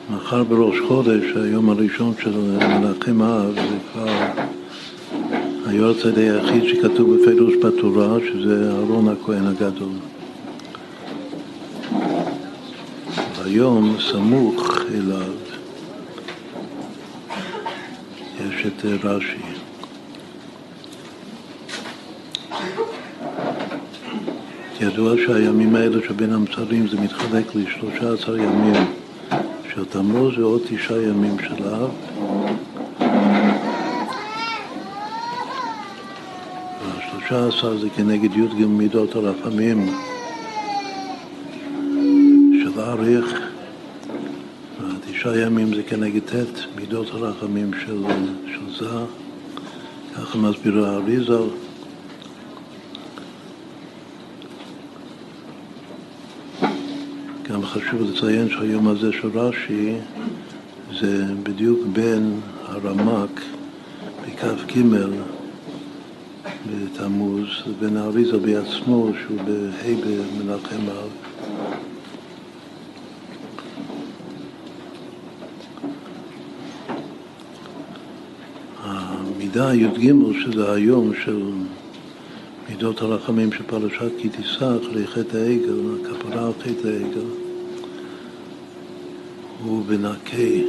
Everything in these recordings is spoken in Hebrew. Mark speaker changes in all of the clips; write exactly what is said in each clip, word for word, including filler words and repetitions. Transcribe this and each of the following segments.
Speaker 1: מחר בראש חודש, היום הראשון של מנחם אב, זה כבר היורצייט היחיד שכתוב בפירוש בתורה, שזה אהרון הכהן הגדול. היום סמוך אליו יש את רש"י. ידוע שהימים האלה שבין המצרים זה מתחלק ל-שלושה עשר ימים של תמוז ועוד תשעה ימים של אב. והשלושה עשר זה כנגד י' ג' מידות הרחמים של אריך, והתשעה ימים זה כנגד ט' מידות הרחמים של, של זה. ככה מסביר האריז"ל. גם חשוב לציין שהיום הזה של רש"י זה בדיוק בין הרמ"ק בכ"ג בתמוז לבין האריז"ל בעצמו שהוא בה' במנחם אב. המידה י"ג שזה היום של מידות הרחמים של פרשת כי תישא אחרי חטא העגל, הכפרה על חטא העגל, הוא בנקי.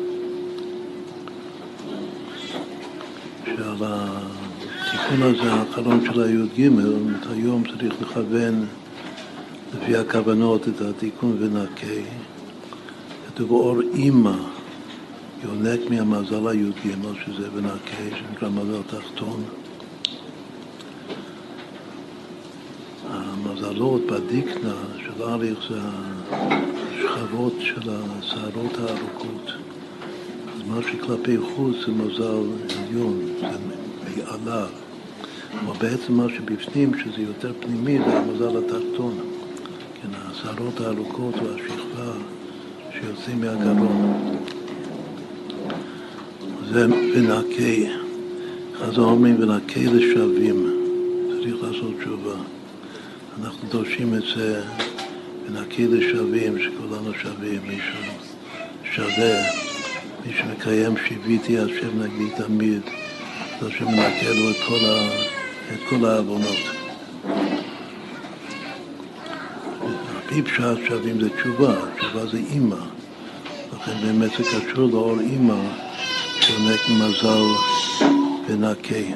Speaker 1: שעל התיקון הזה האחרון של הי"ג, היום צריך לכוון לפי הכוונות את התיקון בנקי. כתוב אור אימא יונק מהמזל הי"ג, שזה בנקי, שנקרא מזל תחתון. המזלות בדיקנה של אריך זה השכבות של השערות הארוכות. אז מה שכלפי חוץ זה מזל עליון, זה מעלה. אבל בעצם מה שבפנים, שזה יותר פנימי, זה המזל התחתון. כן, השערות הארוכות והשכבה שיוצאים מהגרון. זה בנקי. אז אומרים בנקי לשווים. צריך לעשות תשובה. אנחנו דורשים את זה ונקי לשווים, שכולנו שווים, מישהו שווה, מי שמקיים שיוויתי השם נגדי תמיד, זה שמנקה לו את כל, ה, את כל העוונות. הפי פשט שווים זה תשובה, תשובה זה אימא, לכן באמת זה קשור לאור אימא, שעונק מזל ונקי.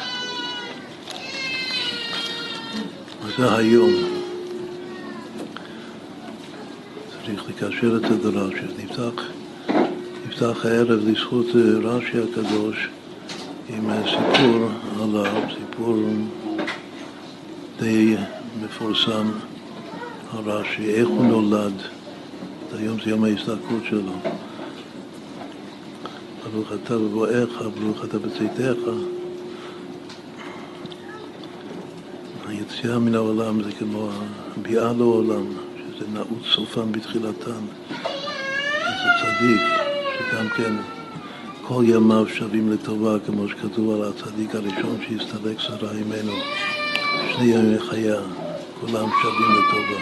Speaker 1: זה היום. צריך לקשר את זה לרש"י. נפתח, נפתח הערב לזכות רש"י הקדוש עם סיפור עליו, סיפור די מפורסם על רש"י, איך הוא נולד. היום זה יום ההסתלקות שלו. ברוך אתה בבואך, ברוך אתה בצאתך. היציאה מן העולם זה כמו הביאה לעולם, שזה נעוץ סופם בתחילתן. זה צדיק, שגם כן כל ימיו שווים לטובה, כמו שכתוב על הצדיק הראשון שהסתלק שרה ממנו. שני ימי חיה, כולם שווים לטובה.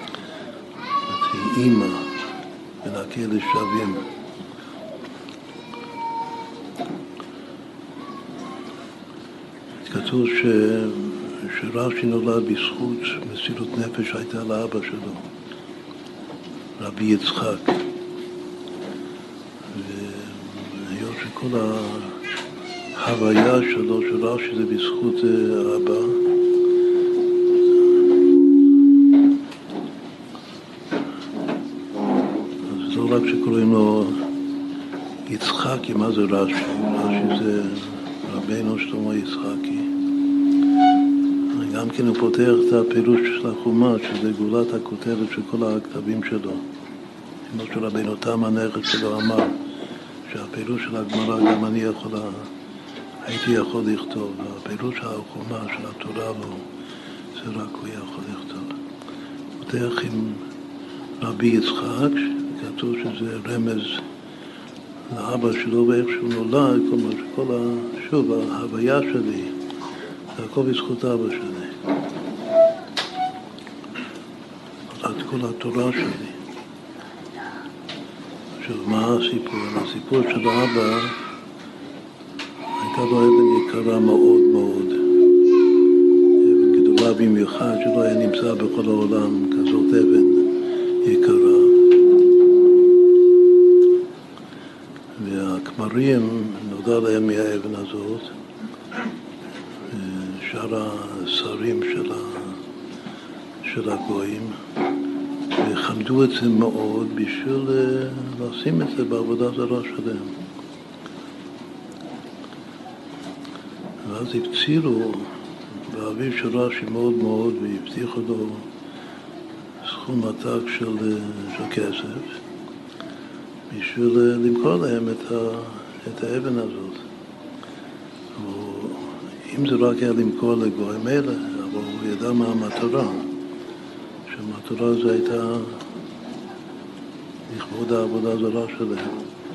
Speaker 1: היא אימא, ונקי לשווים. כתוב ש... שרש"י נולד בזכות מסירות נפש הייתה לאבא שלו, רבי יצחק. והיות שכל ההוויה שלו, של רש"י, זה בזכות אבא, אז לא רק שקוראים לו יצחקי, מה זה רש"י? רש"י זה רבינו שלמה יצחקי. גם כן הוא פותח את הפירוש של החומש, שזה גולת הכותרת של כל הכתבים שלו. כמו שרבינו תם הנכד שלו אמר, שהפירוש של הגמרא גם אני יכול, הייתי יכול לכתוב. הפירוש של החומש, של התורה, לא, זה רק הוא יכול לכתוב. הוא פותח עם רבי יצחק, כתוב שזה רמז לאבא שלו ואיך שהוא נולד, כלומר שכל שוב, ההוויה שלי, זה הכל בזכות אבא שלי. את כל התורה שלי. עכשיו, מה הסיפור? הסיפור של האבא הייתה לו אבן יקרה מאוד מאוד, אבן גדולה במיוחד שלא היה נמצא בכל העולם, כזאת אבן יקרה. והכמרים נודע להם מהאבן הזאת, שאר השרים של, ה... של הגויים, וחמדו את זה מאוד בשביל לשים את זה בעבודה זרה שלהם. ואז הפצירו באביו של רש"י מאוד מאוד, והבטיחו לו סכום עתק של, של כסף, בשביל למכור להם את, ה... את האבן הזאת. אם זה רק היה למכור לגויים אלה, אבל הוא ידע מה המטרה. שהמטרה הזו הייתה לכבוד העבודה זרה שלהם.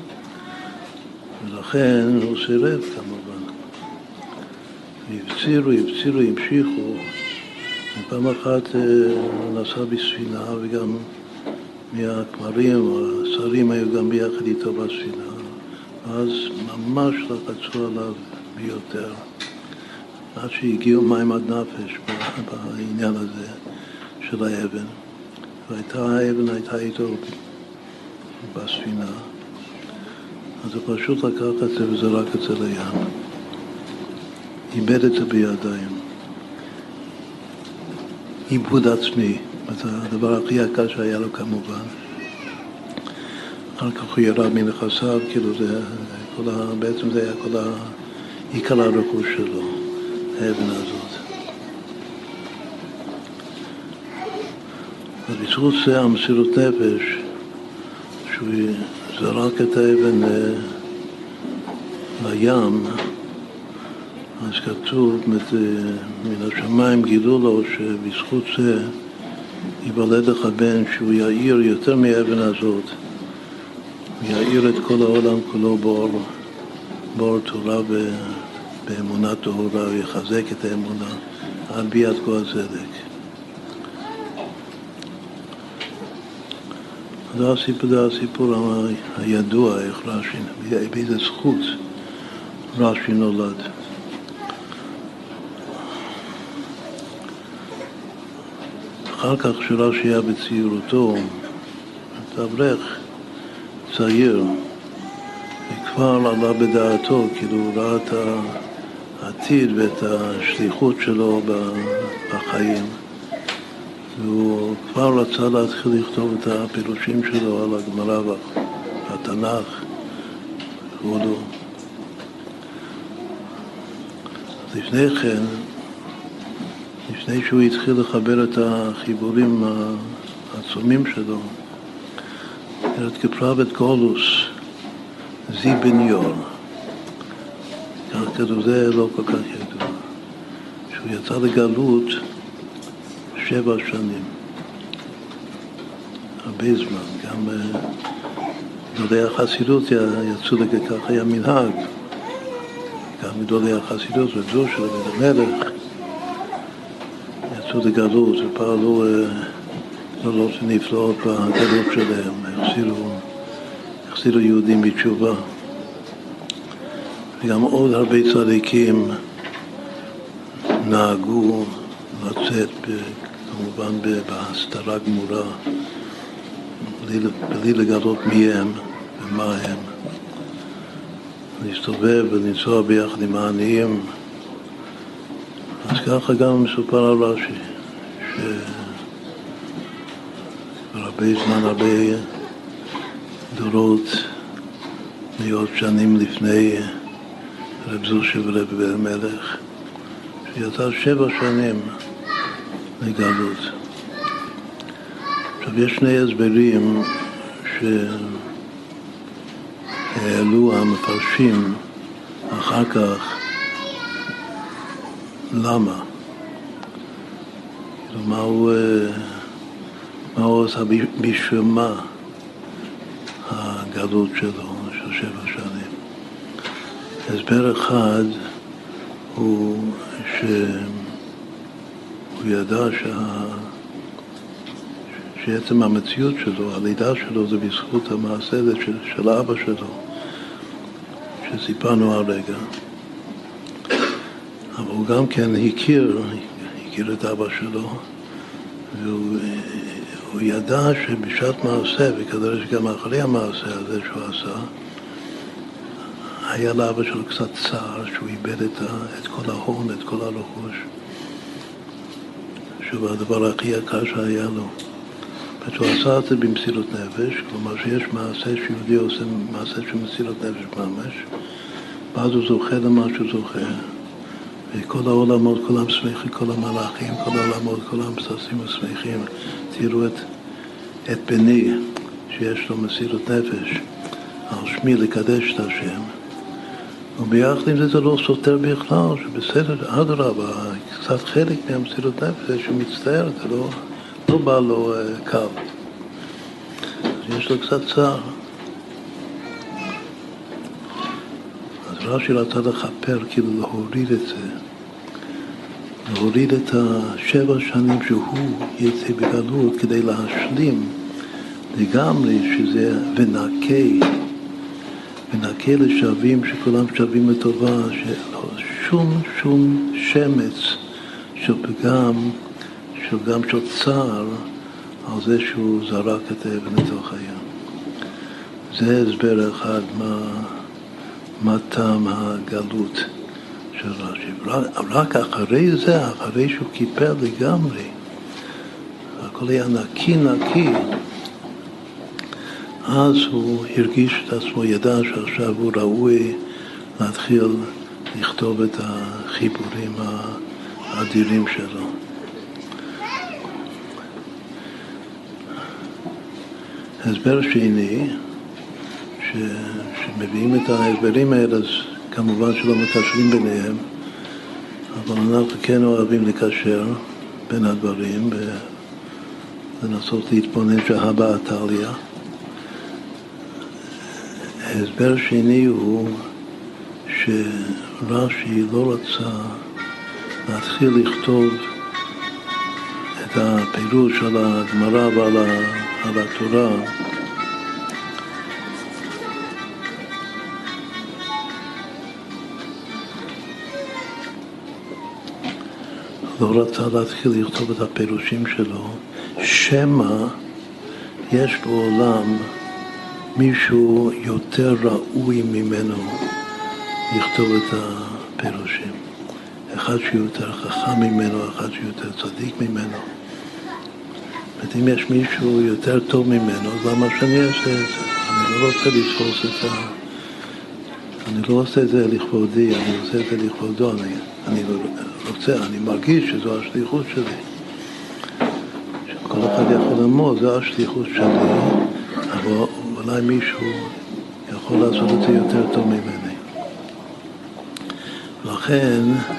Speaker 1: ולכן הוא סירב כמובן. והפצירו, הפצירו, המשיכו. ופעם אחת הוא נסע בספינה, וגם מהכמרים, השרים היו גם ביחד איתו בספינה. אז ממש לחצו עליו ביותר. עד שהגיעו מים עד נפש בעניין הזה של האבן. והייתה האבן, הייתה איתו בספינה. אז הוא פשוט לקח את זה וזרק את זה לים. איבד את זה בידיים. איבוד עצמי. זה הדבר הכי יקר שהיה לו כמובן. אחר כך הוא ירד מנכסיו, כאילו זה, כל ה, בעצם זה היה כל עיקר הרכוש שלו, האבן הזאת. ובזכות זה המסירות נפש, שהוא זרק את האבן לים, אז כתוב, מן השמיים גילו לו שבזכות זה ייוולד לך בן שהוא יאיר יותר מהאבן הזאת, יאיר את כל העולם כולו באור, באור תורה ובאמונה טהורה, ויחזק את האמונה עד ביאת כל הצדק. זה הסיפור, זה הסיפור הידוע, איך רש"י, באיזה זכות רש"י נולד. אחר כך שרש"י היה בצעירותו, אברך צעיר, וכבר עלה בדעתו, כאילו הוא ראה את העתיד ואת השליחות שלו בחיים. והוא כבר רצה להתחיל לכתוב את הפירושים שלו על הגמרא והתנ"ך וכו'. אז לפני כן, לפני שהוא התחיל לחבר את החיבורים העצומים שלו, את כפרבת קולוס, זי בניור. כך כתוב, זה לא כל כך ידוע. שהוא יצא לגלות שבע שנים. הרבה זמן. גם גדולי החסידות יצאו לכך, היה מנהג. גם גדולי החסידות ודור של בית המלך יצאו לגלות ופעלו גדולות ונפלאות בגלות שלהם. החזירו, החזירו יהודים בתשובה. וגם עוד הרבה צדיקים נהגו לצאת כמובן בהסתרה גמורה, בלי, בלי לגלות מי הם ומה הם. להסתובב ולנסוע ביחד עם העניים. אז ככה גם מסופר על רש"י, שהרבה זמן, הרבה דורות, מאות שנים לפני רב זושי ורב מלך, שיצא שבע שנים לגלות. עכשיו יש שני הסברים שהעלו המפרשים אחר כך למה. מה הוא, מה הוא עושה בשביל מה הגלות שלו של שבע שנים. הסבר אחד הוא שהוא ידע שה, שעצם המציאות שלו, הלידה שלו, זה בזכות המעשה הזה של, של אבא שלו, שסיפרנו הרגע. אבל הוא גם כן הכיר, הכיר את אבא שלו, והוא הוא ידע שבשעת מעשה, וכדאי שגם אחרי המעשה הזה שהוא עשה, היה לאבא שלו קצת צער שהוא איבד את, ה, את כל ההון, את כל הרכוש, שהוא הדבר הכי יקר שהיה לו. הוא עשה את זה במסירות נפש, כלומר שיש מעשה שיהודי עושה מעשה של מסירות נפש ממש, ואז הוא זוכה למה שהוא זוכה. וכל העולמות, כולם שמחים, כל המלאכים, כל העולמות, כל המססים ושמחים. תראו את, את בני שיש לו מסירות נפש, על שמי לקדש את השם. וביחד עם זה זה לא סותר בכלל, שבסדר, אדרבה, קצת חלק מהמסירות נפש שמצטער, זה לא, לא בא לו uh, קל. אז יש לו קצת צער. אז רש"י רצה לכפר, כאילו להוריד את זה, להוריד את השבע שנים שהוא יצא בגלות כדי להשלים לגמרי שזה ונקה, ונקה לשווים שכולם שווים לטובה, שום שום שמץ של פגם, של גם של צער על זה שהוא זרק את האבן לתוך הים. זה הסבר אחד מה מה טעם הגלות של רש"י. רק אחרי זה, אחרי שהוא קיפל לגמרי, הכל היה נקי נקי, אז הוא הרגיש את עצמו, ידע שעכשיו הוא ראוי להתחיל לכתוב את החיבורים האדירים שלו. הסבר שני, ש... שמביאים את ההסברים האלה, אז כמובן שלא מקשרים ביניהם, אבל אנחנו כן אוהבים לקשר בין הדברים ולנסות להתבונן שהבא עתליה. ההסבר שני הוא שרש"י לא רצה להתחיל לכתוב את הפירוש על הגמרא ועל על התורה לא רצה להתחיל לכתוב את הפירושים שלו, שמה יש בעולם מישהו יותר ראוי ממנו לכתוב את הפירושים. אחד שיותר חכם ממנו, אחד שיותר צדיק ממנו. אם יש מישהו יותר טוב ממנו, אז למה שאני אעשה את זה? אני לא רוצה לתפוס את ה... אני לא עושה את זה לכבודי, אני עושה את זה לכבודו. אני, אני רוצה, אני מרגיש שזו השליחות שלי. שכל אחד יכול ללמוד, זו השליחות שלי, אבל אולי מישהו יכול לעשות את זה יותר טוב ממני. לכן,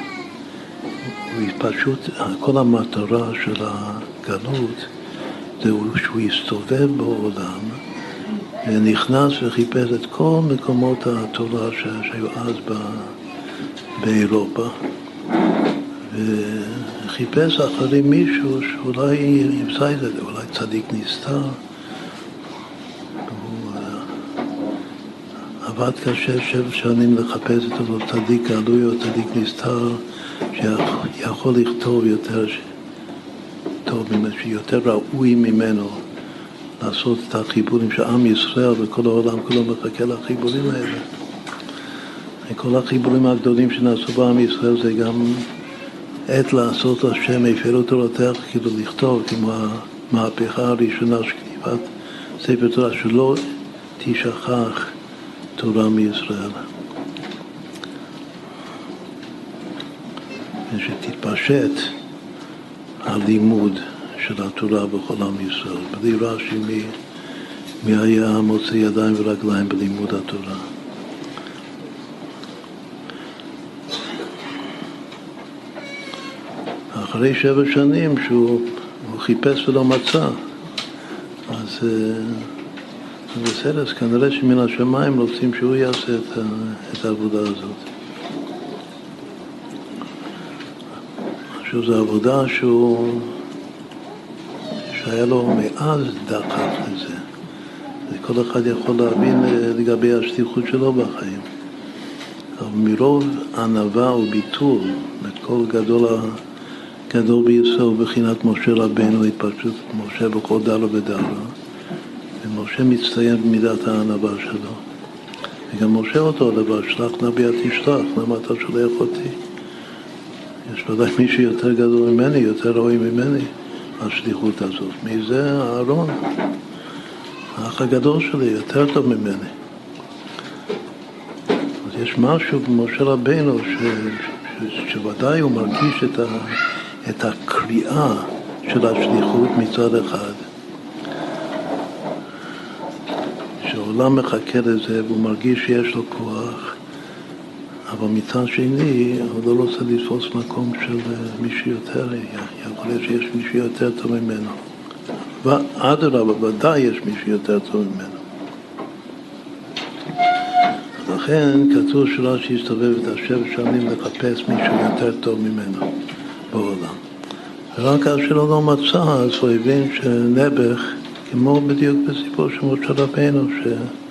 Speaker 1: פשוט, כל המטרה של הגלות, זהו שהוא הסתובב בעולם ונכנס וחיפש את כל מקומות התורה שהיו אז באירופה וחיפש אחרי מישהו שאולי ימצא את זה, אולי צדיק נסתר. הוא עבד קשה שבע שנים לחפש את אותו צדיק גלוי או צדיק נסתר שיכול לכתוב יותר טוב ממנו, שיותר ראוי ממנו לעשות את החיבורים שעם ישראל וכל העולם כולו מחכה לחיבורים האלה. כל החיבורים הגדולים שנעשו בעם ישראל זה גם עת לעשות לשם הפרו תורתך, כאילו לכתוב כמו המהפכה הראשונה של כתיבת ספר תורה, שלא תשכח תורה מישראל. ושתתפשט הלימוד של התורה בכל עם ישראל. בלי רש"י מי, מי היה מוצא ידיים ורגליים בלימוד התורה. אחרי שבע שנים שהוא חיפש ולא מצא, אז בסדר, אז כנראה שמן השמיים רוצים שהוא יעשה את, את העבודה הזאת. שזו עבודה שהוא שהיה לו מאז דחף לזה. וכל אחד יכול להבין לגבי השליחות שלו בחיים. אבל מרוב ענווה וביטול, כל גדול, גדול בישראל בחינת משה רבנו, התפשטות משה בכל דרה ודרה, ומשה מצטיין במידת הענווה שלו. וגם משה אותו דבר, שלח נביא תשלח, למה אתה שולח אותי? יש ודאי מישהו יותר גדול ממני, יותר ראוי ממני, השליחות הזאת. מי זה? אהרון. האח הגדול שלי, יותר טוב ממני. אז יש משהו במשה רבנו ש, ש, שוודאי הוא מרגיש את, ה, את הקריאה של השליחות מצד אחד. שהעולם מחכה לזה והוא מרגיש שיש לו כוח, אבל מצד שני הוא לא רוצה לתפוס מקום של מישהו יותר, יכול להיות שיש מישהו יותר טוב ממנו. ואדרבה, ודאי יש מישהו יותר טוב ממנו. לכן כתוב שרש"י הסתובב את השבע שנים לחפש מישהו יותר טוב ממנו בעולם. ורק כאשר הוא לא מצא, אז הוא הבין שנעבך, כמו בדיוק בסיפור של משה רבנו, ש...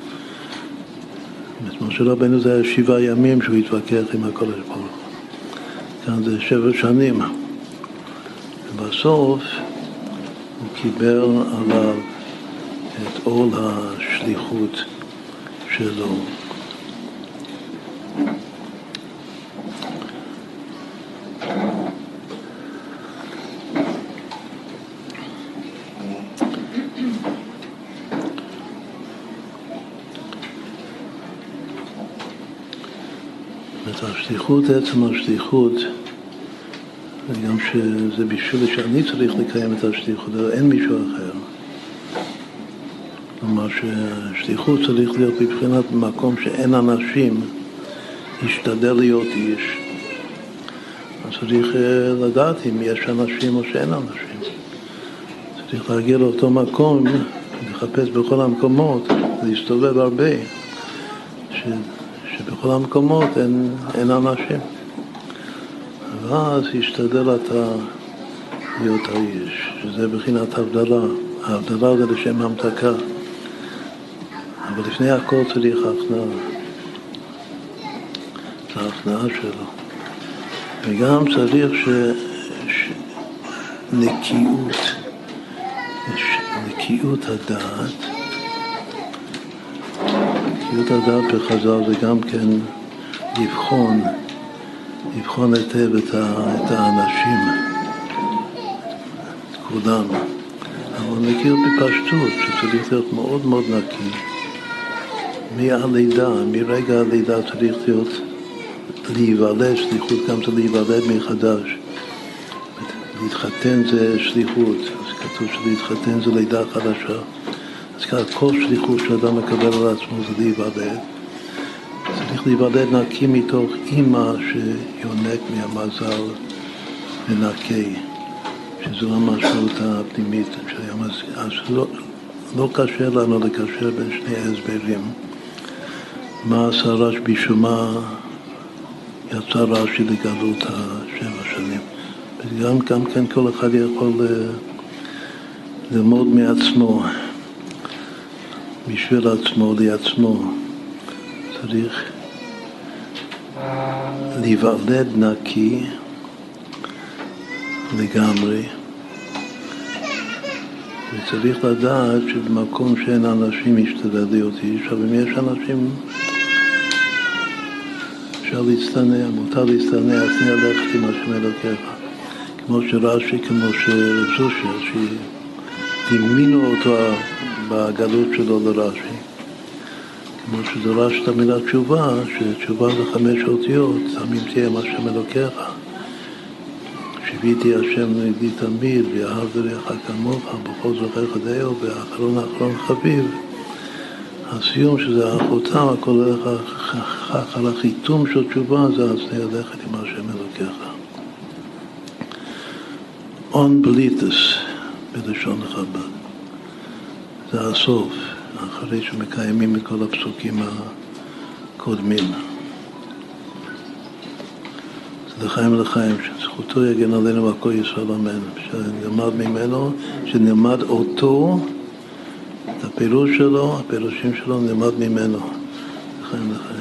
Speaker 1: משה רבנו זה היה שבעה ימים שהוא התווכח עם הקדוש ברוך הוא. כאן זה שבע שנים. ובסוף הוא קיבל עליו את עול השליחות שלו. השליחות, עצם השליחות, גם שזה בשביל שאני צריך לקיים את השליחות, אין מישהו אחר. כלומר שהשליחות צריך להיות בבחינת מקום שאין אנשים, ישתדל להיות איש. אז צריך לדעת אם יש אנשים או שאין אנשים. צריך להגיע לאותו מקום, לחפש בכל המקומות, להסתובב הרבה. ש... שבכל המקומות אין, אין אנשים. ואז ישתדל אתה להיות האיש, שזה בחינת הבדלה. ההבדלה זה לשם המתקה. אבל לפני הכל צריך הכנעה. זה ההכנעה שלו. וגם צריך ש... ש... נקיות, נקיות הדעת, נקיות הדעת בחז"ל זה גם כן לבחון, לבחון היטב את, את האנשים, את כולם. אבל נקיות בפשטות, שצריך להיות מאוד מאוד נקי. מהלידה, מרגע הלידה צריך להיות להיוולד, שליחות גם זה להיוולד מחדש. להתחתן זה שליחות, אז כתוב שלהתחתן זה לידה חדשה. אז כאן כל שליחות שאדם מקבל על עצמו זה להיוולד. צריך להיוולד נקי מתוך אימא שיונק מהמזל ונקי, שזו המשמעות הפנימית. אז לא, לא קשה לנו לקשר בין שני ההסברים. מה עשה רשב"י שמה יצא רש"י לגלות השבע שנים. וגם גם כן כל אחד יכול ללמוד מעצמו, בשביל עצמו, לעצמו. צריך להיוולד נקי לגמרי, וצריך לדעת שבמקום שאין אנשים ישתדל להיות איש, אבל אם יש אנשים אפשר להצטנע, מותר להצטנע, אז תהיה ללכת עם השם אלוקיך. כמו שרש"י, כמו שזושה, שדימינו אותו בגלות שלו לרש"י. כמו שדרש את המילה תשובה, שתשובה זה חמש אותיות, שמים תהיה עם השם אלוקיך. שיביתי השם נגדי תמיד, ואהבת לרעך כמוך, בכל זוכרך דעו, ואחרון האחרון חביב. הסיום שזה החותם, הכל הולך על החיתום של תשובה, זה אז ללכת עם השם אלוקיך. Unbelievers בלשון חב"ד. זה הסוף, אחרי שמקיימים את כל הפסוקים הקודמים. לחיים לחיים, שזכותו יגן עלינו ועל כל ישראל אמן, שנלמד ממנו, שנלמד אותו, את הפירוש שלו, הפירושים שלו נלמד ממנו, לחיים לחיים.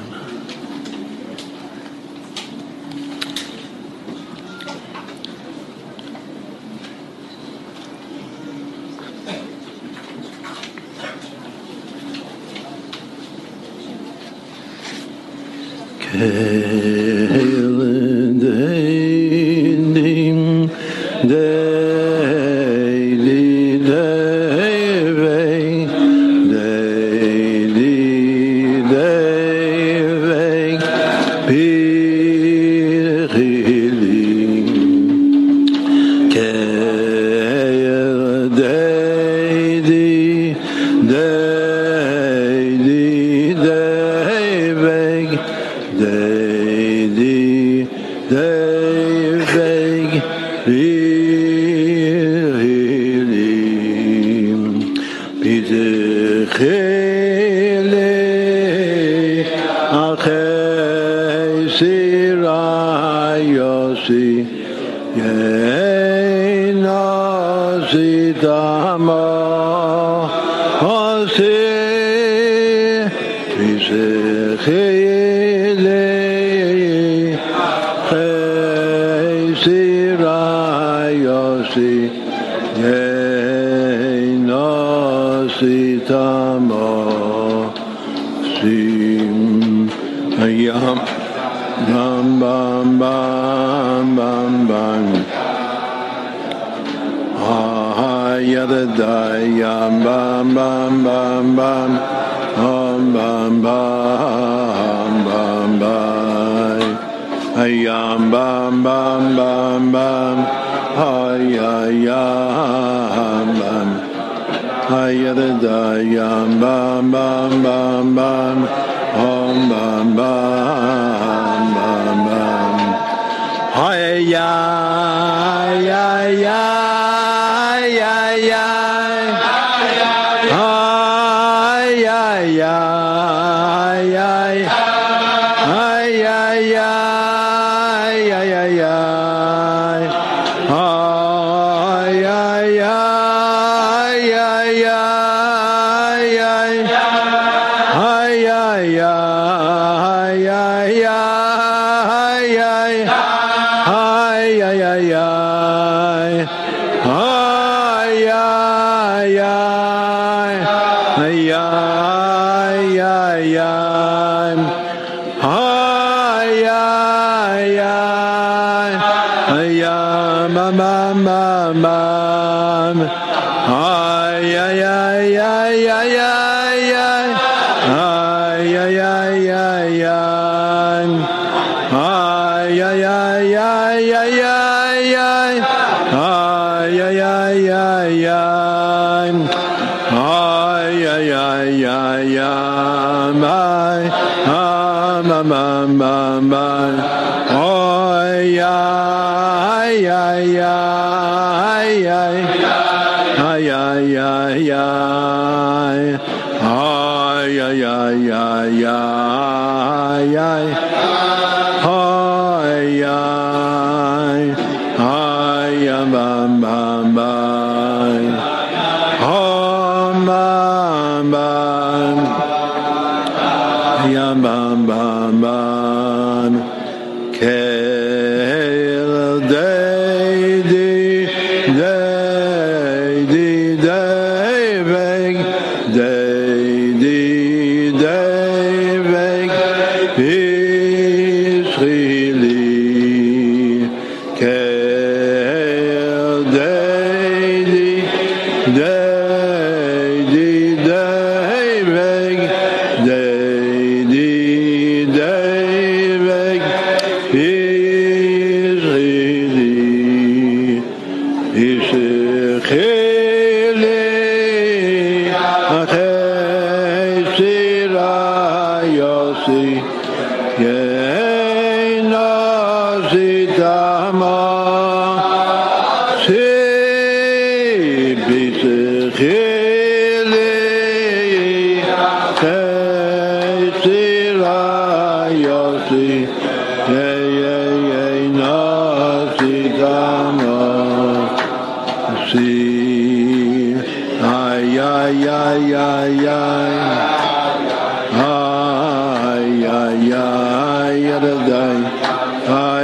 Speaker 2: Yeah, yeah, yeah, no.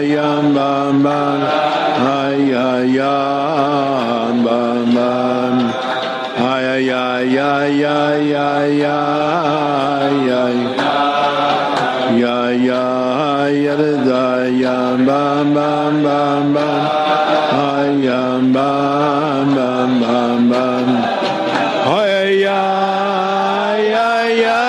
Speaker 2: yam bam bam, ay ay yam bam bam, ay ay ay ay ay ay ay ya ya yarda yam bam bam bam bam, ay yam bam bam bam bam, ay ya ya ya.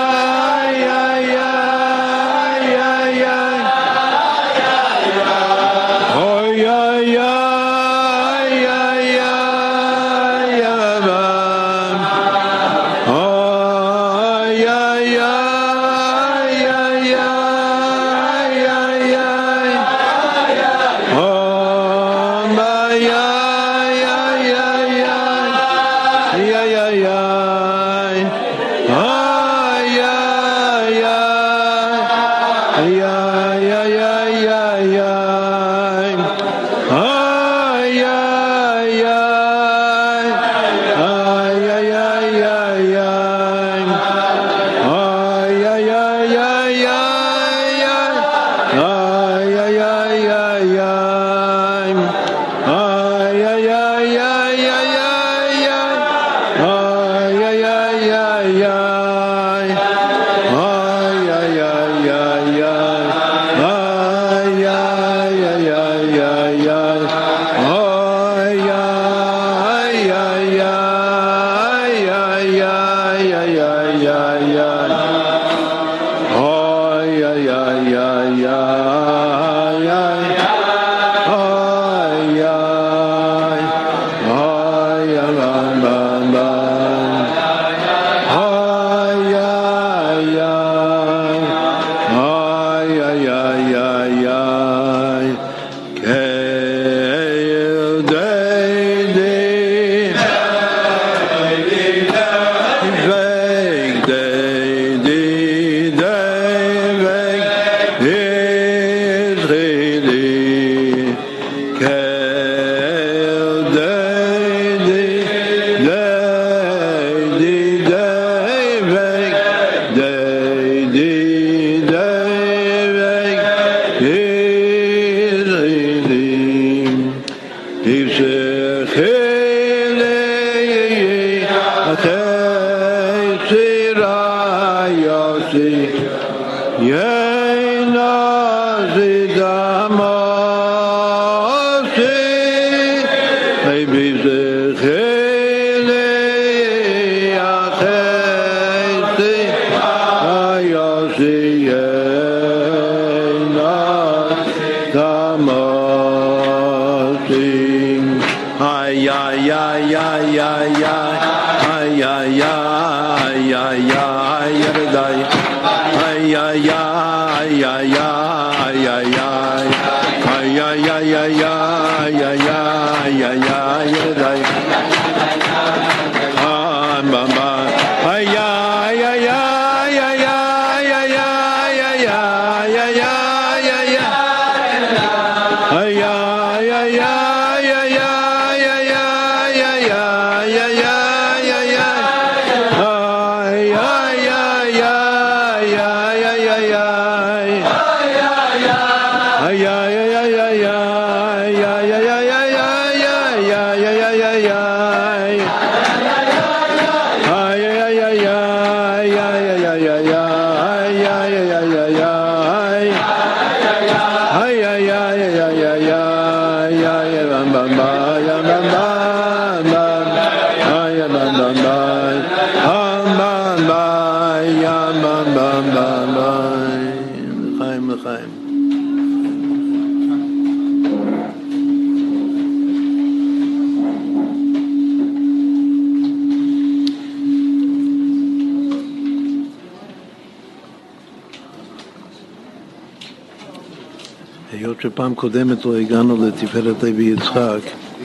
Speaker 1: היות שפעם קודמת לא הגענו לתפארת לוי יצחק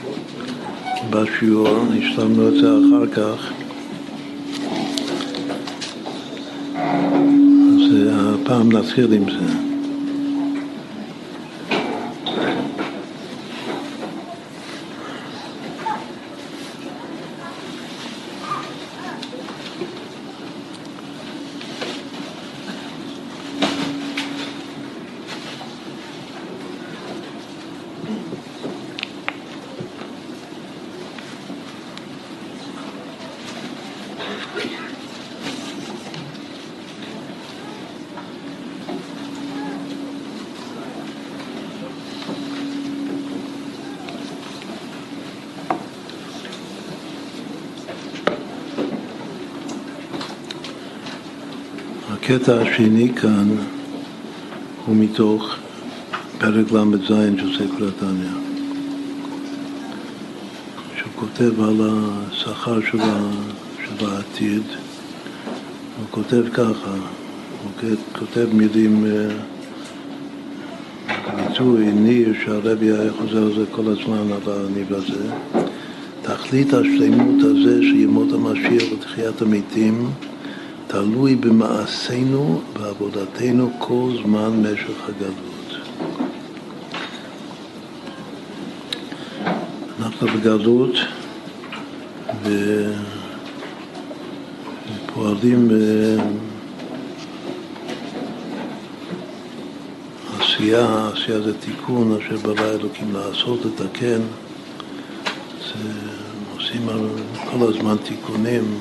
Speaker 1: בשיעור, השלמנו את זה אחר כך, אז הפעם נתחיל עם זה. הקטע השני כאן הוא מתוך פרק למד זין של ספר התניא, שהוא כותב על השכר של, של העתיד. הוא כותב ככה, הוא כותב מילים ביטוי ניר שהרבי היה חוזר על זה כל הזמן על הניב הזה. תכלית השלמות הזה שימות המשיח ותחיית המתים תלוי במעשינו ועבודתנו כל זמן משך הגלות. אנחנו בגלות ופועלים עשייה, עשייה זה תיקון אשר ברא אלוקים לעשות, לתקן. זה עושים כל הזמן תיקונים.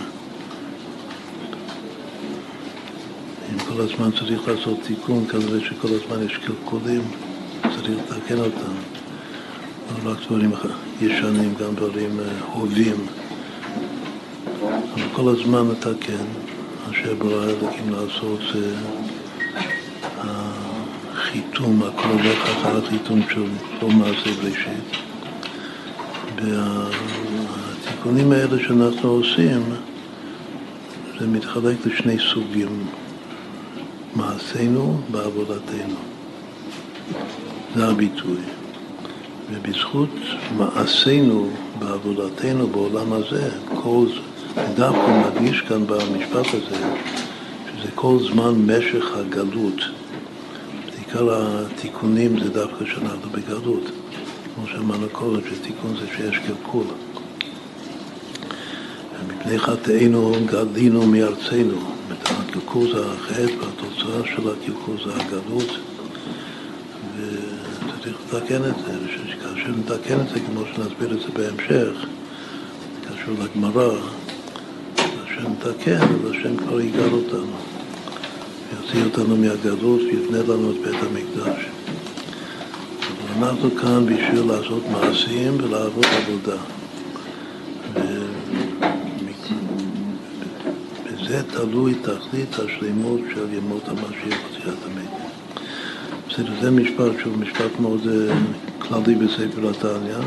Speaker 1: אם כל הזמן צריך לעשות תיקון, כנראה שכל הזמן יש קלקולים, צריך לתקן אותם. לא רק דברים ישנים, גם דברים הובים. אבל כל הזמן לתקן, אשר ברא אלוקים לעשות זה החיתום, הכל הולך אחר החיתום של כל מעשה בראשית. והתיקונים האלה שאנחנו עושים, זה מתחלק לשני סוגים, מעשינו ועבודתנו. זה הביטוי. ובזכות מעשינו ועבודתנו בעולם הזה, כל דווקא מדגיש כאן במשפט הזה, שזה כל זמן משך הגלות. בעיקר התיקונים זה דווקא שאנחנו בגלות. כמו שאמרנו קודם, שתיקון זה שיש קלקול. מפני חטאינו גלינו מארצנו. הקלקול זה החטא, והתוצאה של הקלקול זה הגלות. וצריך לתקן את זה, וכאשר נתקן את זה, כמו שנסביר את זה בהמשך, קשור לגמרא, כאשר נתקן, אז השם כבר יגאל אותנו. יוציא אותנו מהגלות ויבנה לנו את בית המקדש. אנחנו כאן בשביל לעשות מעשים ולעבוד עבודה. וזה תלוי תכלית השלמות של ימות המשיח ותחיית המתים. בסדר, זה משפט שהוא משפט מאוד כללי בספר התניא,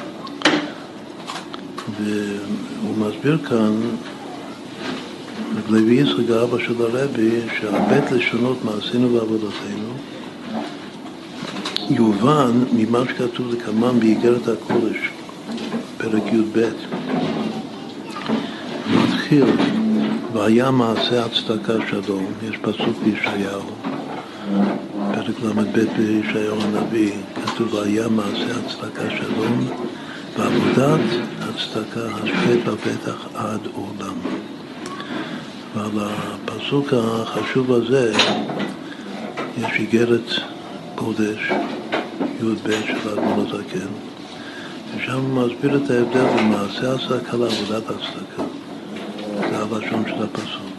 Speaker 1: והוא מסביר כאן לוי יצחק אבא של הרבי שהבית לשונות מעשינו ועבודתנו יובן ממה שכתוב לקמן באיגרת הקודש, פרק י"ב. מתחיל, והיה מעשה הצדקה שלום, יש פסוק בישעיהו, פרק למד ב' בישעיהו הנביא, כתוב והיה מעשה הצדקה שלום, ועבודת הצדקה השקט בפתח עד עולם. ועל הפסוק החשוב הזה יש איגרת קודש, י"ב של האדמו"ר הזקן, ושם הוא מסביר את ההבדל בין מעשה הצדקה לעבודת הצדקה. זה הלשון של הפסוק.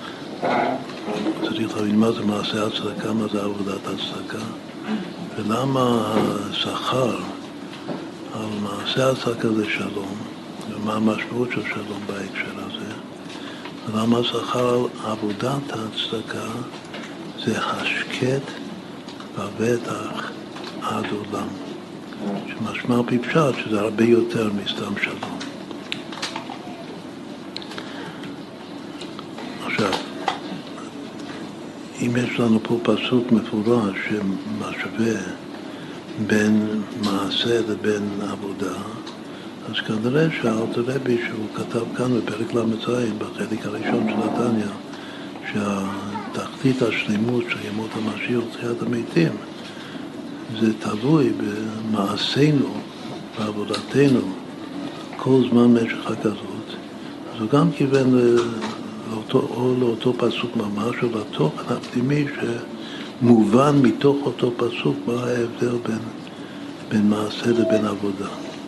Speaker 1: צריך להבין מה זה מעשה הצדקה, מה זה עבודת הצדקה, ולמה השכר על מעשה הצדקה זה שלום, ומה המשמעות של שלום בהקשר הזה, ולמה השכר על עבודת הצדקה זה השקט בבטח עד עולם, שמשמע פשט שזה הרבה יותר מסתם שלום. עכשיו, אם יש לנו פה פסוק מפורש שמשווה בין מעשה לבין עבודה, אז כנראה שהאלטר רבי שהוא כתב כאן בפרק למד זין, בחלק הראשון של התניא, שהתכלית השלמות של ימות המשיח ותחיית המתים זה תלוי במעשינו ועבודתנו כל זמן משך הגלות. אז הוא גם כיוון לאותו, או לאותו פסוק ממש, או לתוכן הפנימי שמובן מתוך אותו פסוק מה ההבדל בין, בין מעשה לבין עבודה.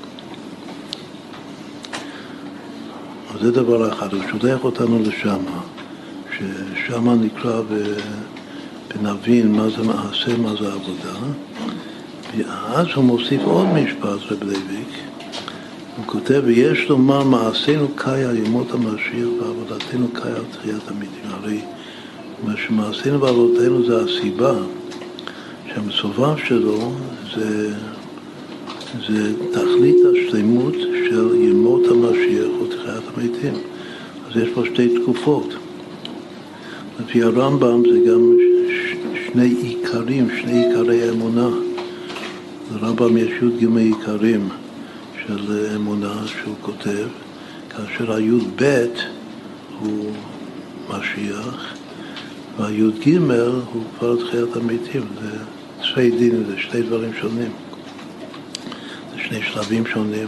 Speaker 1: אז זה דבר אחד, הוא שולח אותנו לשם, ששם נקרא ונבין מה זה מעשה, מה זה עבודה. ואז הוא מוסיף עוד משפט רב לייביק, הוא כותב, ויש לומר מעשינו קאי על ימות המשיח ועבודתנו קאי על תחיית המתים. הרי מה שמעשינו בעבודתנו זה הסיבה שהמסובב שלו זה, זה תכלית השלמות של ימות המשיח או תחיית המתים. אז יש פה שתי תקופות. לפי הרמב"ם זה גם שני עיקרים, שני עיקרי אמונה. לרמב"ם יש י' ג' עיקרים של אמונה שהוא כותב, כאשר הי' ב' הוא משיח, והי' ג' הוא כבר תחיית המתים. זה שני דינים, זה שני דברים שונים. זה שני שלבים שונים.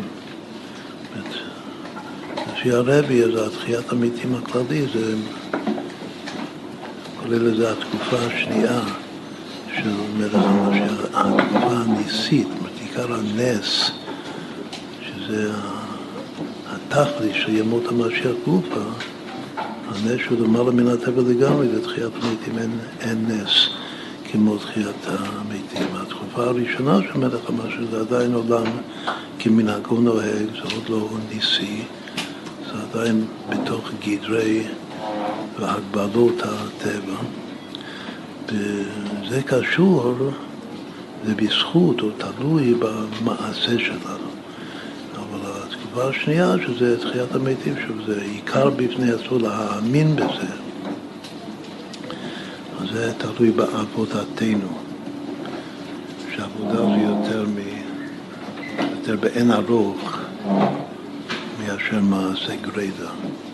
Speaker 1: לפי הרבי, אז התחיית המתים הכללי, זה כולל לזה התקופה השנייה של מלך המשיח, התקופה הניסית, עיקר הנס, שזה התכלית של ימות המשיח גופה, הנס שהוא למעלה מן הטבע לגמרי, ותחיית המתים אין, אין נס כמו תחיית המתים. התקופה הראשונה של מלך המשיח זה עדיין עולם כמנהגו נוהג, זה עוד לא ניסי, זה עדיין בתוך גדרי והגבלות הטבע. וזה קשור, זה בזכות או תלוי במעשה שלנו. אבל התקופה השנייה, שזה תחיית המתים, שזה עיקר בפני עצמו להאמין בזה. אז זה תלוי בעבודתנו. שעבודה זה יותר, מ... יותר באין ארוך מאשר מעשה גרידא.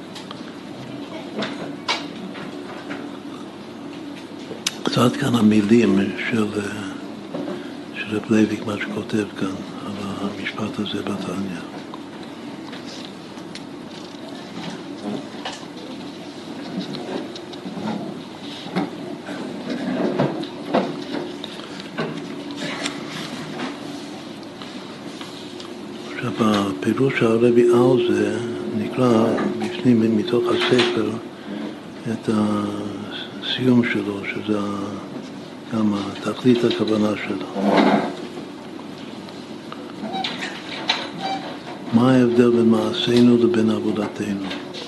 Speaker 1: קצת כאן המילים של, של רב לייביק, מה שכותב כאן על המשפט הזה בתניא. עכשיו, הפירוש הרבי על זה נקרא בפנים מתוך הספר את ה... סיום שלו, שזה גם תכלית הכוונה שלו. מה ההבדל בין מעשינו לבין עבודתנו?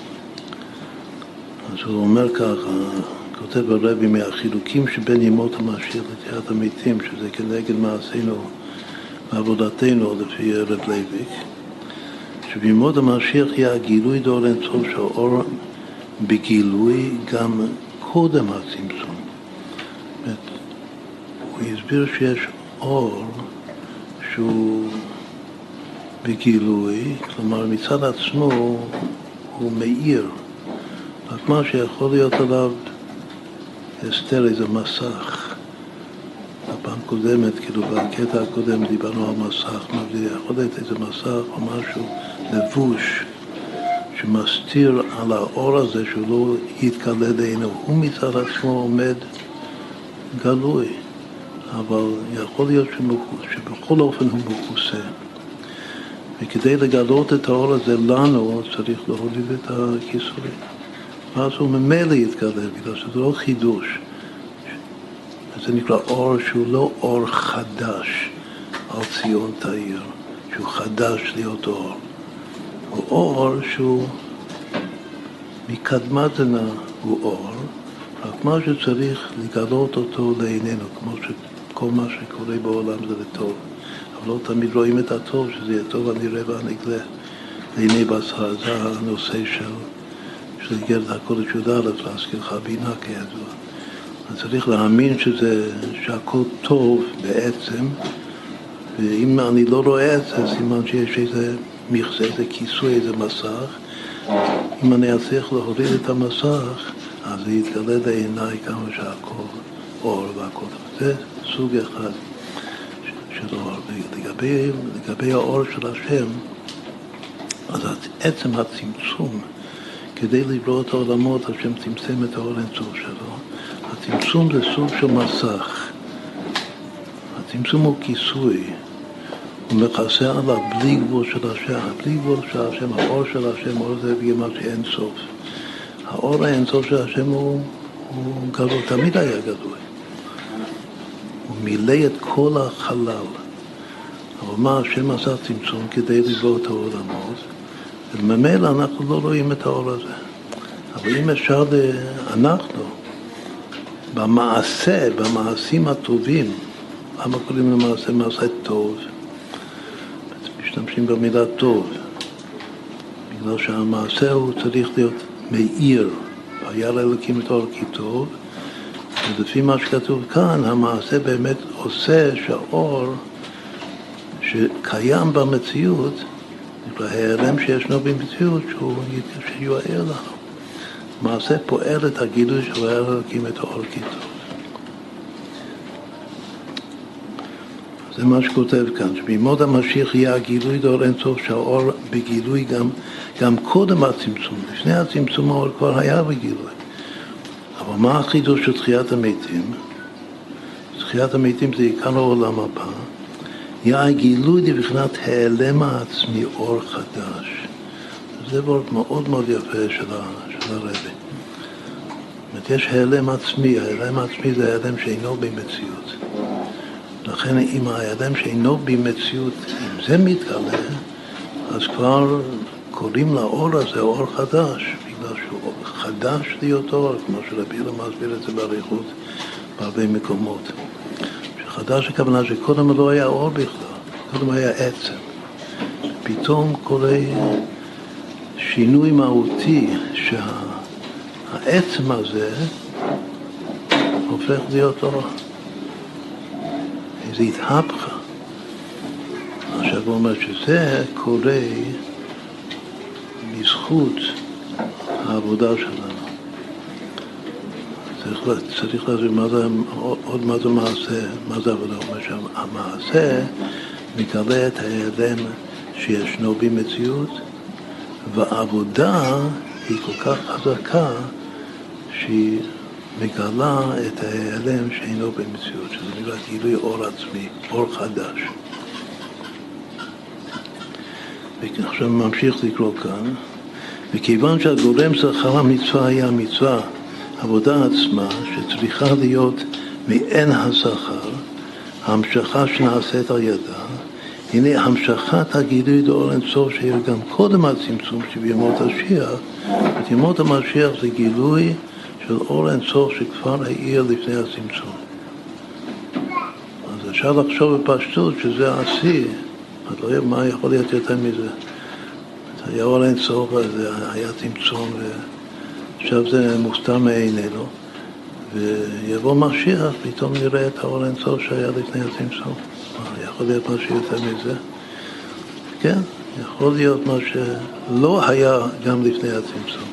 Speaker 1: אז הוא אומר ככה, כותב הרבי, מהחילוקים שבין ימות המשיח לתחיית המתים, שזה כנגד מעשינו ועבודתנו לפי רב לייביק, שבימות המשיח יהיה הגילוי דור אינסוף שהאור בגילוי גם קודם הצמצום. הוא הסביר שיש אור שהוא בגילוי, כלומר מצד עצמו הוא מאיר. רק מה שיכול להיות עליו הסתר איזה מסך. הפעם קודמת, כאילו בקטע הקודם דיברנו על מסך, יכול להיות איזה מסך או משהו לבוש שמסתיר על האור הזה שהוא לא יתגלה לעינו. הוא מצד עצמו עומד גלוי, אבל יכול להיות שבכל אופן הוא מכוסה. וכדי לגלות את האור הזה לנו צריך להוריד את הכיסוי. ואז הוא ממילא יתגלה, בגלל שזה לא חידוש. זה נקרא אור שהוא לא אור חדש על ציון תאיר, שהוא חדש להיות אור. הוא אור שהוא מקדמת דנא הוא אור, רק מה שצריך לגלות אותו לעינינו, כמו שכל מה שקורה בעולם זה לטוב. אבל לא תמיד רואים את הטוב, שזה יהיה טוב הנראה והנגלה לעיני בשר. זה הנושא של, של איגרת הקודש י"א, להזכירך בינה כידוע. אז צריך להאמין שזה, שהכל טוב בעצם, ואם אני לא רואה את זה, סימן שיש איזה מכסה, איזה כיסוי, איזה מסך. אם אני אצליח להוריד את המסך, אז זה יתגלה לעיניי כמה שהכל אור והכל. זה סוג אחד של אור. לגבי, לגבי האור של השם, אז עצם הצמצום, כדי לברוא את העולמות, השם צמצם את האור אינסוף שלו. הצמצום זה סוג של מסך. הצמצום הוא כיסוי. הוא מכסה עליו בלי גבול של השם. בלי גבול של השם, האור של השם, האור זה בגמרא אין סוף. האור האינסוף של השם הוא, הוא גדול, תמיד היה גדול. הוא מילא את כל החלל. אבל מה השם עשה צמצום כדי לברוא את העולמות? וממילא אנחנו לא רואים את האור הזה. אבל אם אפשר, אנחנו, במעשה, במעשים הטובים, למה קוראים למעשה מעשה טוב? משתמשים במילה טוב, בגלל שהמעשה הוא צריך להיות מאיר, היה לאלוקים את האור כי טוב, ולפי מה שכתוב כאן, המעשה באמת עושה שהאור שקיים במציאות, ההיעלם שישנו במציאות, שהוא יוער לנו. מעשה פועל את הגילוי של האלוקים את האור כי טוב. זה מה שכותב כאן, שבימות המשיח יהיה הגילוי דאור אין סוף, שהאור בגילוי גם, גם קודם הצמצום, לפני הצמצום האור כבר היה בגילוי. אבל מה החידוש של תחיית המתים? תחיית המתים זה עיקר העולם הבא, יהיה הגילוי לבחינת העלם העצמי אור חדש. זה וורט מאוד מאוד יפה של, של הרבי. זאת אומרת, יש העלם עצמי, העלם העצמי זה העלם שאינו במציאות. לכן אם העלם שאינו במציאות, אם זה מתגלה, אז כבר קוראים לאור הזה אור חדש, בגלל שהוא חדש להיות אור, כמו שרבי אילן מסביר את זה באריכות בהרבה מקומות. שחדש הכוונה שקודם לא היה אור בכלל, קודם היה עצם. פתאום קורה שינוי מהותי שהעצם הזה הופך להיות אור. זה התהפכה. עכשיו הוא אומר שזה קורה בזכות העבודה שלנו. צריך, צריך להסביר מה זה, עוד מה זה מעשה, מה זה עבודה. הוא אומר שהמעשה מגלה את ההיעלם שישנו במציאות, והעבודה היא כל כך חזקה שהיא מגלה את ההיעלם שאינו במציאות, שזה נקרא גילוי אור עצמי, אור חדש. ועכשיו ממשיך לקרוא כאן, וכיוון שהגורם שכר המצווה היה המצווה, עבודה עצמה, שצריכה להיות מעין השכר, המשכה שנעשית על ידה, הנה המשכת הגילוי דאור אין סוף שיהיה גם קודם הצמצום שבימות המשיח, בימות המשיח זה גילוי של אור אין סוף שכבר העיר לפני הצמצום. אז אפשר לחשוב בפשטות שזה השיא, אז לא יודע מה יכול להיות יותר מזה. היה אור אין סוף, היה צמצום, ועכשיו זה מוסתר מעינינו, ויבוא משיח, פתאום נראה את האור אין סוף שהיה לפני הצמצום. יכול להיות משהו יותר מזה? כן, יכול להיות מה שלא היה גם לפני הצמצום.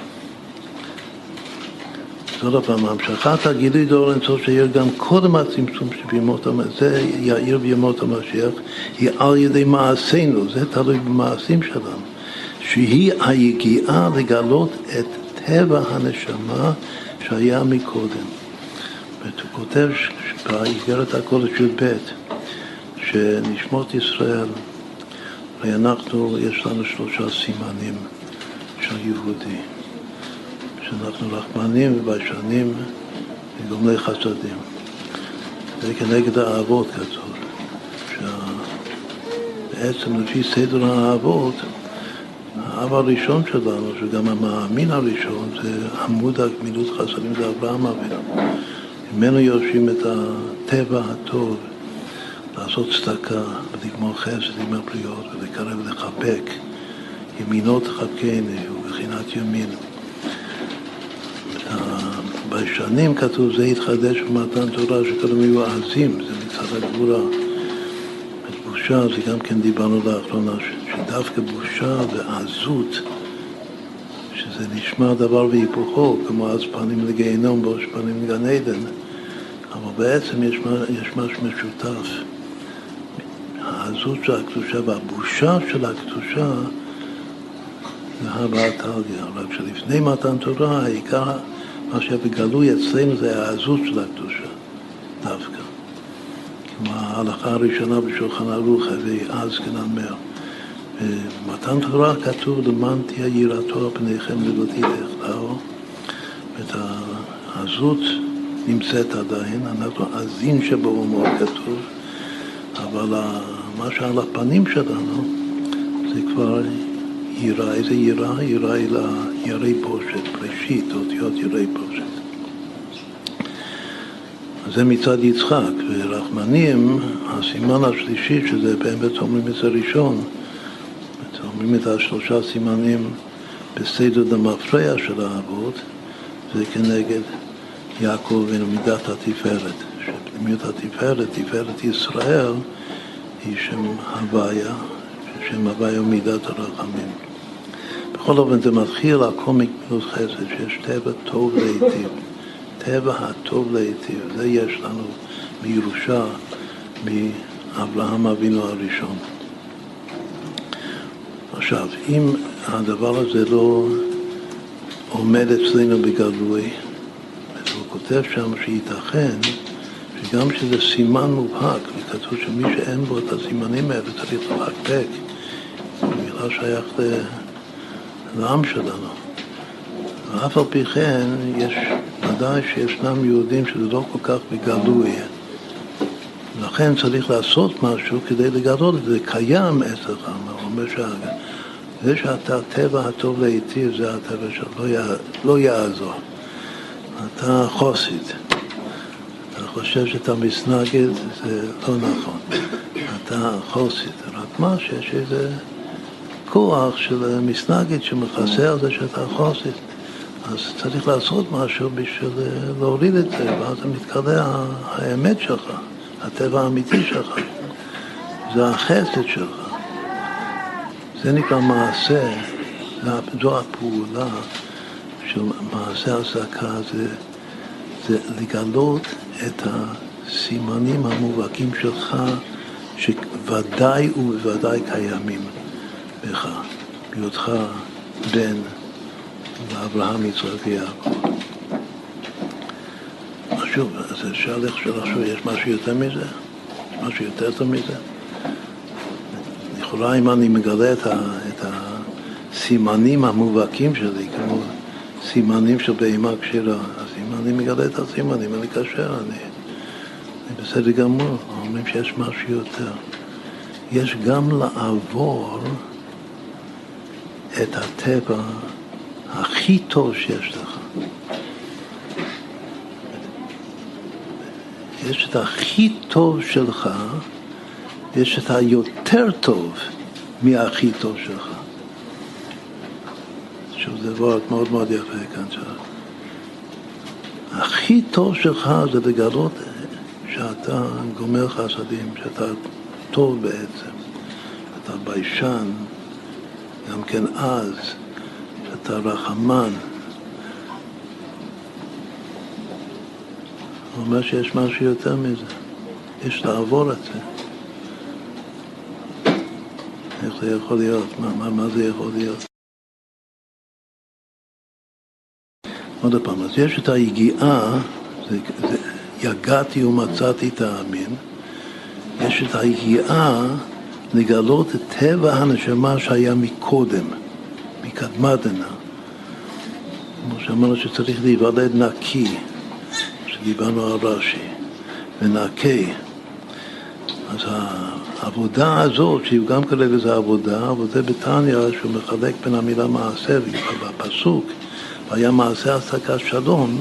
Speaker 1: זאת הפעם, המשכת הגילוי דאור אין סוף שיהיה גם קודם הצמצום שבימות המשיח, זה יאיר בימות המשיח, היא על ידי מעשינו, זה תלוי במעשים שלנו, שהיא היגיעה לגלות את טבע הנשמה שהיה מקודם. הוא כותב באיגרת הקודש של בית, שנשמות ישראל, ואנחנו, יש לנו שלושה סימנים של יהודי, שאנחנו רחמנים וביישנים וגומלי חסדים. זה כנגד האהבות כזאת, שבעצם לפי סדר האהבות, האב הראשון שלנו, שגם המאמין הראשון, זה עמוד הגמילות חסדים, זה אברהם אבינו. ממנו יורשים את הטבע הטוב, לעשות צדקה ולגמור חסד עם הבריות ולקרב ולחבק. ימינו תחבקני ובחינת ימין. בשנים כתוב זה התחדש במתן תורה שקודם היו עזים, זה מצד הגבורה. בושה זה גם כן דיברנו לאחרונה, שדווקא בושה ועזות, שזה נשמע דבר והיפוכו, כמו אז פנים לגיהנום ואש פנים לגן עדן, אבל בעצם יש, יש משהו משותף. העזות של הקדושה והבושה של הקדושה זה הבאת תליה, רק שלפני מתן תורה העיקר מה שבגלוי אצלנו זה העזות של הקדושה דווקא, כמו ההלכה הראשונה בשולחן ערוך ואז כנאמר במתן תורה כתוב למען תהיה יראתו על פניכם ולא תכלאו, ואת העזות נמצאת עדיין, אנחנו עזים שבאומות כתוב, אבל מה שעל הפנים שלנו זה כבר יראה, איזה יראה? יראה אלא ירי פושט, פרישית, אותיות ירי פושט. זה מצד יצחק, ורחמנים, הסימן השלישי, שזה באמת אומרים את זה ראשון, אומרים את השלושה סימנים בסדר דמפרע של האבות, זה כנגד יעקב ומידת התפארת, שפנימיות התפארת, תפארת ישראל, היא שם הוויה, שם הוויה ומידת הרחמים. בכל אופן זה מתחיל הכל מגמילות חסד, שיש טבע טוב להיטיב. טבע הטוב להיטיב, זה יש לנו מירושה מאברהם אבינו הראשון. עכשיו, אם הדבר הזה לא עומד אצלנו בגלוי, הוא כותב שם שייתכן שגם שזה סימן מובהק, וכתוב שמי שאין בו את הסימנים האלה צריך להפקפק, בגלל שייך לעם שלנו. ואף על פי כן, יש ודאי שישנם יהודים שזה לא כל כך בגלוי. לכן צריך לעשות משהו כדי לגלות את זה. קיים אצלך, הוא אומר שזה שאתה טבע הטוב להיטיב, זה הטבע שלא לא יעזור. אתה חוסית. אתה חושב שאתה מסנגד, זה לא נכון. אתה חוסית. רק מה שיש איזה כוח של מסנגד שמכסה על זה שאתה חוסית. אז צריך לעשות משהו בשביל להוריד את זה, ואז מתגלה האמת שלך, הטבע האמיתי שלך. זה החסד שלך. זה נקרא מעשה, זו הפעולה של מעשה הסקה, זה, זה לגלות את הסימנים המובהקים שלך, שוודאי ובוודאי קיימים בך, בהיותך בן ואברהם, יצחק ויעקב. שוב, אז אפשר לחשוב, יש משהו יותר מזה? משהו יותר טוב מזה? לכאורה אם אני מגלה את, ה, את הסימנים המובהקים שלי, כמו סימנים של בהמה כשרה, אז אם אני מגלה את הסימנים, אני קשר, אני, אני בסדר גמור, אומרים שיש משהו יותר. יש גם לעבור את הטבע הכי טוב שיש לך. יש את הכי טוב שלך, יש את היותר טוב מהכי טוב שלך. שוב, זה דבר מאוד מאוד יפה כאן. הכי טוב שלך זה לגלות שאתה גומר חסדים, שאתה טוב בעצם, שאתה ביישן, גם כן אז, שאתה רחמן. הוא אומר שיש משהו יותר מזה. יש לעבור את זה. איך זה יכול להיות? מה, מה, מה זה יכול להיות? עוד פעם, אז יש את היגיעה, זה, זה, יגעתי ומצאתי תאמין. יש את היגיעה לגלות את טבע הנשמה שהיה מקודם, מקדמתנה. כמו שאמרנו שצריך להיוולד נקי, שדיברנו על רש"י, ונקי. אז העבודה הזאת, שהיא גם כלל איזו עבודה, אבל זה בתניא שהוא מחלק בין המילה מעשה, בפסוק, והיה מעשה הסקת שלום,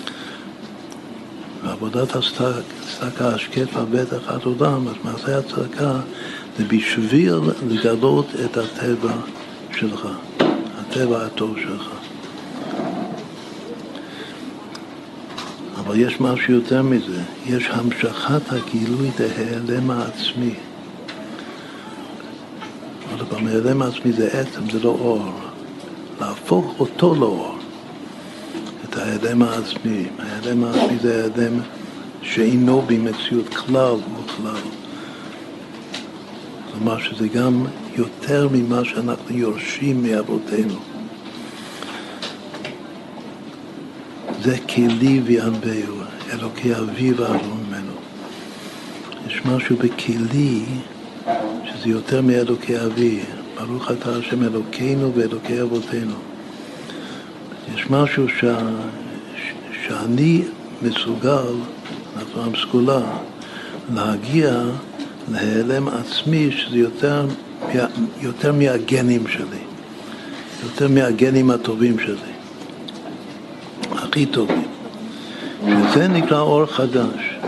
Speaker 1: ועבודת הסקה השקט והבטח עד עולם, אז מעשה הסקה זה בשביל לגלות את הטבע שלך, הטבע הטוב שלך. אבל יש משהו יותר מזה, יש המשכת הגילוי להיעלם העצמי. עוד פעם, להיעלם העצמי זה עצם, זה לא אור. להפוך אותו לאור, את ההיעלם העצמי. ההיעלם העצמי זה ההיעלם שאינו במציאות כלל וכלל. כלומר שזה גם יותר ממה שאנחנו יורשים מאבותינו. זה כלי וינבאו, אלוקי אבי ואהרון ממנו. יש משהו בכלי שזה יותר מאלוקי אבי. ברוך אתה השם אלוקינו ואלוקי אבותינו. יש משהו ש... שאני מסוגל, אנחנו עם סגולה, להגיע להיעלם עצמי שזה יותר, יותר מהגנים שלי, יותר מהגנים הטובים שלי. הכי טובים. וזה נקרא אור חדש.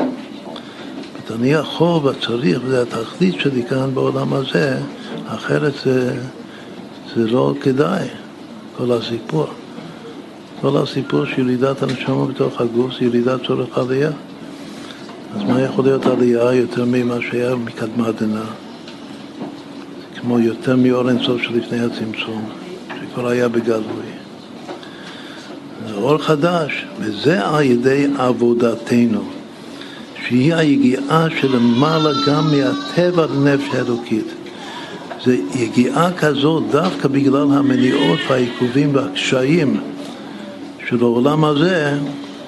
Speaker 1: את אני יכול וצריך, וזה התכלית שלי כאן בעולם הזה, אחרת זה, זה לא כדאי, כל הסיפור. כל הסיפור של ילידת הנשמה בתוך הגוף זה ילידת צורך עלייה. אז מה יכול להיות עלייה יותר ממה שהיה מקדמת דנא? כמו יותר מאור אינסוף שלפני הצמצום, שכבר היה בגלוי. זה אור חדש, וזה על ידי עבודתנו, שהיא היגיעה שלמעלה גם מהטבע לנפש האלוקית. זה יגיעה כזאת דווקא בגלל המניעות והעיכובים והקשיים של העולם הזה,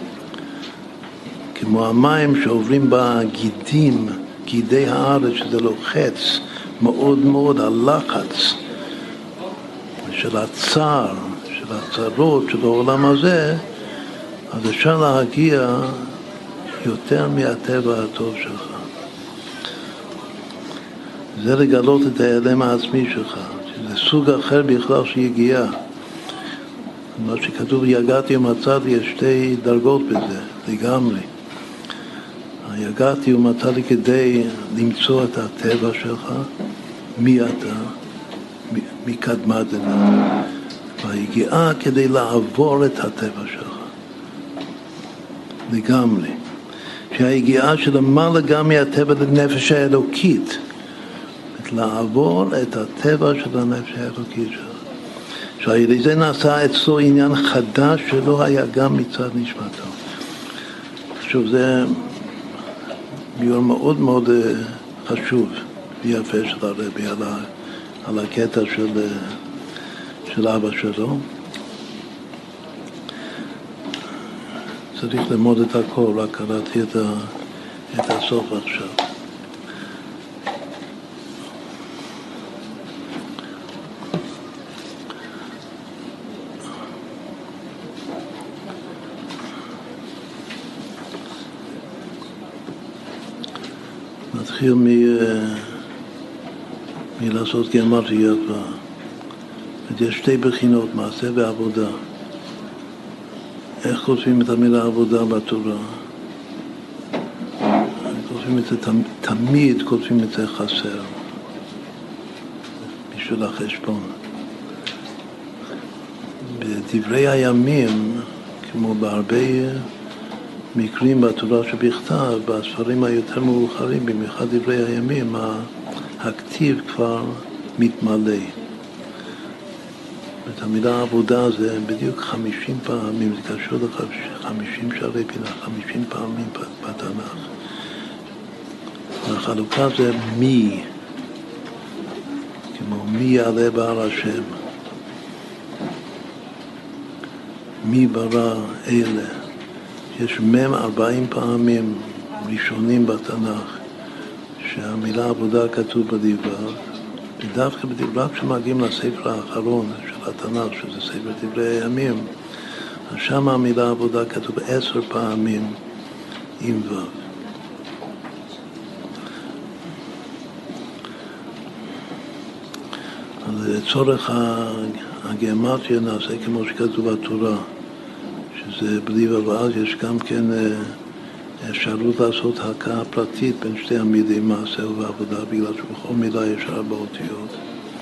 Speaker 1: כמו המים שעוברים בגידים, גידי הארץ, שזה לוחץ מאוד מאוד הלחץ של הצער, של הצרות של העולם הזה, אז אפשר להגיע יותר מהטבע הטוב שלך. זה לגלות את ההיעלם העצמי שלך, שזה סוג אחר בכלל שיגיע. מה שכתוב, יגעתי ומצאתי, יש שתי דרגות בזה, לגמרי. יגעתי ומצאתי כדי למצוא את הטבע שלך, מי אתה, מקדמת דנא. והיגיעה כדי לעבור את הטבע שלך, לגמרי. שהיגיעה שלמעלה גם מהטבע לנפש האלוקית, לעבור את הטבע של הנפש האלוקית שלך. שעל זה נעשה אצלו עניין חדש שלא היה גם מצד נשמתו. עכשיו זה ביור מאוד מאוד חשוב ויפה של הרבי על, ה, על הקטע של, של אבא שלו. צריך ללמוד את הכל, רק קראתי את, ה, את הסוף עכשיו. נתחיל מ... מלעשות גימטריה כבר. יש שתי בחינות, מעשה ועבודה. איך כותבים את המילה עבודה בתורה? כותבים את זה, תמיד כותבים את זה חסר. בשביל החשבון. בדברי הימים, כמו בהרבה מקרים בתורה שבכתב, בספרים היותר מאוחרים, במיוחד דברי הימים, הכתיב כבר מתמלא. את המילה עבודה זה בדיוק חמישים פעמים, זה קשור לחמישים שערי פינה, חמישים פעמים בתנ"ך. החלוקה זה מי, כמו מי יעלה בהר השם, מי ברא אלה. יש מם ארבעים פעמים ראשונים בתנ"ך שהמילה עבודה כתוב בדבריו, ודווקא בדבריו כשמגיעים לספר האחרון של התנ"ך, שזה ספר דברי הימים, אז שם המילה עבודה כתוב עשר פעמים עם ו'. אז לצורך הגימטריה נעשה כמו שכתוב בתורה, שזה בלי ואז יש גם כן אפשרות לעשות הקאה פרטית בין שתי המילים מעשה ועבודה, בגלל שבכל מילה יש ארבע אותיות.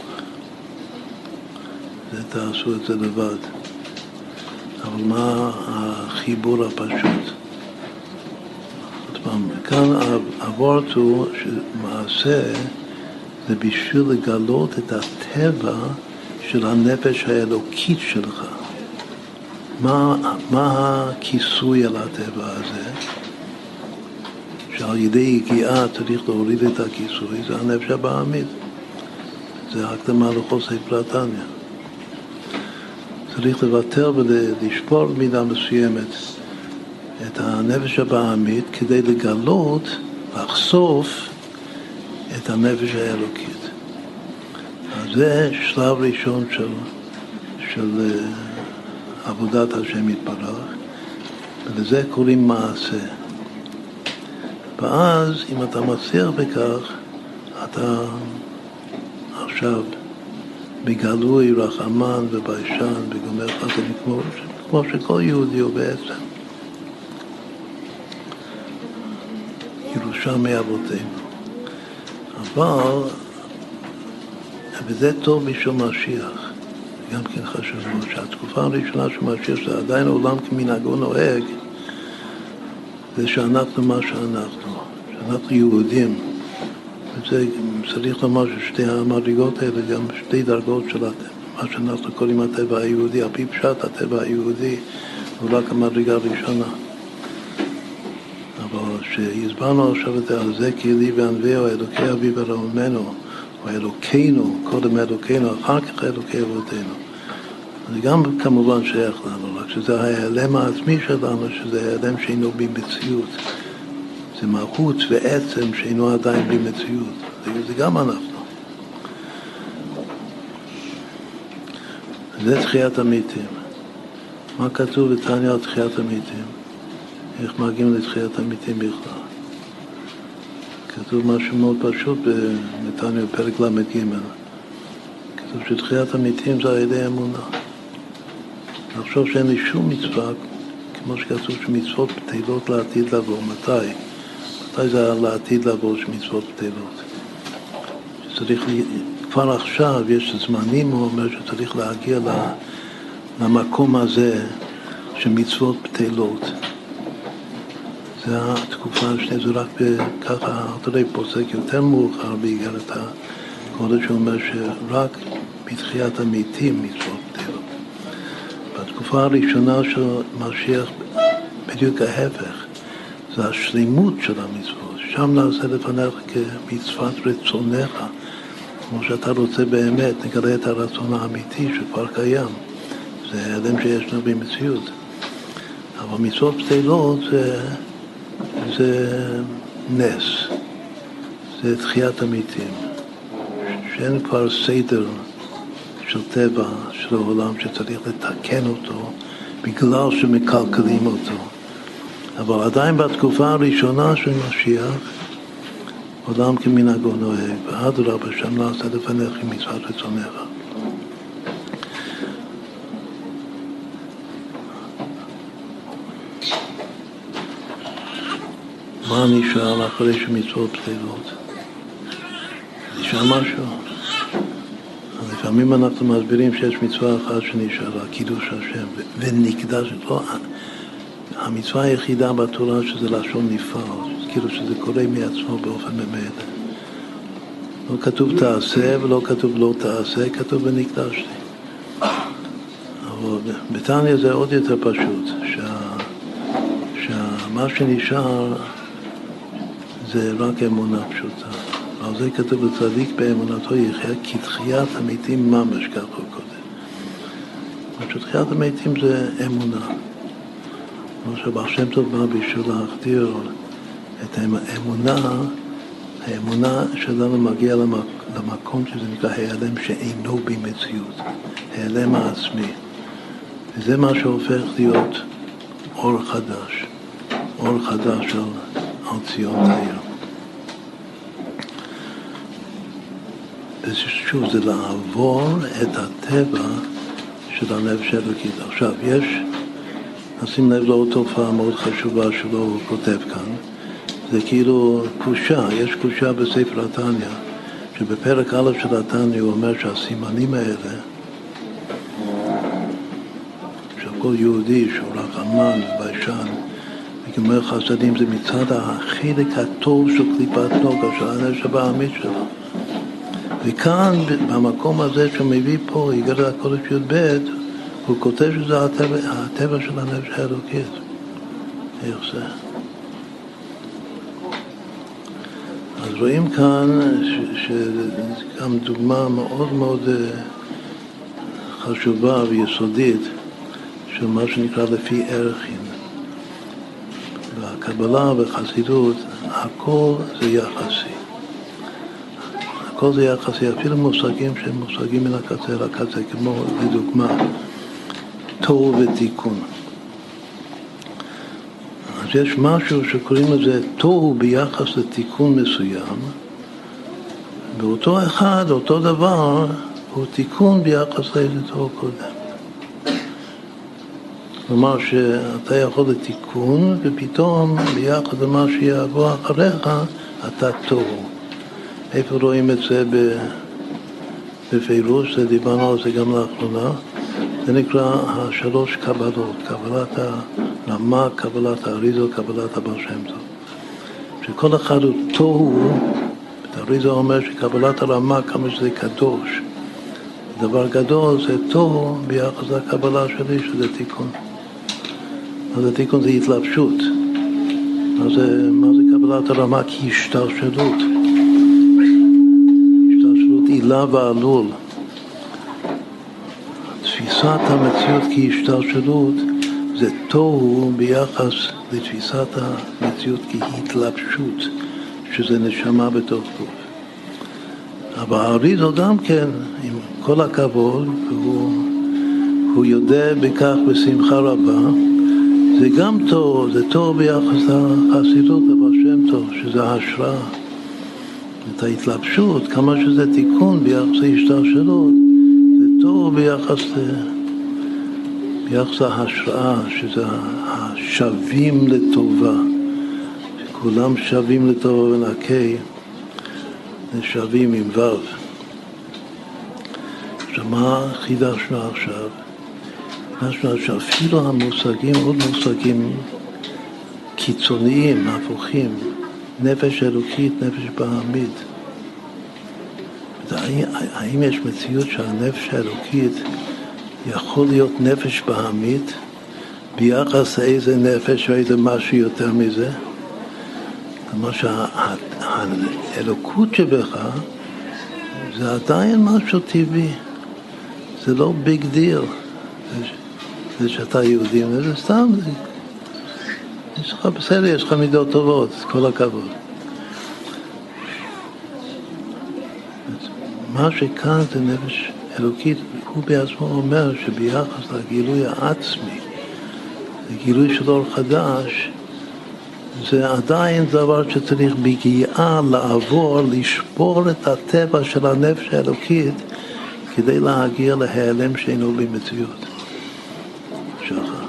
Speaker 1: זה תעשו את זה לבד. אבל מה החיבור הפשוט? עוד פעם, כאן הוורט הוא שמעשה זה בשביל לגלות את הטבע של הנפש האלוקית שלך. מה, מה הכיסוי על הטבע הזה? שעל ידי יגיעה צריך להוריד את הכיסוי, זה הנפש הבעמית. זה הקדמה לכל ספר התניא. צריך לוותר ולשבור במידה מסוימת את הנפש הבעמית כדי לגלות, לחשוף את הנפש האלוקית. אז זה שלב ראשון של, של עבודת השם יתברך, ולזה קוראים מעשה. ואז אם אתה מצליח בכך, אתה עכשיו בגלוי, רחמן וביישן וגומר חסדים, כמו, כמו שכל יהודי הוא בעצם. ירושה מאבותינו. אבל, וזה טוב בשביל משיח, גם כן חשוב מאוד, שהתקופה הראשונה של משיח זה עדיין עולם כמנהגו נוהג, זה שאנחנו מה שאנחנו, שאנחנו יהודים. וזה צריך לומר ששתי המדרגות האלה, גם שתי דרגות של מה שאנחנו קוראים הטבע היהודי, על פי פשט הטבע היהודי, הוא רק המדרגה הראשונה. אבל שהסברנו עכשיו את זה, כי לי וענווהו, אלוקי אבי ורעמנו, או אלוקינו, קודם אלוקינו, אחר כך אלוקי אבותינו. זה גם כמובן שייך לנו, רק שזה ההיעלם העצמי שלנו, שזה ההיעלם שאינו במציאות. זה מהות ועצם שאינו עדיין במציאות. זה גם אנחנו. זה תחיית המתים. מה כתוב בתניא על תחיית המתים? איך מגיעים לתחיית המתים בכלל? כתוב משהו מאוד פשוט בתניא בפרק למד ג'. כתוב שתחיית המתים זה על ידי אמונה. לחשוב שאין לי שום מצווה, כמו שכתוב שמצוות בטלות לעתיד לבוא. מתי? מתי זה לעתיד לבוא שמצוות בטלות? שצריך, כבר עכשיו יש זמנים, הוא אומר שצריך להגיע למקום הזה שמצוות בטלות. זה התקופה השנייה, זה רק ככה, אתה יודע, פוסק יותר מאוחר באיגרת הקודש, שהוא אומר שרק בתחיית המתים מצוות בטלות. בתקופה הראשונה של משיח, בדיוק ההפך, זה השלימות של המצוות. שם נעשה לפניך כמצוות רצונך, כמו שאתה רוצה באמת, נגלה את הרצון האמיתי שכבר קיים. זה אדם שישנו במציאות. אבל מצוות בטלות זה, זה נס, זה תחיית המתים. שאין כבר סדר של טבע של העולם שצריך לתקן אותו בגלל שמקלקלים אותו. אבל עדיין בתקופה הראשונה של משיח, עולם כמנהגו נוהג, ואדרבה שם נעשה לפניך עם מצוות רצונך. מה נשאר אחרי שמצוות בטלות? נשאר משהו? לפעמים אנחנו מסבירים שיש מצווה אחת שנשארה, קידוש השם, ונקדש, לא, המצווה היחידה בתורה שזה לשון נפעל, כאילו שזה קורה מעצמו באופן ממילא. לא כתוב תעשה ולא כתוב לא תעשה, כתוב ונקדשתי. אבל בתניא זה עוד יותר פשוט, שה, שמה שנשאר זה רק אמונה פשוטה. על זה כתוב לצדיק באמונתו יחיה כתחיית המתים ממש, ככה הוא קודם. שתחיית המתים זה אמונה. כמו שבעל שם טוב בא בשביל להחדיר את האמונה, האמונה שלנו מגיעה למקום שזה נקרא ההיעלם שאינו במציאות, ההיעלם העצמי. וזה מה שהופך להיות אור חדש, אור חדש על, על ציון תאיר. ושוב, זה לעבור את הטבע של הנפש האלוקית. עכשיו, יש, נשים לב לעוד תופעה מאוד חשובה שלו, הוא כותב כאן, זה כאילו קושה, יש קושה בספר התניא, שבפרק א' של התניא הוא אומר שהסימנים האלה, שכל יהודי שהוא רחמן וביישן, וגמר חסדים, זה מצד החלק הטוב של קליפת נוגה, של הנפש הבעמית שלו. וכאן, במקום הזה שהוא מביא פה, איגרת הקודש י"ב, הוא כותב שזה הטבע, הטבע של הנפש האלוקית. איך זה? אז רואים כאן שגם דוגמה מאוד מאוד חשובה ויסודית של מה שנקרא לפי ערכים. והקבלה וחסידות, הכל זה יחסי. הכל זה יחסי, אפילו מושגים שהם מושגים מן הקצה לקצה, כמו לדוגמה, תוהו ותיקון. אז יש משהו שקוראים לזה תוהו ביחס לתיקון מסוים, ואותו אחד, אותו דבר, הוא תיקון ביחס לאיזה תוהו קודם. כלומר שאתה יכול לתיקון, ופתאום ביחד למה שיעבור אחריך, אתה תוהו. איפה רואים את זה בפירוש? דיברנו על זה גם לאחרונה. זה נקרא השלוש קבלות, קבלת הרמה, קבלת האריזו, קבלת הבעל שם טוב. שכל אחד הוא תוהו, האריזו אומר שקבלת הרמה, כמה שזה קדוש. דבר גדול זה תוהו ביחס לקבלה שלי, שזה תיקון. אז התיקון זה התלבשות. מה זה, מה זה קבלת הרמה? כי השתלשלות. השתלשלות עילה ועלול. תפיסת המציאות כהשתלשלות זה תוהו ביחס לתפיסת המציאות כהתלבשות, שזה נשמה בתוך גוף. אבל האריזו גם כן, עם כל הכבוד, והוא הוא יודע בכך בשמחה רבה, זה גם טוב, זה טוב ביחס לחסידות, אבל שם טוב, שזה ההשראה. את ההתלבשות, כמה שזה תיקון ביחס להשתלשלות, זה טוב ביחס, ביחס להשראה, שזה השווים לטובה, שכולם שווים לטובה ונקי, שווים עם וו. עכשיו, מה חידשנו עכשיו? חידשנו שאפילו המושגים, עוד מושגים קיצוניים, הפוכים, נפש אלוקית, נפש בהמית. האם יש מציאות שהנפש האלוקית יכול להיות נפש בהמית ביחס לאיזה נפש או איזה משהו יותר מזה? כלומר שהאלוקות שבך זה עדיין משהו טבעי, זה לא ביג דיל, זה שאתה יהודי, זה סתם, זה, יש לך בסדר, יש לך מידות טובות, כל הכבוד. מה שכאן זה נפש אלוקית, הוא בעצמו אומר שביחס לגילוי העצמי, לגילוי של אור חדש, זה עדיין דבר שצריך בגיעה לעבור, לשבור את הטבע של הנפש האלוקית כדי להגיע להיעלם שאינו במציאות. שכה.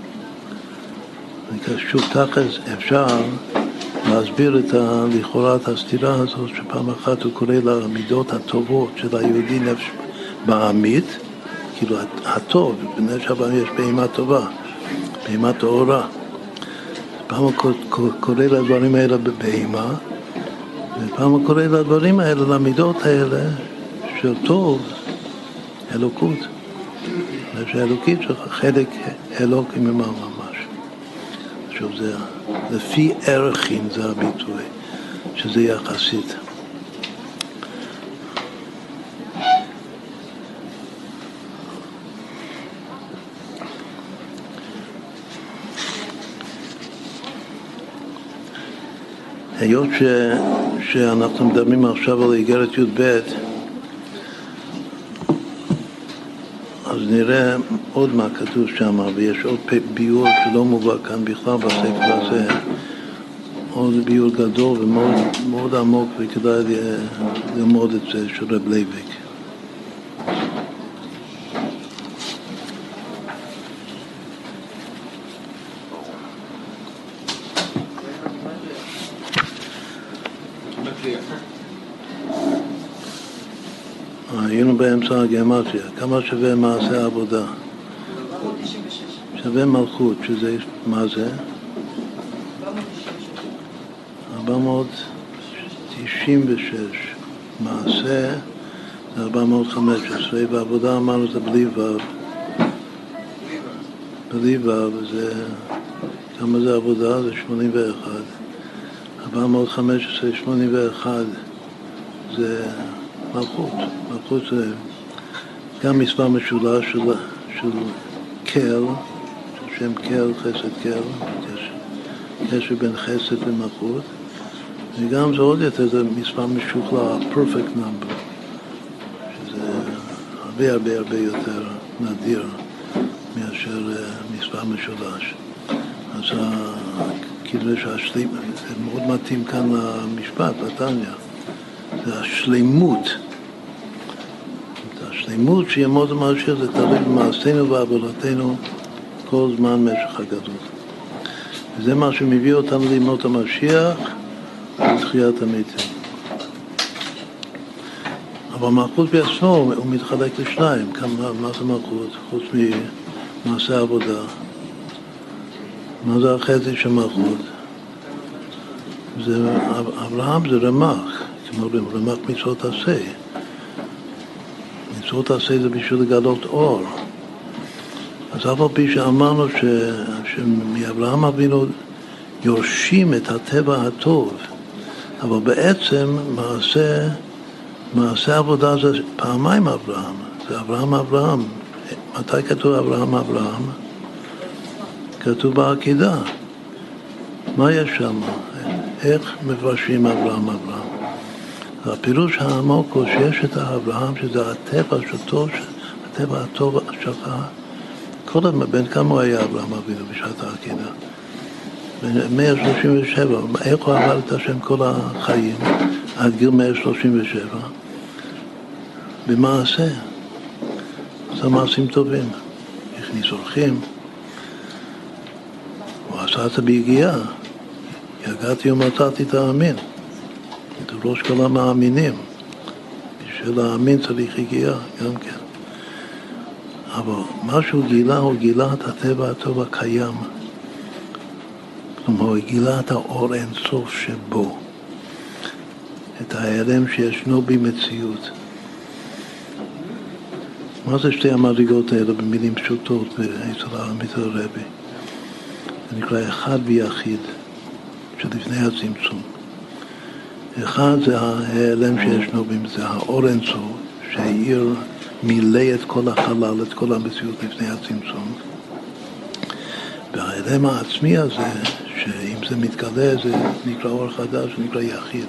Speaker 1: שוב תכלס אפשר להסביר את לכאורה את הסתירה הזאת, שפעם אחת הוא קורא למידות הטובות של היהודי נפש בהמית, כאילו הטוב, בנפש הבהמית יש בהמה טובה, בהמה טהורה. פעם הוא קורא לדברים האלה בבהמה, ופעם הוא קורא לדברים האלה, למידות האלה, של טוב, אלוקות. שהאלוקית שלך חלק אלוקי ממש ממש. עכשיו זה, לפי ערכים זה הביטוי, שזה יחסית. היות ש, שאנחנו מדברים עכשיו על איגרת י' ב', אז נראה עוד מה כתוב שם, ויש עוד ביור שלא מובא כאן בכלל בספר הזה, עוד ביור גדול ומאוד מאוד עמוק, וכדאי ללמוד את זה של רב לייבק. היינו באמצע הגימטריה, כמה שווה מעשה העבודה? שווה מלכות, שזה, מה זה? ארבע מאות תשעים ושש. מעשה זה ארבע מאות חמש עשרה, ועבודה אמרנו זה בלי וו. בלי וו, זה, כמה זה עבודה? זה שמונים ואחת. ארבע מאות חמש עשרה, שמונים ואחת, זה מלכות. מלכות זה גם מספר משולש של, של קל, של שם קל, חסד קל, קשר בין חסד ומלכות, וגם זה עוד יותר, זה מספר משוכלל, perfect number, שזה הרבה הרבה הרבה יותר נדיר מאשר מספר משולש. אז כאילו שהשלים, זה מאוד מתאים כאן למשפט, לתניא, זה השלימות. השלימות שימות המשיח זה תלוי במעשינו ועבודתנו כל זמן משך הגלות. וזה מה שמביא אותנו לימות המשיח ולתחיית המתים. אבל מלכות בעצמו הוא מתחלק לשניים. כמה, מה זה מלכות? חוץ ממעשה עבודה. מה זה החצי של מלכות? זה, אברהם זה רמ"ח, כמו רמ"ח מצוות עשה. מצוות עשה זה בשביל לגלות אור. אז אף על פי שאמרנו ש... שמאברהם אבינו יורשים את הטבע הטוב, אבל בעצם מעשה, מעשה עבודה זה פעמיים אברהם, זה אברהם אברהם. מתי כתוב אברהם אברהם? כתוב בעקידה. מה יש שם? איך מפרשים אברהם אברהם? הפירוש העמוק הוא שיש את האברהם, שזה הטבע הטוב, הטבע הטוב שלך. כל הזמן, בין כמה היה אברהם אבינו בשעת העקידה? בין מאה שלושים ושבע. איך הוא עבר את השם כל החיים? עד גיל מאה שלושים ושבע. במעשה. עשה מעשים טובים. הכניס אורחים. הוא עשה את זה ביגיעה. יגעתי ומצאתי תאמין. את ראש כל המאמינים. בשביל להאמין צריך יגיעה, גם כן. אבל מה שהוא גילה, הוא גילה את הטבע הטוב הקיים. כלומר, הוא גילה את האור אינסוף שבו. את ההיעלם שישנו במציאות. מה זה שתי המדרגות האלה במילים פשוטות אצל האמיתו הרבי? זה נקרא אחד ויחיד, שלפני הצמצום. אחד זה ההיעלם שישנו במציאות, זה האור אינסוף שהאיר מילא את כל החלל, את כל המציאות לפני הצמצום. וההיעלם העצמי הזה, שאם זה מתגלה, זה נקרא אור חדש, זה נקרא יחיד.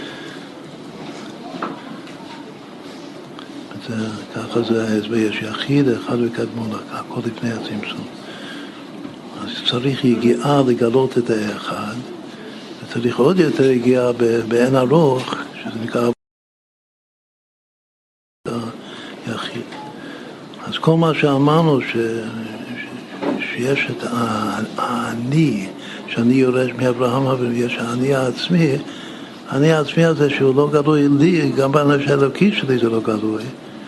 Speaker 1: זה, ככה זה ההסבר, יש יחיד, אחד וקדמון, הכל לפני הצמצום. אז צריך יגיעה לגלות את האחד, וצריך עוד יותר יגיעה בעין ארוך, שזה נקרא יחיד. אז כל מה שאמרנו ש... שיש את האני, שאני יורש מאברהם אבינו, יש האני העצמי, האני העצמי הזה שהוא לא גלוי לי, גם באנש האלוקי שלי זה לא גלוי.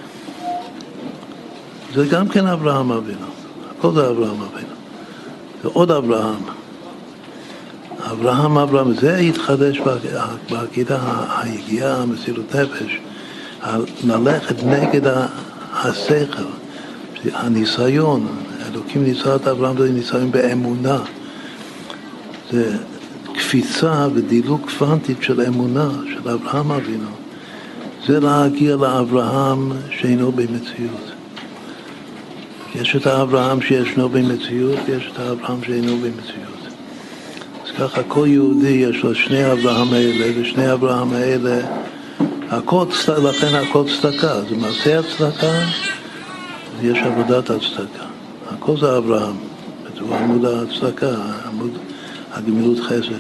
Speaker 1: זה גם כן אברהם אבינו, הכל זה אברהם אבינו. זה עוד אברהם. אברהם אברהם, זה התחדש בעקידה היגיעה, המסירות נפש, ללכת נגד השכל, הניסיון, אלוקים ניסה את אברהם, זה ניסיון באמונה. זה קפיצה ודילוג קוונטית של אמונה, של אברהם אבינו. זה להגיע לאברהם שאינו במציאות. יש את האברהם שישנו במציאות, יש את האברהם שאינו במציאות. אז ככה כל יהודי יש לו שני אברהם האלה, ושני אברהם האלה, הכל, לכן הכל צדקה. זה מעשה הצדקה, יש עבודת הצדקה. הכל זה אברהם, הוא עמוד הצדקה, עמוד הגמילות חסד.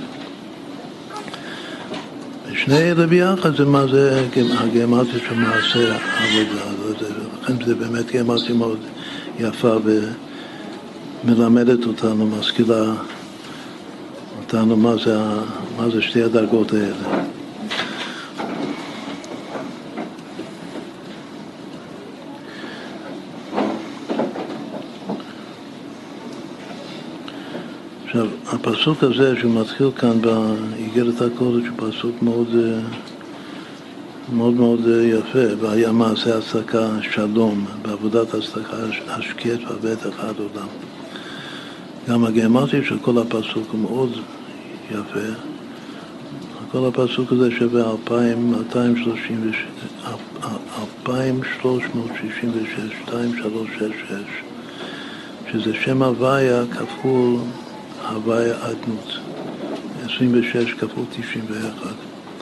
Speaker 1: ושני אלה ביחד זה מה זה הגמרתיה של מעשה עבודה. לכן זה באמת גמרתיה מאוד יפה ומלמדת אותנו, משכילה אותנו מה זה, מה זה שתי הדרגות האלה. עכשיו, הפסוק הזה שמתחיל כאן באיגרת הקודש הוא פסוק מאוד מאוד מאוד יפה, והיה מעשה הצדקה שלום, בעבודת הצדקה השקט והבית אחד עולם. גם הגמרתיה של כל הפסוק הוא מאוד יפה. כל הפסוק הזה שווה אלפיים מאתיים שלושים ושש, אלפיים שלוש מאות שישים ושש, שתיים שלוש שש שש, שזה שם הוויה כפול הוויה אדנות, עשרים ושש כפול תשעים ואחת.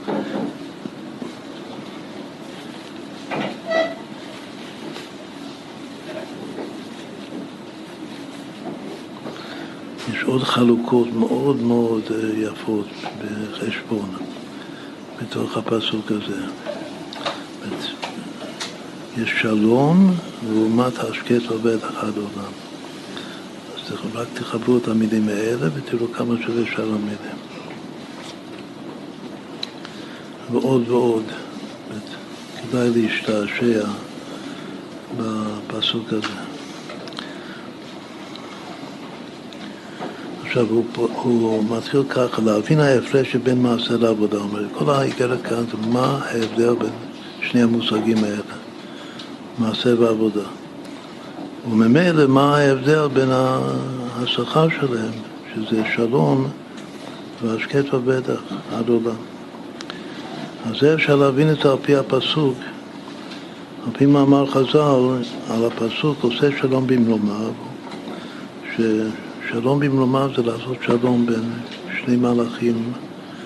Speaker 1: יש עוד חלוקות מאוד מאוד יפות בחשבון בתוך הפסוק הזה. יש שלום לעומת השקט עובד אחד עולם. אז רק תחברו את המילים האלה ותראו כמה שווה שאר המילים. ועוד ועוד. כדאי להשתעשע בפסוק הזה. עכשיו הוא, הוא מתחיל ככה, להבין ההפרש שבין מעשה לעבודה. הוא אומר, כל האיגרת כאן זה מה ההבדל בין שני המושגים האלה, מעשה ועבודה. וממילא מה ההבדל בין השכר שלהם, שזה שלום והשקט ובטח עד עולם. אז זה אפשר להבין את זה על פי הפסוק, על פי מאמר חז"ל, על הפסוק עושה שלום במרומיו, ששלום במרומיו זה לעשות שלום בין שני מלאכים,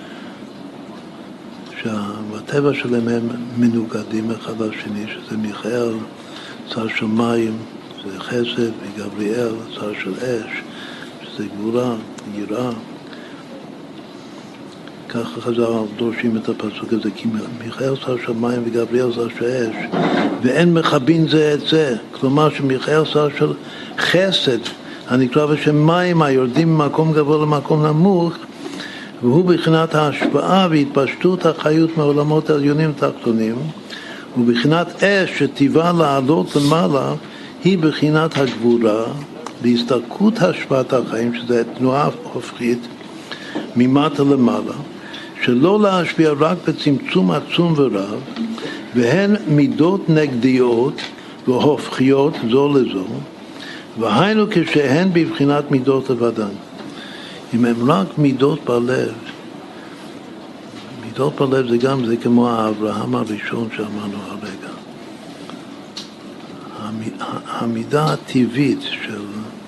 Speaker 1: שהטבע שלהם הם מנוגדים אחד לשני, שזה מיכאל, צר שמיים, זה חסד, וגבריאל, צר של אש, שזה גבורה, יראה. ככה חז"ל דורשים את הפסוק הזה, כי מיכאל שר שמיים וגבריאל שר של אש, ואין מכבין זה את זה. כלומר שמיכאל שר של חסד, הנקרא בשם מים, היורדים ממקום גבוה למקום נמוך, והוא בחינת ההשפעה והתפשטות החיות מעולמות העליונים ותחתונים, ובחינת אש שטבעה לעלות למעלה, היא בחינת הגבורה, בהסתלקות השפעת החיים, שזה תנועה הופכית, ממטה למעלה, שלא להשפיע רק בצמצום עצום ורב, והן מידות נגדיות והופכיות זו לזו, והיינו כשהן בבחינת מידות לבדן. אם הם רק מידות בלב, מידות בלב זה גם, זה כמו האברהם הראשון שאמרנו הרגע. המידה הטבעית של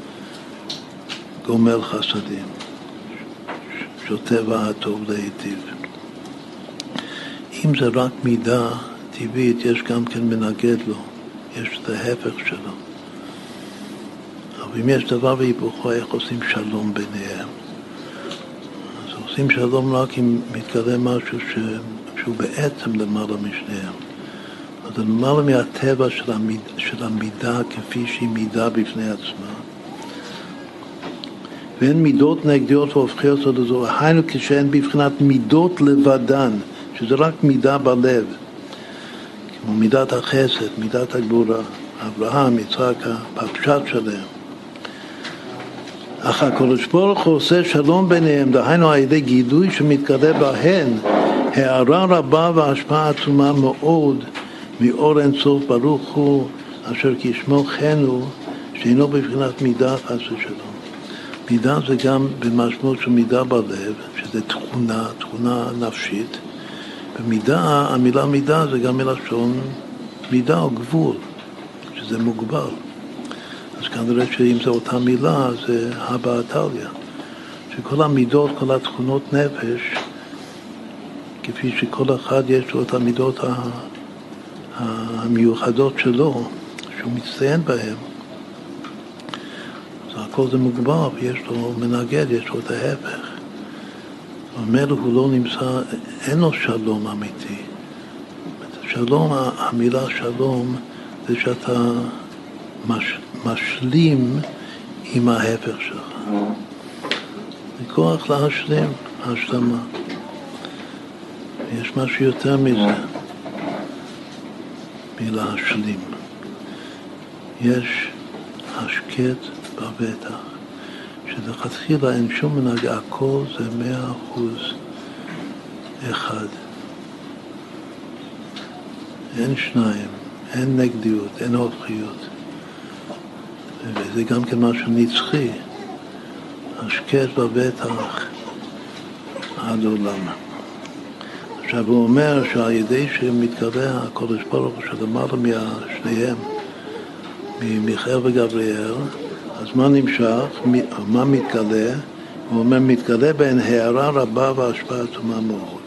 Speaker 1: גומל חסדים, שוטה הטוב להיטיב. אם זה רק מידה טבעית, יש גם כן מנגד לו, יש את ההפך שלו. אבל אם יש דבר והיפוכו, איך עושים שלום ביניהם? אז עושים שלום רק אם מתגלה משהו ש... שהוא בעצם למעלה משניהם. אז זה למעלה מהטבע של המידה, של המידה כפי שהיא מידה בפני עצמה. ואין מידות נגדיות והופכיות זו לזו, היינו כשאין בבחינת מידות לבדן, שזה רק מידה בלב, כמו מידת החסד, מידת הגבורה, אברהם, יצחק, הפשט שלהם. אך הקדוש ברוך הוא עושה שלום ביניהם, דהיינו על ידי גידוי שמתגלה בהן, הערה רבה והשפעה עצומה מאוד מאור אין סוף ברוך הוא, אשר כשמו כן הוא, שאינו בבחינת מידה חס ושלום. מידה זה גם במשמעות של מידה בלב, שזה תכונה, תכונה נפשית. במידה, המילה מידה זה גם מלשון מידה או גבול, שזה מוגבל. אז כנראה שאם זו אותה מילה, זה הבאתליה. שכל המידות, כל התכונות נפש, כפי שכל אחד יש לו את המידות המיוחדות שלו, שהוא מצטיין בהן, הכל זה מוגבל, ויש לו מנגד, יש לו את ההפך. אומר הוא לא נמצא, אין לו שלום אמיתי. שלום, המילה שלום, זה שאתה מש, משלים עם ההפך שלך. זה כוח להשלים, השלמה. יש משהו יותר מזה, מלהשלים. יש השקט בבטח, שלכתחילה אין שום מנהגה, הכל זה מאה אחוז אחד. אין שניים, אין נגדיות, אין הופכיות. וזה גם כן משהו נצחי, השקט בבטח עד עולם. עכשיו הוא אומר שעל ידי שמתגלה הקדוש ברוך הוא שלמעלה משניהם, ממיכאל וגבריאל, אז מה נמשך? מה מתגלה? הוא אומר, מתגלה בין הערה רבה והשפעה עצומה מאוד.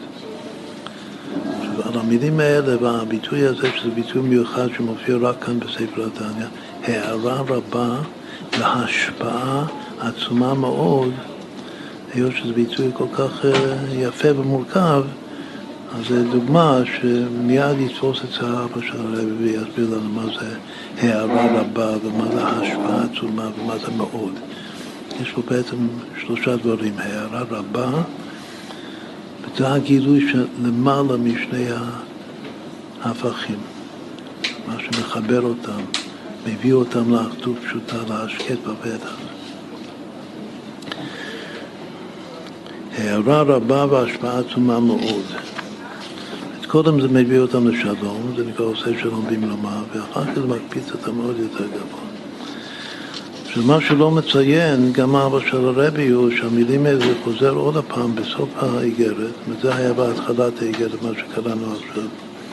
Speaker 1: על המילים האלה והביטוי הזה, שזה ביטוי מיוחד שמופיע רק כאן בספר התניא, הערה רבה והשפעה עצומה מאוד, היות שזה ביטוי כל כך יפה ומורכב, אז זו דוגמה שמיד יתפוס את האבא של הרבי ויסביר לנו מה זה הערה רבה ומה זה השפעה עצומה ומה זה מאוד. יש פה בעצם שלושה דברים, הערה רבה, וזה הגילוי של למעלה משני ההפכים, מה שמחבר אותם, מביא אותם לאחדות פשוטה, להשקט בפתח. הערה רבה והשפעה עצומה מאוד. קודם זה מביא אותם לשלום, זה נקרא עושה שלום במלומה, ואחר כך זה מקפיץ אותם מאוד יותר גבוה. שמה שלא מציין, גם אבא של הרבי הוא שהמילים האלה חוזר עוד הפעם בסוף האיגרת, וזה היה בהתחלת האיגרת, מה שקראנו עכשיו.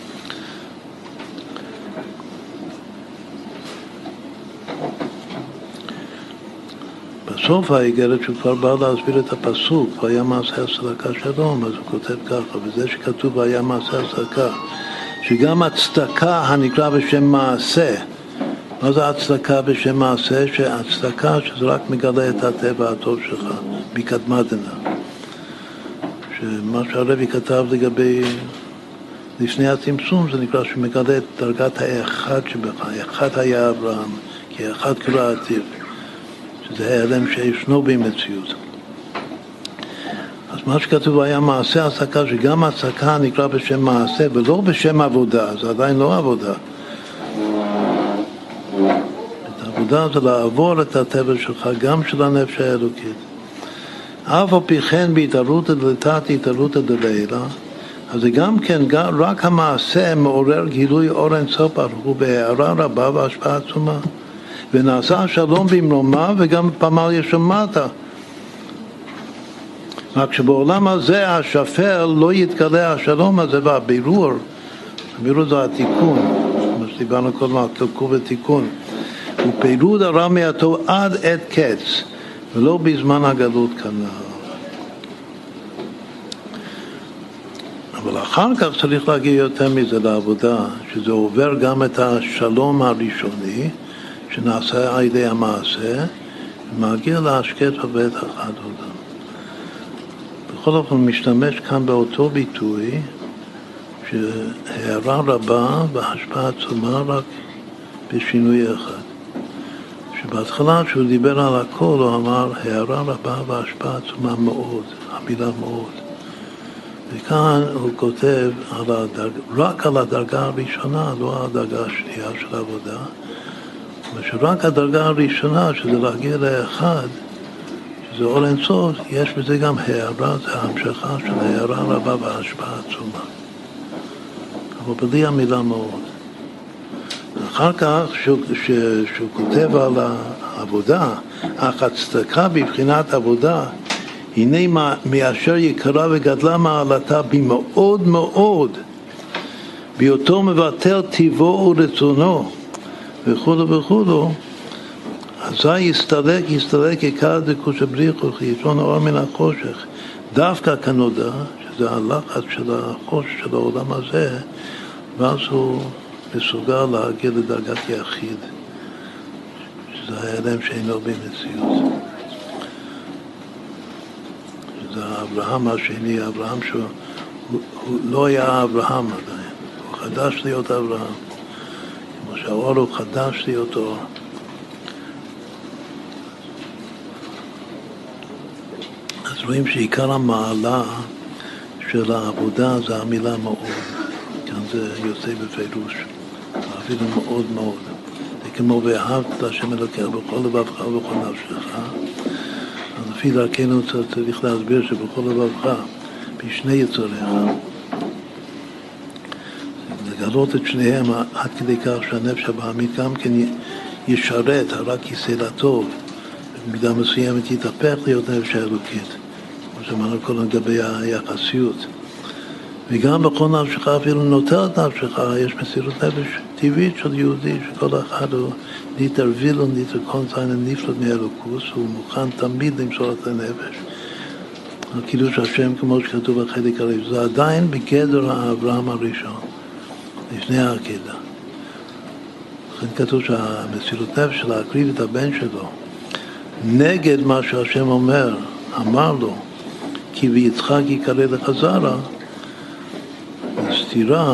Speaker 1: בסוף האיגרת שהוא כבר בא להסביר את הפסוק, והיה מעשה הצדקה שלום, אז הוא כותב ככה, וזה שכתוב והיה מעשה הצדקה, שגם הצדקה הנקרא בשם מעשה, מה זה הצדקה בשם מעשה? שהצדקה שזה רק מגלה את הטבע הטוב שלך, מקדמת דנא. שמה שהרבי כתב לגבי, לפני הצמצום, זה נקרא שמגלה את דרגת האחד שבך, האחד היה אברהם, כי האחד קראתיו. שזה העלם שישנו במציאות. אז מה שכתוב היה מעשה הצדקה, שגם הצדקה נקרא בשם מעשה, ולא בשם עבודה, זה עדיין לא עבודה. את העבודה זה לעבור את הטבע שלך, גם של הנפש האלוקית. אף על פי כן בהתערותא דלתתא התערותא דלילה, אז זה גם כן, רק המעשה מעורר גילוי אור אין סוף ברוך הוא בהערה רבה והשפעה עצומה. ונעשה שלום במרומה וגם פמל ישמטה. רק שבעולם הזה השפל לא יתגלה השלום הזה והבירור, הבירור זה התיקון, מה שדיברנו קודם על קלקול ותיקון, הוא פירוד הרע מהטוב עד עת קץ, ולא בזמן הגלות כנ"ל. אבל אחר כך צריך להגיע יותר מזה לעבודה, שזה עובר גם את השלום הראשוני, שנעשה על ידי המעשה, ומגיע להשקט בבית אחד עולם. בכל אופן, משתמש כאן באותו ביטוי, שהערה רבה והשפעה עצומה רק בשינוי אחד. שבהתחלה, כשהוא דיבר על הכל, הוא אמר, הערה רבה והשפעה עצומה מאוד, המילה מאוד. וכאן הוא כותב על הדרג, רק על הדרגה הראשונה, לא על הדרגה השנייה של העבודה, ושרק הדרגה הראשונה, שזה להגיע לאחד, שזה אור אין סוף, יש בזה גם הערה, זה ההמשכה של הערה רבה והשפעה עצומה. אבל בלי המילה מאוד. אחר כך, שהוא, שהוא כותב על העבודה, אך הצדקה בבחינת עבודה, הנה מאשר יקרה וגדלה מעלתה במאוד מאוד, בהיותו מבטל טיבו ורצונו, וכולו וכולו, אזי יסתלק, יסתלק עיקר דקוש הבריחו, יתרון האור מן החושך. דווקא כנודע, שזה הלחץ של החושך של העולם הזה, ואז הוא מסוגל להגיע לדרגת יחיד, שזה ההלם שאינו במציאות. שזה אברהם השני, אברהם שהוא הוא, הוא לא היה אברהם עדיין, הוא חדש להיות אברהם. שהאור הוא חדש לי אותו. אז רואים שעיקר המעלה של העבודה זה המילה מאוד. כאן זה יוצא בפירוש, אפילו מאוד מאוד. זה כמו ואהבת השם אלוקיך בכל לבבך ובכל נפשך. אז לפי דרכנו צריך להסביר שבכל לבבך, בשני יצוריך. לגלות את שניהם עד כדי כך שהנפש הבהמית גם כן ישרת, רק כיסא לטוב, במידה מסוימת יתהפך להיות נפש האלוקית, כמו שאמרנו קודם לגבי היחסיות. וגם בכל נפשך, אפילו נוטרת נפשך, יש מסירות נפש טבעית של יהודי, שכל אחד הוא ניתר וילון, ניתר קונסיין, נפלט מאלוקוס, הוא מוכן תמיד למסור את הנפש. הקידוש השם, כמו שכתוב בחלק הראשון, זה עדיין בגדר האברהם הראשון. לפני העקידה. לכן כתוב שהמסירות נפש של להקריב את הבן שלו נגד מה שהשם אומר, אמר לו, כי ויצחק יקרא לך זרע, סתירה,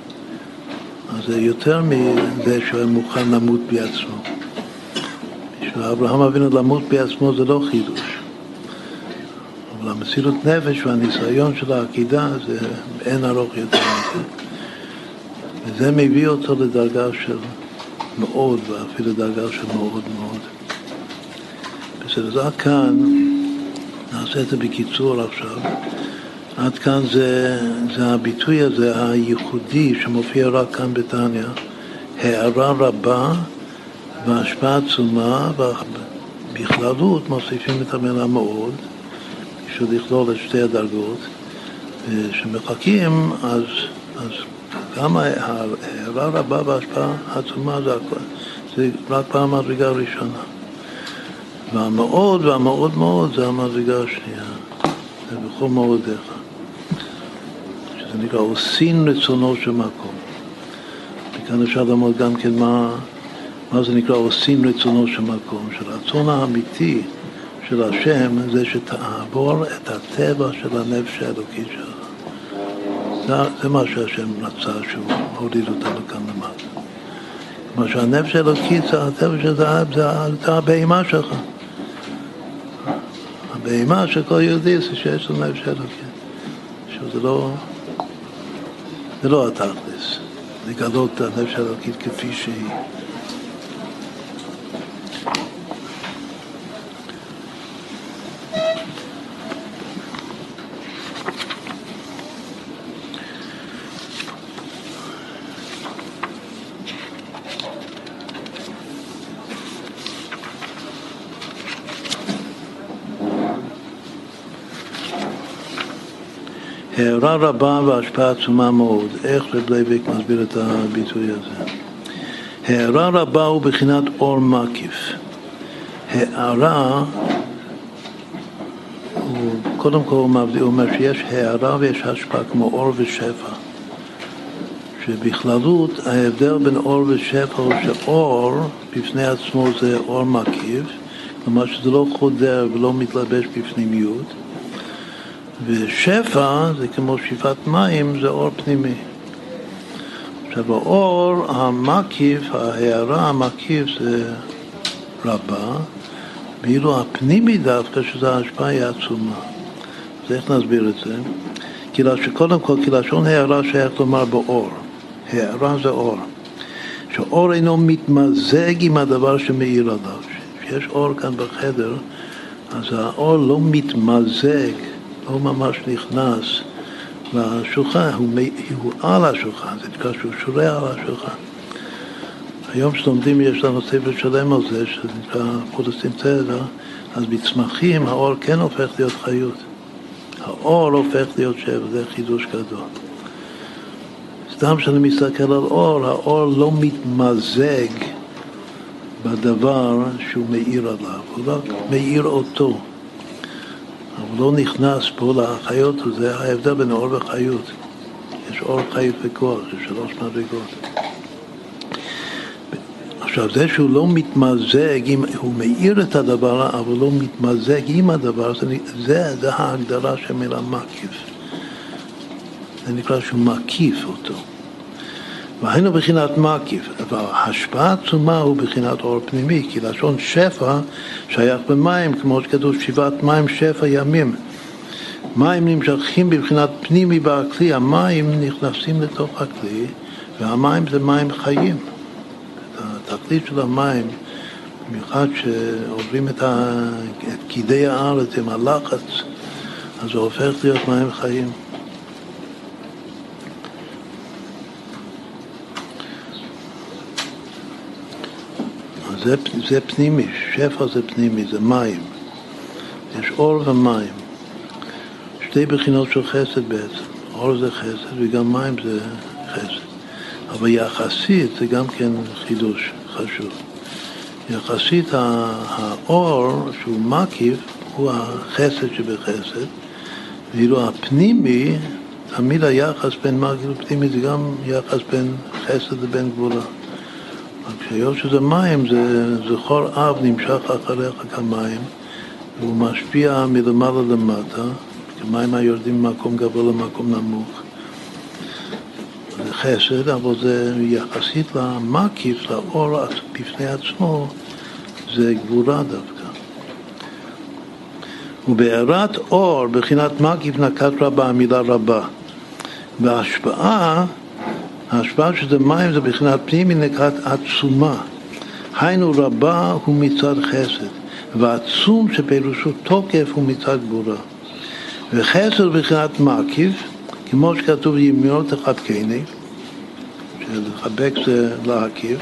Speaker 1: אז זה יותר מזה שהוא מוכן למות בעצמו. בשביל ואברהם אבינו למות בעצמו זה לא חידוש. אבל המסירות נפש והניסיון של העקידה זה אין ארוך יותר מזה. וזה מביא אותו לדרגה של מאוד, ואפילו לדרגה של מאוד מאוד. בסדר, זה כאן, נעשה את זה בקיצור עכשיו. עד כאן זה, זה הביטוי הזה הייחודי שמופיע רק כאן בתניא. הערה רבה והשפעה עצומה, ובכללות מוסיפים את המילה מאוד, בשביל לכלול את שתי הדרגות. שמחכים, אז, אז גם הערה רבה והשפעה עצומה זה, זה רק פעם המדרגה הראשונה. והמאוד והמאוד מאוד זה המדרגה השנייה. זה בכל מאודיך. שזה נקרא עושין רצונו של מקום. וכאן אפשר ללמוד גם כן מה, מה זה נקרא עושין רצונו של מקום. שרצון האמיתי של השם זה שתעבור את הטבע של הנפש האלוקית שלך. זה, זה מה שהשם רצה שהוא הוריד אותנו כאן למטה. מה שהנפש האלוקית זה הטבע של זה, זה, זה הבהמה שלך. הבהמה של כל יהודי זה שיש לו נפש אלוקית. שזה לא, זה לא התכלס. לגלות את הנפש האלוקית כפי שהיא. הערה רבה והשפעה עצומה מאוד. איך רב לייבק מסביר את הביטוי הזה? הערה רבה הוא בחינת אור מקיף. הערה, הוא, קודם כל הוא אומר שיש הערה ויש השפעה כמו אור ושפע. שבכללות ההבדל בין אור ושפע הוא שאור בפני עצמו זה אור מקיף, כלומר שזה לא חודר ולא מתלבש בפנימיות. ושפע זה כמו שפיפת מים, זה אור פנימי. עכשיו האור המקיף, ההערה המקיף זה רבה, ואילו הפנימי דווקא שזה ההשפעה היא עצומה. אז איך נסביר את זה? כי שקודם כל, כי לשון הערה שייך לומר באור. הערה זה אור. שאור אינו מתמזג עם הדבר שמאיר עליו. כשיש אור כאן בחדר, אז האור לא מתמזג, הוא ממש נכנס לשולחן, הוא, הוא על השולחן, זה נקרא שהוא שורה על השולחן. היום שלומדים יש לנו ספר שלם על זה, שזה נקרא פוטוסינתזה, אז בצמחים האור כן הופך להיות חיות. האור הופך להיות שבע, זה חידוש גדול. סתם שאני מסתכל על אור, האור לא מתמזג בדבר שהוא מאיר עליו, הוא רק מאיר אותו. הוא לא נכנס פה לחיות, זה ההבדל בין אור וחיות. יש אור, חיות וכוח, זה שלוש מדרגות. עכשיו, זה שהוא לא מתמזג, הוא מאיר את הדבר, אבל לא מתמזג עם הדבר, זה, זה, זה ההגדרה של מילה מקיף. זה נקרא שהוא מקיף אותו. והיינו בחינת מקיף, אבל השפעה עצומה הוא בחינת אור פנימי, כי לשון שפע שייך במים, כמו שכתוב שפיפת מים שפע ימים. מים נמשכים בבחינת פנימי בכלי, המים נכנסים לתוך הכלי, והמים זה מים חיים. התכלית של המים, במיוחד שעוברים את, ה... את קידי הארץ עם הלחץ, אז זה הופך להיות מים חיים. זה, זה פנימי, שפע זה פנימי, זה מים. יש אור ומים. שתי בחינות של חסד בעצם. אור זה חסד וגם מים זה חסד. אבל יחסית זה גם כן חידוש חשוב. יחסית האור שהוא מקיף הוא החסד שבחסד, ואילו הפנימי, תמיד היחס בין מקיף ופנימי זה גם יחס בין חסד לבין גבולה. כשהיות שזה מים, זה, זה חור אב נמשך אחריך כמים, והוא משפיע מלמעלה למטה, כמים היורדים ממקום גבוה למקום נמוך. זה חסד, אבל זה יחסית למקיף, לאור בפני עצמו, זה גבורה דווקא. ובהערת אור, בחינת מקיף נקט רבה, המילה רבה. וההשפעה, ההשפעה שזה מים זה בחינת פנימי נקראת עצומה. היינו רבה הוא מצד חסד, והעצום שפירושו תוקף הוא מצד גבורה. וחסד בחינת מקיף, כמו שכתוב ימינו תחבקני, שלחבק זה להקיף,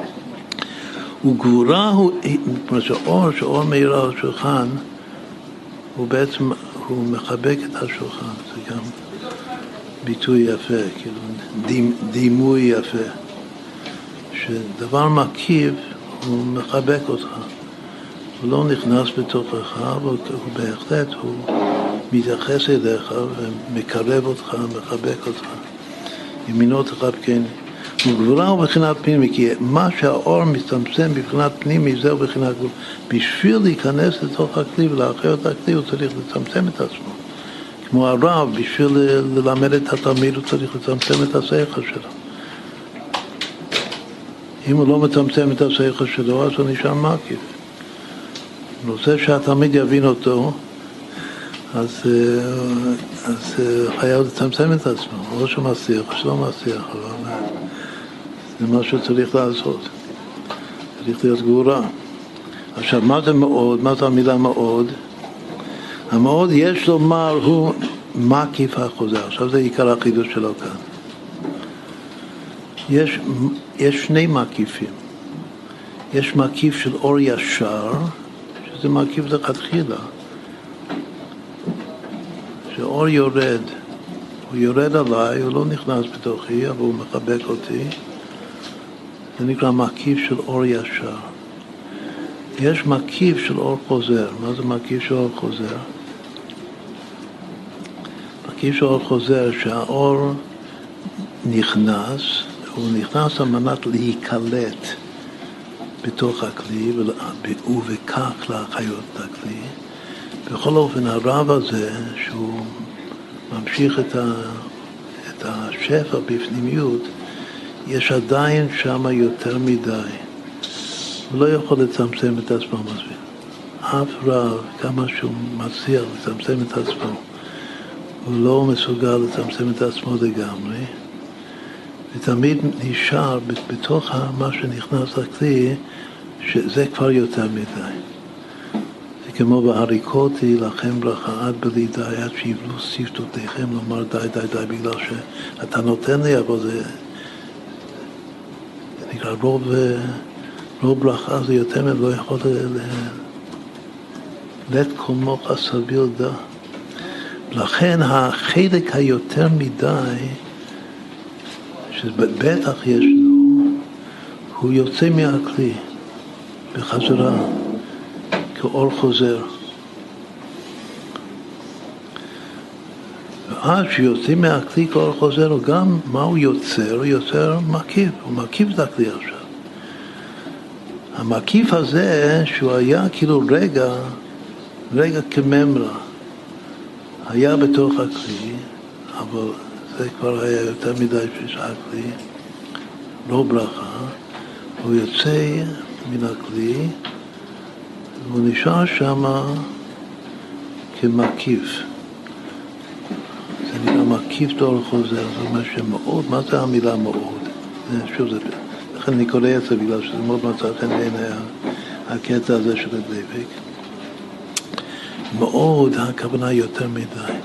Speaker 1: וגבורה הוא, שאור, שאור מאיר על השולחן, הוא בעצם, הוא מחבק את השולחן, זה גם ביטוי יפה, כאילו דימוי יפה, שדבר מקיף הוא מחבק אותך, הוא לא נכנס בתוכך, אבל בהחלט הוא מתייחס אליך ומקרב אותך, מחבק אותך. ימינו תחבקני. וגבורה הוא בחינת פנימי, כי מה שהאור מצטמצם בבחינת פנימי, זהו בחינת גבורה. בשביל להיכנס לתוך הכלי ולאחר את הכלי, הוא צריך לצמצם את עצמו. כמו הרב, בשביל ללמד את התלמיד, הוא צריך לצמצם את השכל שלו. אם הוא לא מצמצם את השכל שלו, אז הוא נשאר מקיף. הוא רוצה שהתלמיד יבין אותו, אז, אז חייב לצמצם את עצמו, או שהוא מצליח, או שלא מצליח, אבל זה מה שצריך לעשות. צריך להיות גבורה. עכשיו, מה זה מאוד? מה זה המילה מאוד? המאוד יש לומר הוא מקיף החוזר. עכשיו זה עיקר החידוש שלו כאן. יש, יש שני מקיפים. יש מקיף של אור ישר, שזה מקיף לכתחילה. שאור יורד, הוא יורד עליי, הוא לא נכנס בתוכי, אבל הוא מחבק אותי. זה נקרא מקיף של אור ישר. יש מקיף של אור חוזר. מה זה מקיף של אור חוזר? מקיף של אור חוזר שהאור נכנס, הוא נכנס על מנת להיקלט בתוך הכלי ובכך להחיות את הכלי. בכל אופן הרב הזה שהוא ממשיך את, ה, את השפע בפנימיות, יש עדיין שם יותר מדי. הוא לא יכול לצמצם את עצמו מספיק. אף רב, כמה שהוא מצליח לצמצם את עצמו, הוא לא מסוגל לצמצם את עצמו לגמרי, ותמיד נשאר בתוך מה שנכנס לכלי, שזה כבר יותר מדי. זה כמו בהריקותי לכם ברכה עד בלי די, עד שיבלו שפתותיכם לומר די די די, בגלל שאתה נותן לי, אבל זה, זה נקרא רוב, רוב ברכה, זה יותר מדי, לא יכול לת כמוך סביל דה. לכן החלק היותר מדי, שבטח ישנו, הוא יוצא מהכלי בחזרה כאור חוזר. ואז שיוצא מהכלי כאור חוזר, הוא גם, מה הוא יוצר? הוא יוצר מקיף, הוא מקיף את הכלי עכשיו. המקיף הזה, שהוא היה כאילו רגע, רגע כממרה, היה בתוך הכלי, אבל זה כבר היה יותר מדי שיש הכלי, לא ברכה, הוא יוצא מן הכלי, והוא נשאר שם כמקיף. זה נקרא מקיף תור חוזר, זאת אומרת שמאוד, מה זה המילה מאוד? שוב, זה, לכן אני קורא את זה בגלל שזה מאוד מצא חן בעיני הקטע הזה של הדבק. מאוד, הכוונה יותר מדי.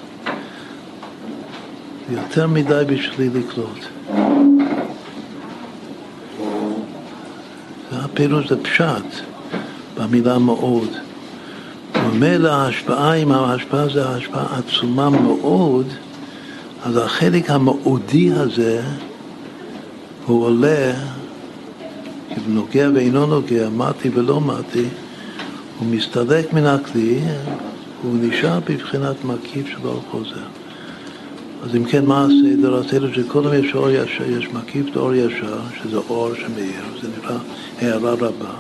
Speaker 1: יותר מדי בשבילי לקלוט. זה הפירוש, זה פשט במילה מאוד. ומילא ההשפעה, אם ההשפעה זה ההשפעה עצומה מאוד, אז החלק המאודי הזה הוא עולה, כאילו נוגע ואינו נוגע, מתי ולא מתי, הוא מסתלק מן הכלי, הוא נשאר בבחינת מקיף של אור חוזר. אז אם כן, מה הסדר? הסדר שקודם יש אור ישר, יש מקיף אור ישר, שזה אור שמאיר, זה נקרא הערה רבה.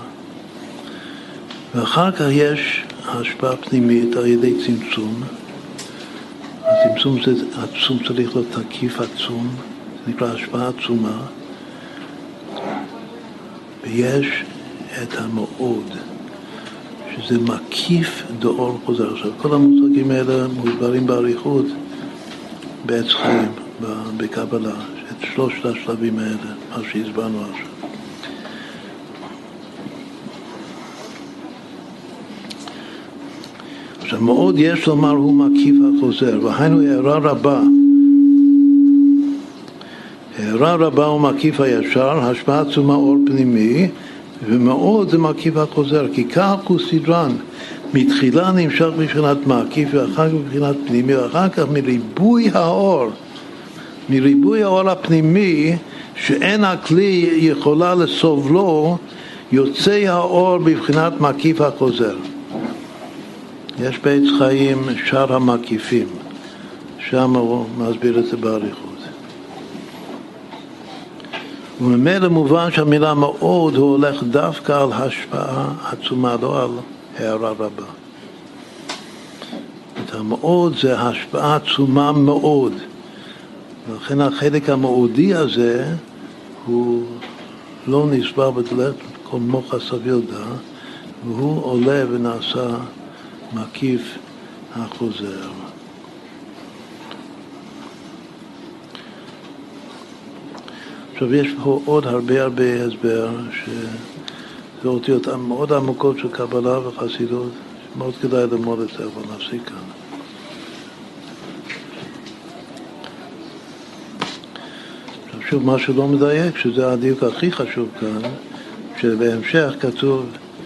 Speaker 1: ואחר כך יש השפעה פנימית על ידי צמצום. הצמצום זה עצום, צריך להיות תקיף עצום, זה נקרא השפעה עצומה. ויש את המאוד. שזה מקיף דאור חוזר. עכשיו, כל המושגים האלה מוסברים באריכות בעץ חיים, בקבלה, את שלושת השלבים האלה, מה שהסברנו עכשיו. עכשיו, מאוד יש לומר הוא מקיף החוזר, והיינו הערה רבה. הערה רבה הוא מקיף הישר, השפעה עצומה אור פנימי, ומאוד זה מקיף החוזר, כי כך הוא סדרן. מתחילה נמשך מבחינת מקיף, ואחר כך מבחינת פנימי, ואחר כך מריבוי האור, מריבוי האור הפנימי, שאין הכלי יכולה לסובלו, יוצא האור בבחינת מקיף החוזר. יש בעץ חיים שאר המקיפים, שם הוא מסביר את זה באריכות. וממילא מובן שהמילה מאוד הוא הולך דווקא על השפעה עצומה, לא על הערה רבה. את המאוד זה השפעה עצומה מאוד. ולכן החלק המאודי הזה הוא לא נסבר בדלת כל מוח הסביר דה, והוא עולה ונעשה מקיף החוזר. עכשיו יש פה עוד הרבה הרבה הסבר שזה אותיות מאוד עמוקות של קבלה וחסידות, מאוד כדאי ללמוד את זה, אבל נפסיק כאן. עכשיו שוב, מה שלא מדייק, שזה הדיוק הכי חשוב כאן, שבהמשך כתוב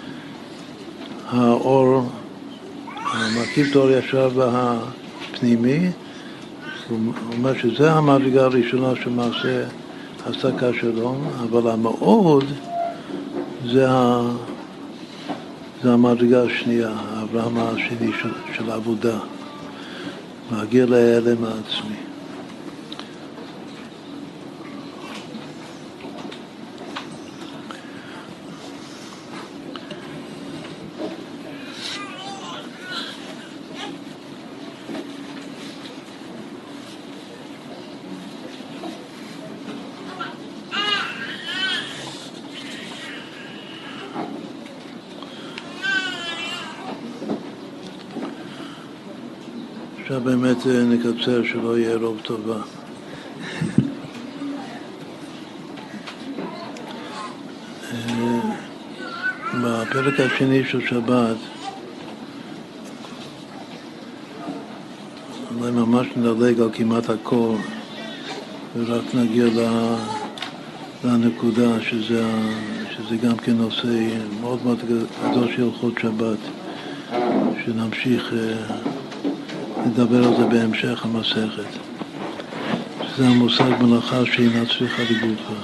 Speaker 1: האור, המקיף דאור ישר והפנימי, הוא אומר שזה המדרגה הראשונה שמעשה הסקה שלו, אבל המאוד זה, ה... זה המדרגה השנייה, האברהם השני של, של העבודה, להגיע להיעלם העצמי. עכשיו באמת נקצר שלא יהיה רוב טובה. בפרק השני של שבת, אולי ממש נדלג על כמעט הכל, ורק נגיע לנקודה שזה, שזה גם כן נושא מאוד מאוד גדול של הלכות שבת, שנמשיך נדבר על זה בהמשך המסכת. זה המושג מלאכה שאינה צריכה לגופה.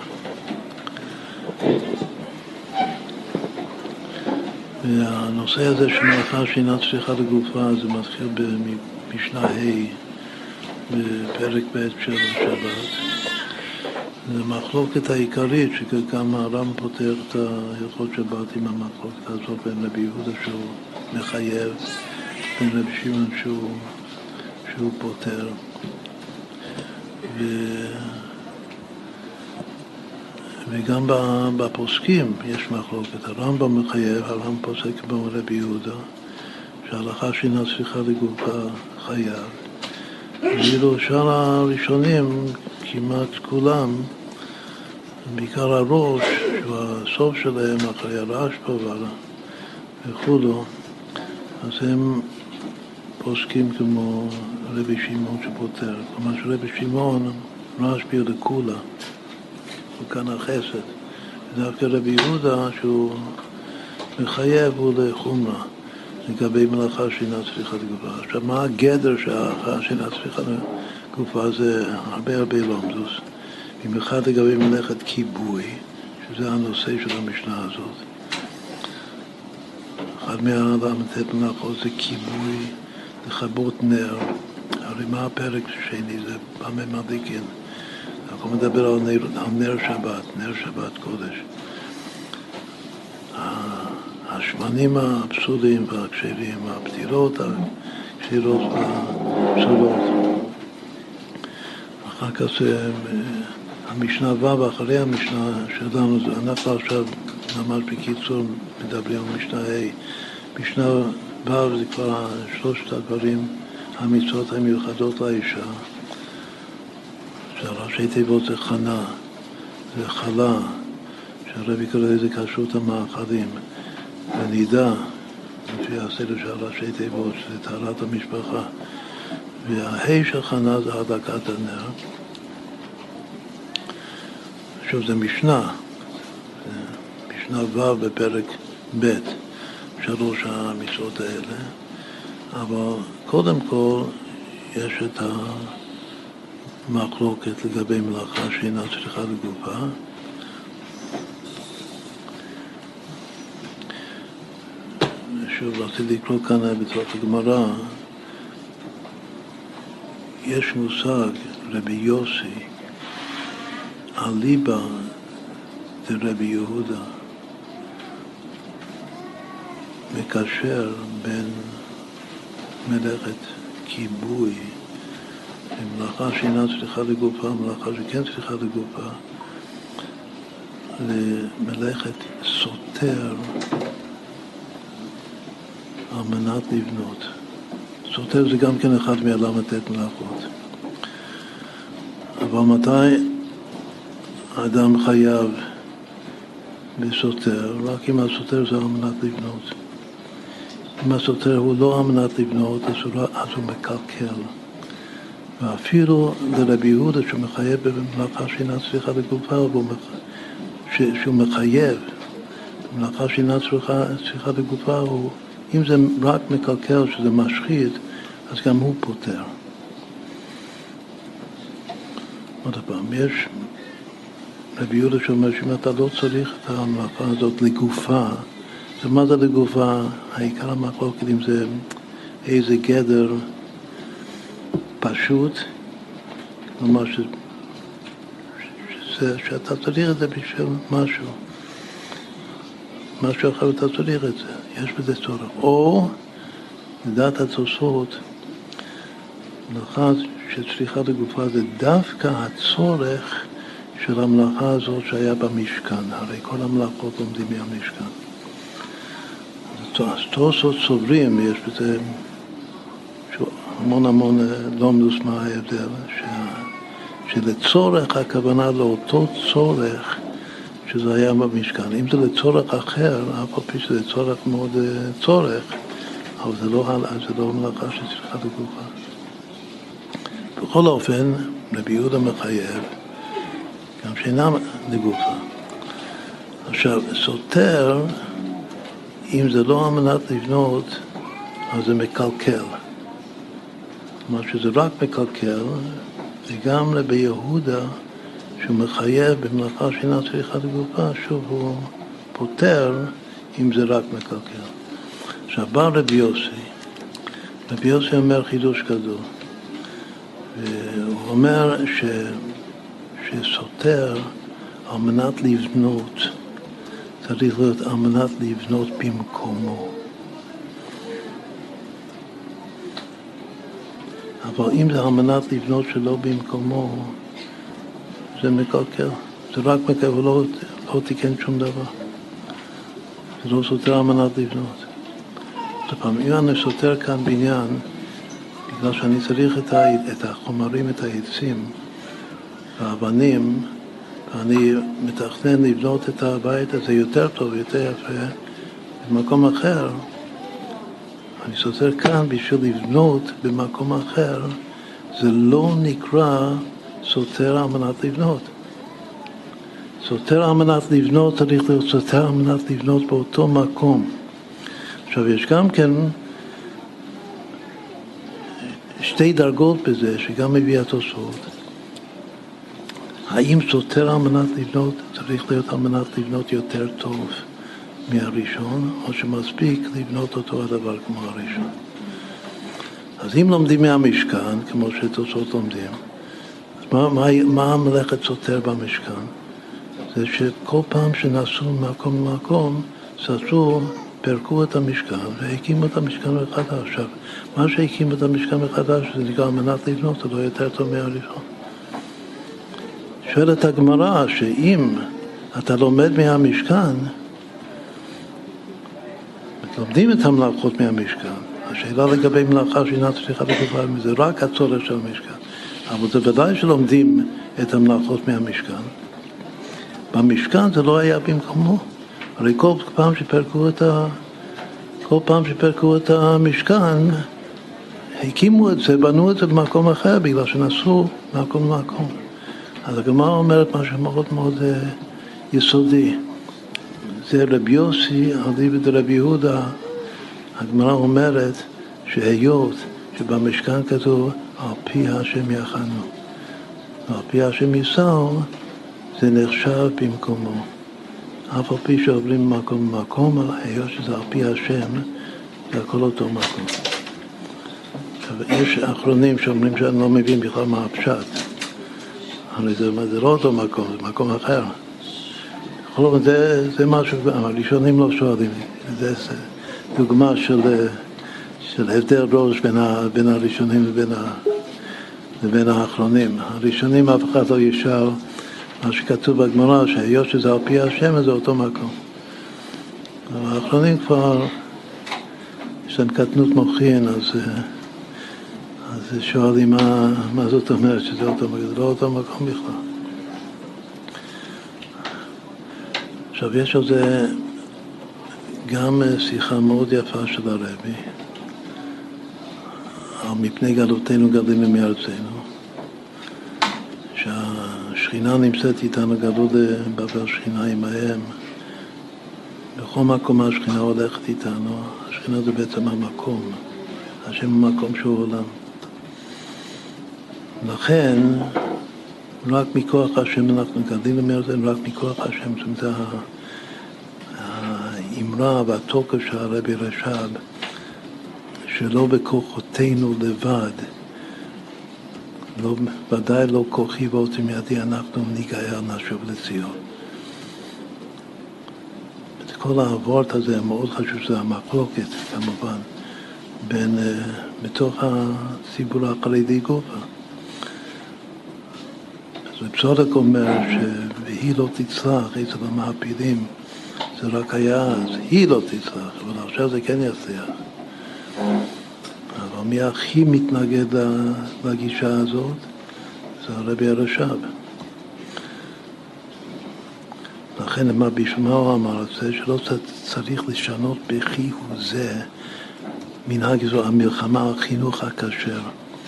Speaker 1: והנושא הזה של מלאכה שאינה צריכה לגופה זה מתחיל במשנה ה' בפרק ב' של שבת. זה מחלוקת העיקרית שגם הר"ם פותר את הלכות שבת עם המחלוקת הזאת בין רבי יהודה שהוא מחייב, בין רבי שמעון שהוא שהוא פותר. ו... וגם בפוסקים יש מחלוקת. הרמב"ם מחייב, הרמב"ם פוסק כמו רבי יהודה, שההלכה שאינה צריכה לגופה חייב. ואילו שאר הראשונים, כמעט כולם, בעיקר הראש, שהוא הסוף שלהם, אחרי הרשב"א וכולו, אז הם פוסקים כמו רבי שמעון שפותר. כלומר שרבי שמעון רשב"י לכולה, הוא כאן החסד. ודווקא רבי יהודה שהוא מחייב הוא לחומרה לגבי מלאכה שאינה צריכה לגופה. עכשיו מה הגדר שהמלאכה שאינה צריכה לגופה? זה הרבה הרבה לומדוס. במיוחד לגבי מלאכת כיבוי, שזה הנושא של המשנה הזאת. אחד מהלמתת מלאכות זה כיבוי, לכבות נר. הרי מה הפרק השני? זה במה מדליקין. אנחנו מדבר על נר, על נר שבת, נר שבת קודש. השמנים הפסולים והכשרים, הפתילות, הכשרות והפסולות. אחר כך המשנה ו' ואחרי המשנה שלנו, אנחנו עכשיו ממש בקיצור מדברים על משנה ה' משנה ו' זה כבר שלושת הדברים, המצוות המיוחדות לאישה, שהראשי תיבות זה חנה, זה חלה, שהרבי קורא לזה כשרות המאכלים, ונידה, לפי הסדר של ראשי תיבות, שזה טהרת המשפחה, וההי של חנה זה הדלקת הנר. עכשיו זה משנה, משנה ו' בפרק ב', שלוש המצוות האלה, אבל קודם כל יש את המחלוקת לגבי מלאכה שאינה צריכה לגופה. שוב, רציתי לקרוא כאן בתוך הגמרא, יש מושג רבי יוסי, אליבא דרבי יהודה, מקשר בין מלאכת כיבוי למלאכה שאינה צריכה לגופה, מלאכה שכן צריכה לגופה, למלאכת סותר על מנת לבנות. סותר זה גם כן אחד מהל"ט מלאכות. אבל מתי האדם חייב בסותר? רק אם הסותר זה על מנת לבנות. אם הסותר הוא לא על מנת לבנות, אז הוא, אז הוא מקלקל. ואפילו לרבי יהודה שהוא מחייב במלאכה שאינה צריכה לגופה, שהוא מחייב במלאכה שאינה צריכה, צריכה לגופה, הוא, אם זה רק מקלקל, שזה משחית, אז גם הוא פותר. עוד פעם, יש רבי יהודה שאומר שאם אתה לא צריך את המלאכה הזאת לגופה, אז מה זה לגופה? העיקר המחלוקת אם זה איזה גדר פשוט, כלומר ש... שזה, שאתה צריך את זה בשביל משהו, משהו אחר אתה צריך את זה, יש בזה צורך. או, לדעת התוספות, מלאכה שצריכה לגופה זה דווקא הצורך של המלאכה הזאת שהיה במשכן, הרי כל המלאכות לומדים מהמשכן. אז תוספות סוברים, יש בזה המון המון לומדוס מה ההבדל, שלצורך הכוונה לאותו צורך שזה היה במשכן. אם זה לצורך אחר, אף על פי שזה צורך מאוד צורך, אבל זה לא, זה לא מלאכה שצריכה לגופה. בכל אופן, רבי יהודה מחייב, גם שאינה לגופה. עכשיו, סותר, אם זה לא על מנת לבנות, אז זה מקלקל. כלומר שזה רק מקלקל, וגם רבי יהודה, שהוא מחייב במלאכה שאינה צריכה לגופה, שוב הוא פותר אם זה רק מקלקל. עכשיו בא רבי יוסי, רבי יוסי אומר חידוש גדול, והוא אומר ש... שסותר על מנת לבנות, צריך להיות על מנת לבנות במקומו. אבל אם זה על מנת לבנות שלא במקומו, זה מקלקל. זה רק מקלקל, הוא לא, לא תיקן שום דבר. זה לא סותר על מנת לבנות. זאת פעם, אם אני סותר כאן בניין, בגלל שאני צריך את, ה, את החומרים, את העצים, האבנים, ואני מתכנן לבנות את הבית הזה יותר טוב, יותר יפה, במקום אחר, אני סותר כאן בשביל לבנות במקום אחר, זה לא נקרא סותר על מנת לבנות. סותר על מנת לבנות צריך להיות סותר על מנת לבנות באותו מקום. עכשיו יש גם כן שתי דרגות בזה שגם מביא התוספות. האם סותר על מנת לבנות צריך להיות על מנת לבנות יותר טוב מהראשון, או שמספיק לבנות אותו הדבר כמו הראשון. אז אם לומדים מהמשכן, כמו שתוספות לומדים, אז מה, מה, מה המלאכת סותר במשכן? זה שכל פעם שנסעו ממקום למקום, סעו, פרקו את המשכן והקימו את המשכן מחדש. עכשיו, מה שהקימו את המשכן מחדש זה נקרא על מנת לבנות, זה לא יותר טוב מהראשון. שואלת הגמרא שאם אתה לומד מהמשכן, לומדים את המלאכות מהמשכן. השאלה לגבי מלאכה שאינה צריכה לקבל מזה, רק הצורך של המשכן. אבל זה ודאי שלומדים את המלאכות מהמשכן. במשכן זה לא היה במקומו. הרי כל פעם שפרקו את ה... כל פעם שפרקו את המשכן, הקימו את זה, בנו את זה במקום אחר, בגלל שנסעו מקום למקום. אז הגמרא אומרת משהו מאוד מאוד uh, יסודי. זה רבי יוסי, אליבא דרבי יהודה, הגמרא אומרת שהיות שבמשכן כתוב על פי השם יחנו, ועל פי השם ייסעו, זה נחשב במקומו. אף על פי שעוברים ממקום למקום, היות שזה על פי השם, זה הכל אותו מקום. יש אחרונים שאומרים שאני לא מבין בכלל מה הפשט. אבל זה, זה לא אותו מקום, זה מקום אחר. זה, זה משהו, הראשונים לא שואלים. זה, זה דוגמה של, של הבדל ראש בין, ה, בין הראשונים לבין, ה, לבין האחרונים. הראשונים אף אחד לא ישאל מה שכתוב בגמרא, שהיות שזה על פי השם, זה אותו מקום. אבל האחרונים כבר, יש להם קטנות מוחין, אז... אז שואלים מה, מה זאת אומרת שזה אותו מקום, זה לא אותו מקום בכלל. עכשיו יש על זה גם שיחה מאוד יפה של הרבי, על מפני גלותנו גלינו מארצנו, שהשכינה נמצאת איתנו גלות בבל שכינה עמהם, בכל מקום השכינה הולכת איתנו, השכינה זה בעצם המקום, השם הוא מקום שהוא עולם. לכן, רק מכוח השם אנחנו גדלים מארצנו, רק מכוח השם, זאת אומרת, האמרה והתוקף של הרבי רש"ב, שלא בכוחותינו לבד, לא, ודאי לא כוחי ועוצם ידי, אנחנו ניגאל נשוב לציון. כל העבורת הזה מאוד חשוב, שזה המחלוקת כמובן, בין, בתוך הציבור החרדי גופה. ופסולק אומר שהיא לא תצלח, אצל המעפילים, זה רק היה אז, היא לא תצלח, אבל עכשיו זה כן יצליח. אבל מי הכי מתנגד לגישה הזאת? זה הרבי הרש"ב. לכן מה בשמה הוא אמר את זה, שלא צריך לשנות בכי הוא זה, מנהג זו המלחמה על חינוך הכשר.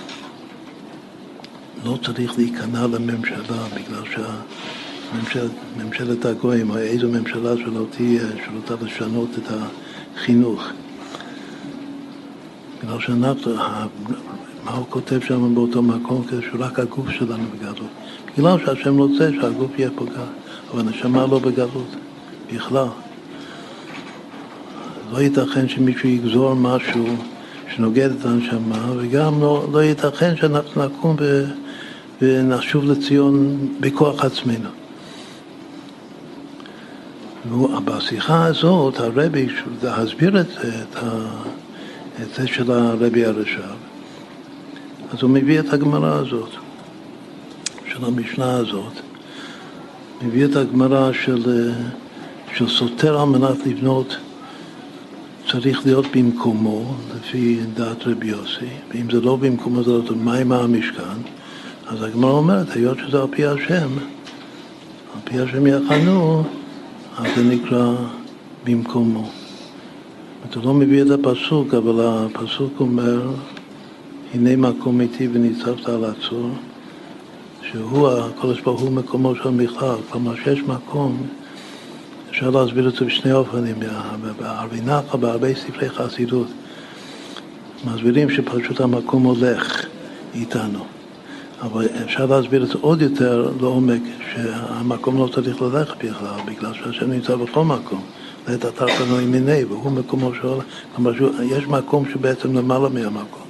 Speaker 1: לא צריך להיכנע לממשלה, בגלל שהממשלת הגויים, או איזו ממשלה שלא תהיה, שלא תהיה לשנות את החינוך. בגלל שאנחנו, מה הוא כותב שם באותו מקום, שרק הגוף שלנו בגלות. בגלל שהשם רוצה שהגוף יהיה פה גלות, אבל הנשמה לא בגלות, בכלל. לא ייתכן שמישהו יגזור משהו שנוגד את הנשמה, וגם לא, לא ייתכן שאנחנו נקום ב, ונשוב לציון בכוח עצמנו. ובשיחה הזאת, הרבי, להסביר את זה, את, ה, את זה של הרבי הרש"ב, אז הוא מביא את הגמרא הזאת, של המשנה הזאת, מביא את הגמרא של, של סותר על מנת לבנות, צריך להיות במקומו, לפי דעת רבי יוסי, ואם זה לא במקומו, זה לא טוב, מה עם המשכן? אז הגמרא אומרת, היות שזה על פי השם, על פי השם יחנו, אז זה נקרא במקומו. אתה לא מביא את הפסוק, אבל הפסוק אומר, הנה מקום איתי וניצבת על הצור, שהוא, הקדוש ברוך הוא מקומו של בכלל, כלומר שיש מקום, אפשר להסביר את זה בשני אופנים, בהרבה נחל, בהרבה ספרי חסידות. מסבירים שפשוט המקום הולך איתנו. אבל אפשר להסביר את זה עוד יותר לעומק, שהמקום לא צריך ללכת בכלל, בגלל שהשם נמצא בכל מקום. לעת אתר פנו ימיני, והוא מקומו של... כלומר, יש מקום שבעצם למעלה מהמקום.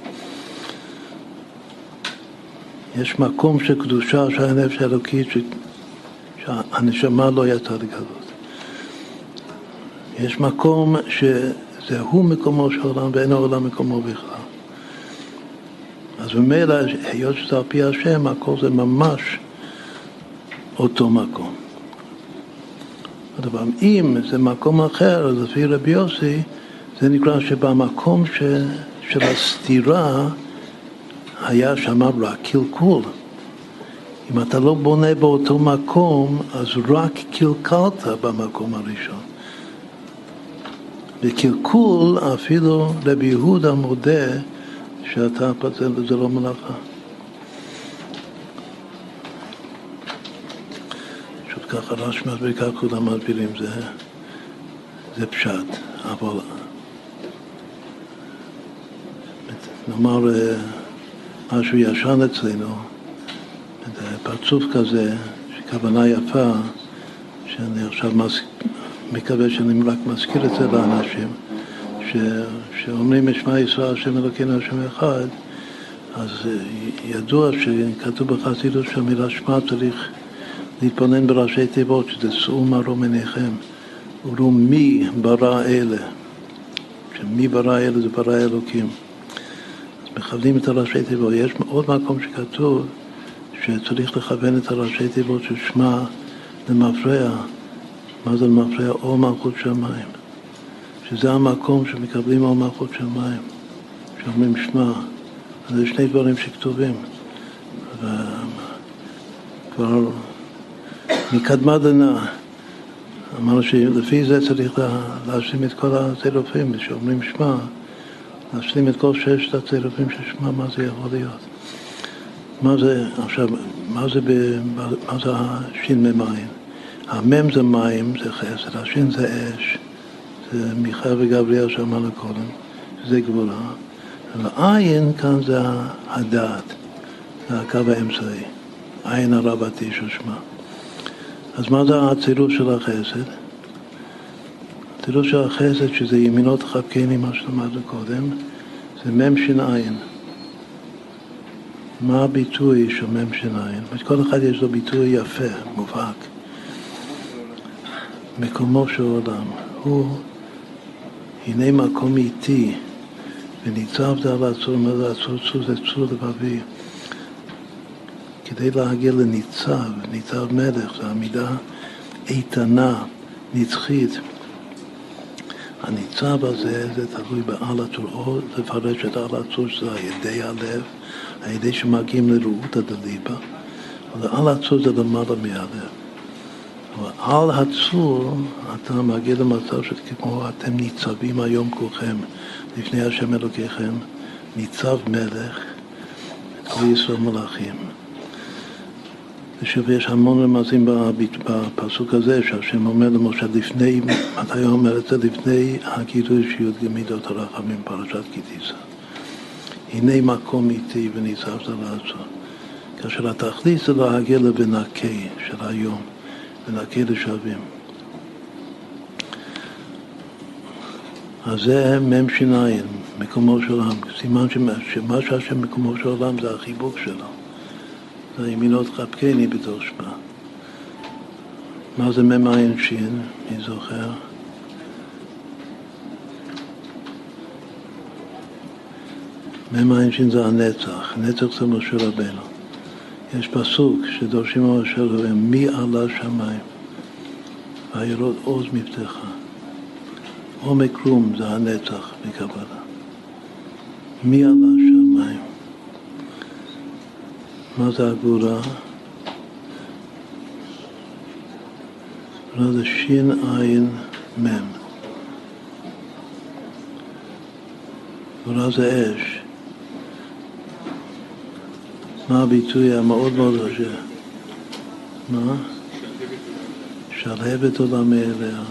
Speaker 1: יש מקום של קדושה, שהנפש האלוקית, שהנשמה לא יצאה לגלות. יש מקום שזהו מקומו של העולם ואין העולם מקומו בכלל. אז במילא, היות שזה על פי השם, הכל זה ממש אותו מקום. אבל אם זה מקום אחר, אז לפי רבי יוסי, זה נקרא שבמקום ש, של הסתירה היה שם רק קלקול. אם אתה לא בונה באותו מקום, אז רק קלקלת במקום הראשון. בקלקול אפילו רבי יהודה מודה שאתה פצל, זה לא מלאכה. פשוט ככה רש"י מסביר, ככה כולם מסבירים, זה, זה פשט. אבל נאמר משהו ישן אצלנו, פרצוף כזה, שכוונה יפה, שאני עכשיו מס... מקווה שאני רק מזכיר את זה לאנשים, ש... שאומרים משמע ישראל השם אלוקינו השם אחד, אז ידוע שכתוב בחסידות שהמילה שמע צריך להתבונן בראשי תיבות, שזה שאו מרום עיניכם, וראו מי ברא אלה, שמי ברא אלה זה ברא אלוקים. אז מכוונים את הראשי תיבות. יש עוד מקום שכתוב שצריך לכוון את הראשי תיבות של שמע למפרע. מה זה למפרע? אור מלכות שמיים. שזה המקום שמקבלים אור מלכות שמיים. שאומרים שמע. אז זה שני דברים שכתובים. וכבר מקדמה דנא. אמרנו שלפי זה צריך להשלים את כל הצירופים. שאומרים שמע, להשלים את כל ששת הצירופים של שמע, מה זה יכול להיות. מה זה, עכשיו, מה זה, ב, מה זה השין ממים? המם זה מים, זה חסד, השין זה אש, זה מיכאל וגבריאל שאמרנו קודם, זה גבורה. והעין כאן זה הדעת, זה הקו האמצעי, עין הרבתי של שמה. אז מה זה הצירוף של החסד? הצירוף של החסד, שזה ימינות חבקני, מה שלמדנו קודם, זה מם שין עין. מה הביטוי של מם שיניים? כל אחד יש לו ביטוי יפה, מובהק. מקומו של עולם. הוא, הנה מקום איתי, וניצב זה על הצור, מה זה הצור? צור זה צור לבבי. כדי להגיע לניצב, ניצב מלך, זו עמידה איתנה, נצחית. הניצב הזה, זה תלוי בעל הצור, או לפרש את על הצור, שזה הידי הלב, הידי שמגיעים לראות הדליבה, אבל על הצור זה למעלה מהלב. אבל על הצור אתה מגיע למצב שכמו אתם ניצבים היום כולכם, לפני השם אלוקיכם, ניצב מלך, את כל ישראל מלאכים. ושוב, יש המון רמזים בפסוק הזה, שהשם אומר למשה לפני, מתי הוא אומר את זה? לפני הקידוש י' מידות הרחמים, פרשת כי תישא. הנה מקום איתי וניצבת לעצור. כאשר התכלית זה להגיע לבנקי של היום, בנקי לשווים. אז זה מם שיניים, מקומו של עולם. סימן שמה שהשם מקומו של עולם זה החיבוק שלו. זה ימינות חבקני בתוך שמה. מה זה מם עין שין? מי זוכר? מם עין שין זה הנצח. נצח זה משה רבנו. יש פסוק שדורשים על משה רבנו, מי עלה שמיים? והירוד עוז מבטחה. עומק רום זה הנצח בקבלה. מי עלה שמיים? מה זה הגבורה? זה שין עין מם. גבורה זה אש. מה הביטוי המאוד מאוד חשוב? מה? שלהבת עולם מאליה.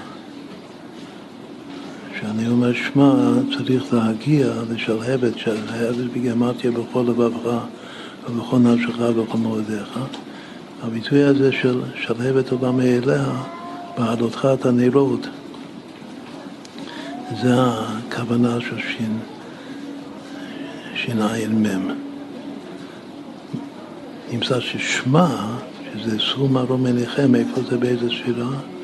Speaker 1: כשאני אומר שמע, צריך להגיע לשלהבת, שלהבת בגימטריה בכל לבבך ובכל נפשך ובכל מאודיך. הביטוי הזה של שלהבת עולם מאליה, בעלותך את הנרות, זה הכוונה של שין, שין עין מם. נמצא ששמע, שזה שאו מרום עיניכם, איפה זה באיזה ספירה?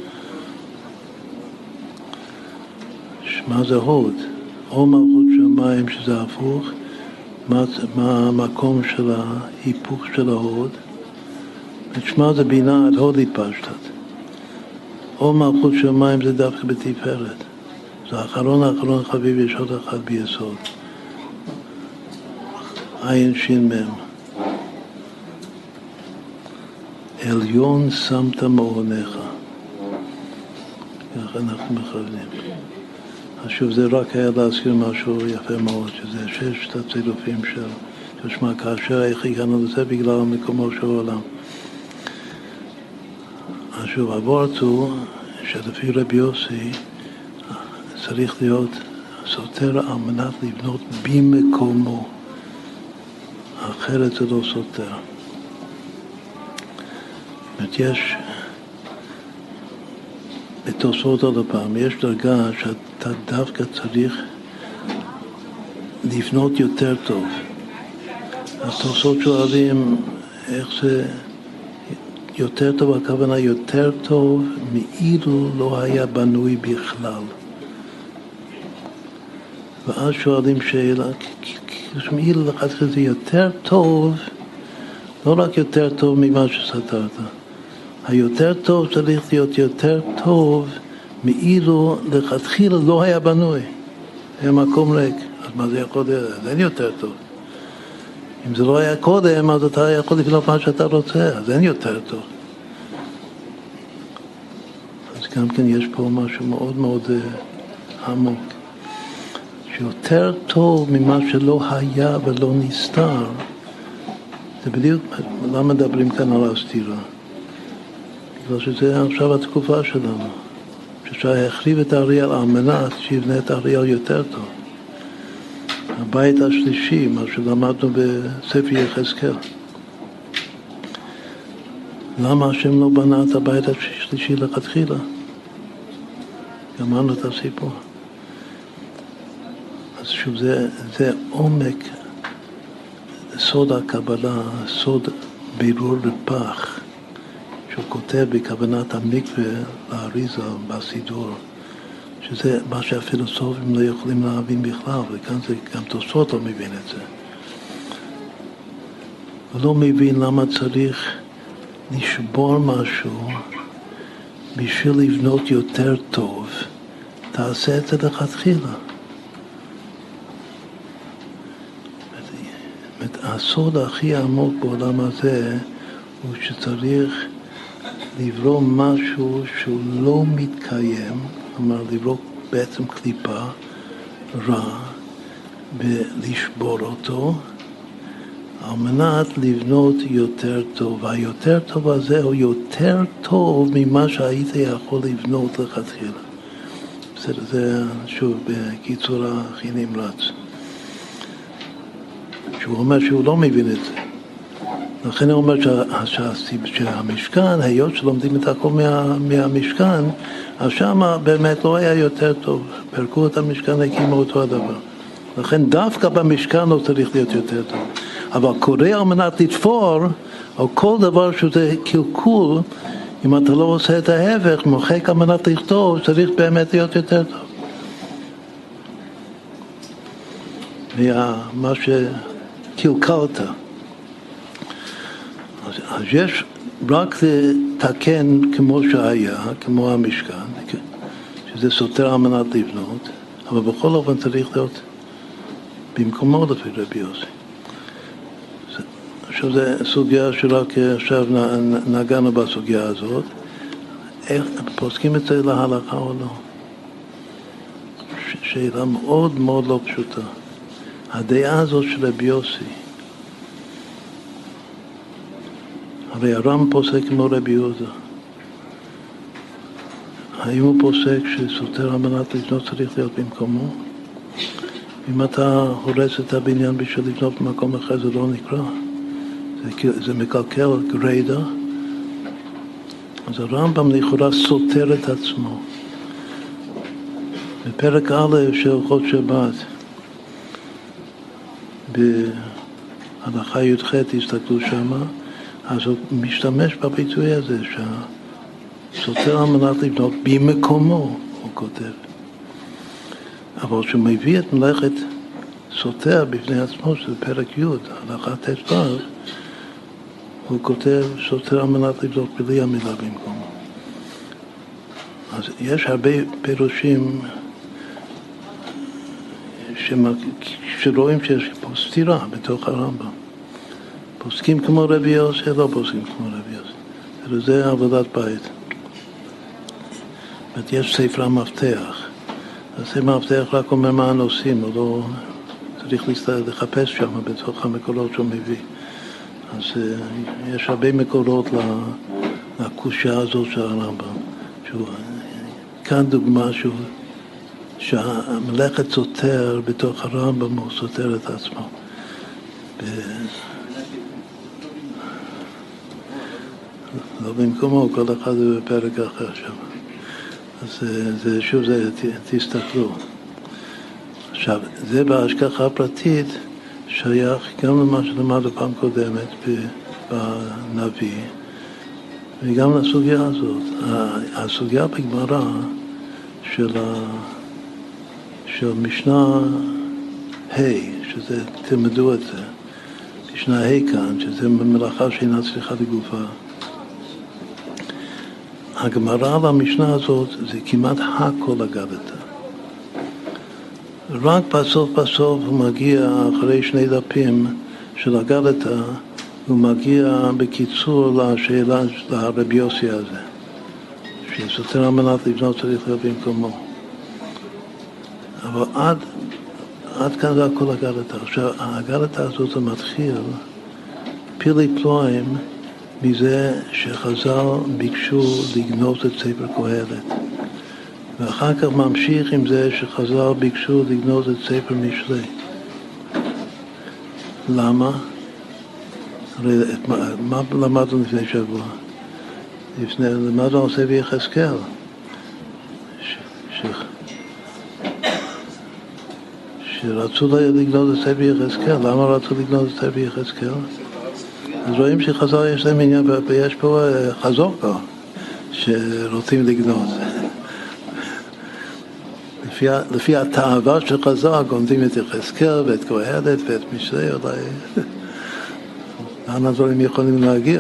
Speaker 1: שמע זה הוד, או מלכות שמיים שזה הפוך, מה, מה המקום של ההיפוך של ההוד? שמע זה בינה עד הוד התפשטת. או מלכות שמיים זה דווקא בתפארת, זה האחרון האחרון חביב, יש עוד אחד ביסוד. עין שין מם. עליון שמת מעונך. ככה אנחנו מכוונים. עכשיו זה רק היה להזכיר משהו יפה מאוד, שזה ששת הצירופים של תשמע, כאשר איך הגענו לזה בגלל מקומו של העולם. עכשיו הוורט הוא שלפי רבי יוסי צריך להיות סותר על מנת לבנות במקומו, אחרת זה לא סותר. זאת אומרת, יש בתוספות עוד הפעם, יש דרגה שאתה דווקא צריך לבנות יותר טוב. התוספות שואלים איך זה יותר טוב, הכוונה יותר טוב מאילו לא היה בנוי בכלל. ואז שואלים שאלה, מאילו לכת זה יותר טוב, לא רק יותר טוב ממה שסתרת. היותר טוב צריך להיות יותר טוב מאילו לכתחילה לא היה בנוי. היה מקום ריק. אז מה זה יכול להיות? זה אין יותר טוב. אם זה לא היה קודם, אז אתה יכול לבנות מה שאתה רוצה, אז אין יותר טוב. אז גם כן יש פה משהו מאוד מאוד uh, עמוק. שיותר טוב ממה שלא היה ולא נסתר, זה בדיוק, למה מדברים כאן על הסתירה? בגלל שזה עכשיו התקופה שלנו. שאפשר להחריב את האריאל על מנת שיבנה את האריאל יותר טוב. הבית השלישי, מה שלמדנו בספר יחזקאל. למה השם לא בנה את הבית השלישי לכתחילה? גמרנו את הסיפור. אז שוב, זה, זה עומק סוד הקבלה, סוד בירור רפ"ח, שהוא כותב בכוונת המקווה לאריזה בסידור. שזה מה שהפילוסופים לא יכולים להבין בכלל, וכאן זה גם תוספות לא מבין את זה. הוא לא מבין למה צריך לשבור משהו בשביל לבנות יותר טוב. תעשה את זה לכתחילה. הסוד הכי עמוק בעולם הזה הוא שצריך לברוא משהו שהוא לא מתקיים, כלומר, לברוא בעצם קליפה רע ולשבור אותו על מנת לבנות יותר טוב. והיותר טוב הזה הוא יותר טוב ממה שהיית יכול לבנות לכתחילה. בסדר, זה שוב בקיצור הכי נמרץ. שהוא אומר שהוא לא מבין את זה. לכן הוא אומר שה, שהמשכן, היות שלומדים את הכל מה, מהמשכן, אז שם באמת לא היה יותר טוב. פרקו את המשכן, הקימו אותו הדבר. לכן דווקא במשכן לא צריך להיות יותר טוב. אבל קורא על מנת לתפור, או כל דבר שזה קלקול, אם אתה לא עושה את ההפך, מוחק על מנת לכתוב, צריך באמת להיות יותר טוב. ומה שקלקלת. אז, אז יש רק לתקן כמו שהיה, כמו המשכן, שזה סותר על מנת לבנות, אבל בכל אופן צריך להיות במקומו לפי רבי יוסי. עכשיו זו סוגיה שרק עכשיו נגענו בסוגיה הזאת. איך פוסקים את זה להלכה או לא? שאלה מאוד מאוד לא פשוטה. הדעה הזאת של רבי יוסי, הרי הר"ם פוסק כמו רבי יהודה. האם הוא פוסק שסותר על מנת לבנות צריך להיות במקומו? אם אתה הורס את הבניין בשביל לבנות במקום אחר זה לא נקרא. זה, זה מקלקל גריידה. אז הרמב"ם לכאורה סותר את עצמו. בפרק א' של הלכות שבת, בהלכה י"ח הסתכלו שמה, אז הוא משתמש בביטוי הזה שהסותר על מנת לבנות במקומו, הוא כותב. אבל כשהוא מביא את מלאכת סותר בפני עצמו, שזה פרק י', הלכה ט"ו, הוא כותב סותר על מנת לבנות בלי המילה במקומו. אז יש הרבה פירושים שרואים שיש פה סתירה בתוך הרמב"ם. פוסקים כמו רבי יוסי, לא פוסקים כמו רבי יוסי. זה עבודת בית. יש ספר המפתח. הספר המפתח רק אומר מה הנושאים, הוא לא צריך לחפש שם בתוך המקורות שהוא מביא. אז יש הרבה מקורות לקושיה הזאת של הרמב"ם. כאן דוגמה שהוא, שהמלאכת סותר בתוך הרמב"ם, הוא סותר את עצמו. לא במקומו, כל אחד זה בפרק אחר שם. אז זה, שוב, זה, תסתכלו. עכשיו, זה בהשגחה פרטית שייך גם למה שלמדנו פעם קודמת בנביא, וגם לסוגיה הזאת. הסוגיה בגמרא של, של משנה ה', שזה, תלמדו את זה, משנה ה' כאן, שזה מלאכה שאינה צריכה לגופה. הגמרא במשנה הזאת זה כמעט הכל אגדתא. רק בסוף בסוף הוא מגיע, אחרי שני דפים של אגדתא, הוא מגיע בקיצור לשאלה של הרבי יוסי הזה. שסותר על מנת לבנות צריך להיות במקומו. אבל עד, עד כאן זה הכל אגדתא. עכשיו, האגדתא הזאת זה מתחיל פילי פלואים, מזה שחז"ל ביקשו לגנוז את ספר קהלת. ואחר כך ממשיך עם זה שחז"ל ביקשו לגנוז את ספר משלי. למה? הרי מה, מה למדנו לפני שבוע? לפני, למדנו על ספר יחזקאל. ש, ש, שרצו לגנוז את ספר יחזקאל. למה רצו לגנוז את ספר יחזקאל? אז רואים שחז"ל יש להם עניין, ויש פה חזור פה, שרוצים לגנוז. לפי, לפי התאווה של חז"ל, גונדים את יחזקאל ואת קהלת ואת משלי, אולי לאן הדברים יכולים להגיע.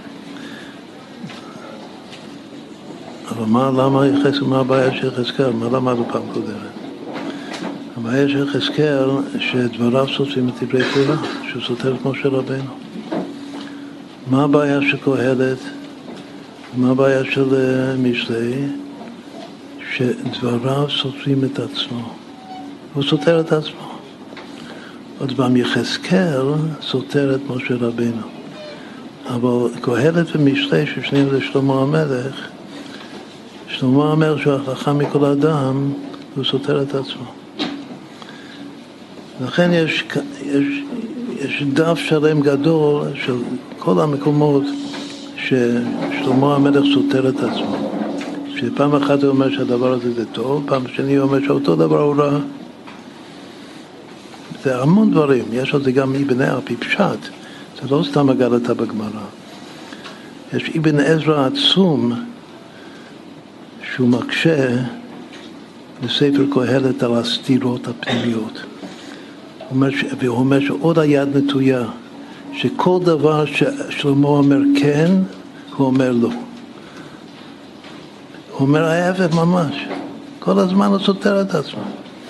Speaker 1: אבל מה, למה יחזקאל, מה הבעיה של יחזקאל? מה למדנו פעם קודמת? הבעיה של יחזקאל, שדבריו סותרים את דברי תורה, שהוא סותר את משה רבנו. מה הבעיה של קהלת? מה הבעיה של משלי? שדבריו סותרים את עצמו. הוא סותר את עצמו. עוד פעם, יחזקאל סותר את משה רבנו. אבל קהלת ומשלי, ששניהם זה שלמה המלך, שלמה המלך שהוא החכם מכל אדם, הוא סותר את עצמו. לכן יש, יש, יש דף שלם גדול של כל המקומות ששלמה המלך סותר את עצמו. שפעם אחת הוא אומר שהדבר הזה זה טוב, פעם שני הוא אומר שאותו דבר הוא רע. זה המון דברים, יש על זה גם אבן על פי פשט, זה לא סתם אגדתא בגמרא. יש אבן עזרא עצום שהוא מקשה בספר קהלת על הסתירות הפנימיות. והוא אומר שעוד היד נטויה, שכל דבר ששלמה אומר כן, הוא אומר לא. הוא אומר ההפך ממש, כל הזמן הוא סותר את עצמו.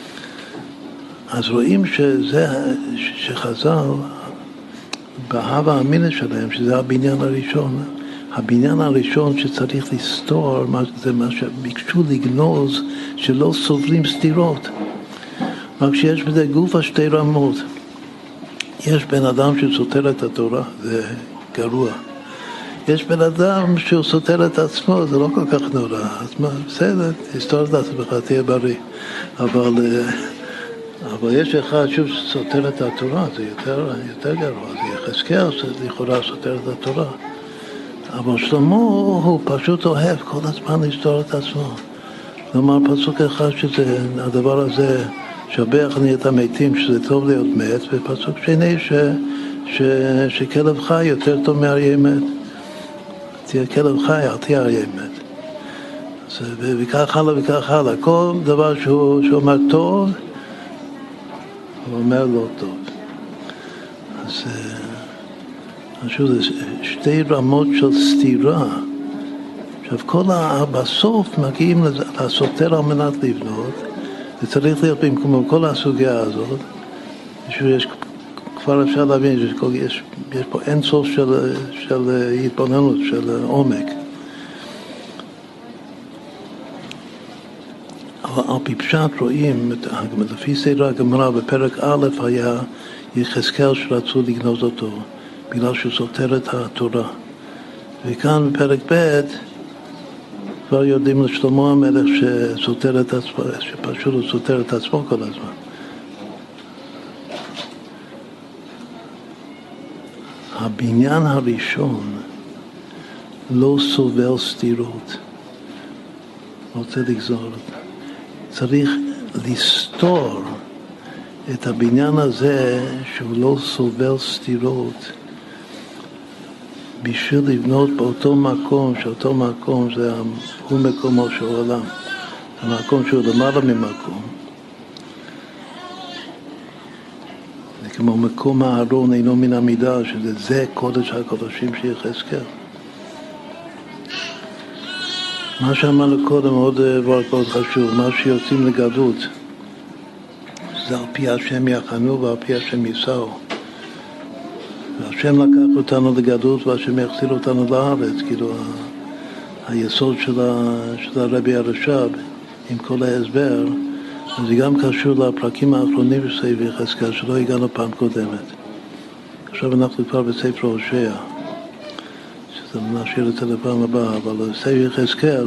Speaker 1: אז רואים שזה, שחז"ל, בהווה האמינא שלהם, שזה הבניין הראשון, הבניין הראשון שצריך לסתור, זה מה שביקשו לגנוז, שלא סובלים סתירות. רק שיש בזה גוף השתי רמות. יש בן אדם שסותר את התורה, זה גרוע. יש בן אדם שהוא סותר את עצמו, זה לא כל כך נורא. אז מה, בסדר, תסתור את עצמך, תהיה בריא. אבל, אבל יש אחד שוב שסותר את התורה, זה יותר, יותר גרוע. זה יחזקאל, זה לכאורה סותר את התורה. אבל שלמה הוא פשוט אוהב כל הזמן לסתור את עצמו. כלומר, פסוק אחד שזה, הדבר הזה, שבח אני את המתים, שזה טוב להיות מת, ופסוק שני ש, ש, שכלב חי יותר טוב מאריה מת. תהיה כלב חי, אל תהיה אריה מת. אז, וכך הלאה וכך הלאה. כל דבר שהוא, שהוא אומר טוב, הוא אומר לא טוב. אז משהו, זה שתי רמות של סתירה. עכשיו, כל ה... בסוף מגיעים לסותר על מנת לבנות, זה צריך להיות במקום כל הסוגיה הזאת, שיש, כבר אפשר להבין, יש, יש, יש פה אין סוף של, של התבוננות, של עומק. אבל על פי פשט רואים, לפי סדר הגמרא, בפרק א' היה יחזקאל שרצו לגנוז אותו, בגלל שהוא סותר את התורה. וכאן בפרק ב' כבר יודעים לשלמה המלך שסותר את עצמו, שפשוט הוא סותר את עצמו כל הזמן. הבניין הראשון לא סובל סתירות. רוצה לגזור אותה. צריך לסתור את הבניין הזה שהוא לא סובל סתירות בשביל לבנות באותו מקום, שאותו מקום זה הוא מקומו של העולם, המקום שהוא למעלה ממקום. זה כמו מקום הארון אינו מן המידה, שזה זה קודש הקודשים של יחזקאל. מה שאמרנו קודם עוד דבר מאוד חשוב, מה שיוצאים לגלות זה על פי השם יחנו ועל פי השם יישאו. והשם לקח אותנו לגלות והשם יחזיר אותנו לארץ, כאילו ה- היסוד של, ה- של הרבי הרש"ב עם כל ההסבר, זה גם קשור לפרקים האחרונים בספר יחזקאל שלא הגענו פעם קודמת. עכשיו אנחנו כבר בספר הושע, שזה נשאיר את זה לפעם הבאה, אבל בספר יחזקאל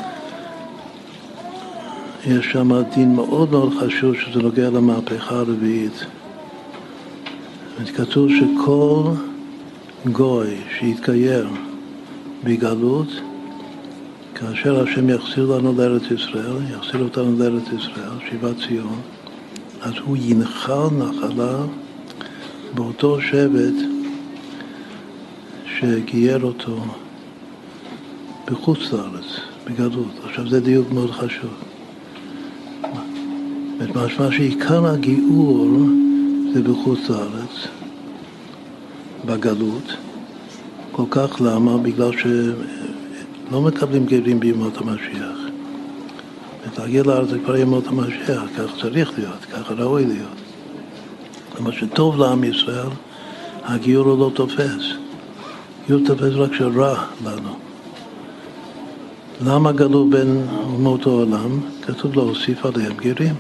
Speaker 1: יש שם דין מאוד מאוד חשוב שזה נוגע למהפכה הרביעית. כתוב שכל גוי שיתגייר בגלות, כאשר השם יחזיר לנו לארץ ישראל, יחזיר אותנו לארץ ישראל, שיבת ציון, אז הוא ינחל נחלה באותו שבט שגייר אותו בחוץ לארץ, בגלות. עכשיו זה דיוק מאוד חשוב. משמע שעיקר הגיור זה בחוץ לארץ, בגלות. כל כך למה? בגלל שלא מקבלים גרים בימות המשיח. להגיע לארץ זה כבר ימות המשיח, כך צריך להיות, כך ראוי להיות. מה שטוב לעם ישראל, הגיור הוא לא תופס. גיור תופס רק שרע לנו. למה גלו בין אומות העולם? כתוב להוסיף עליהם גרים.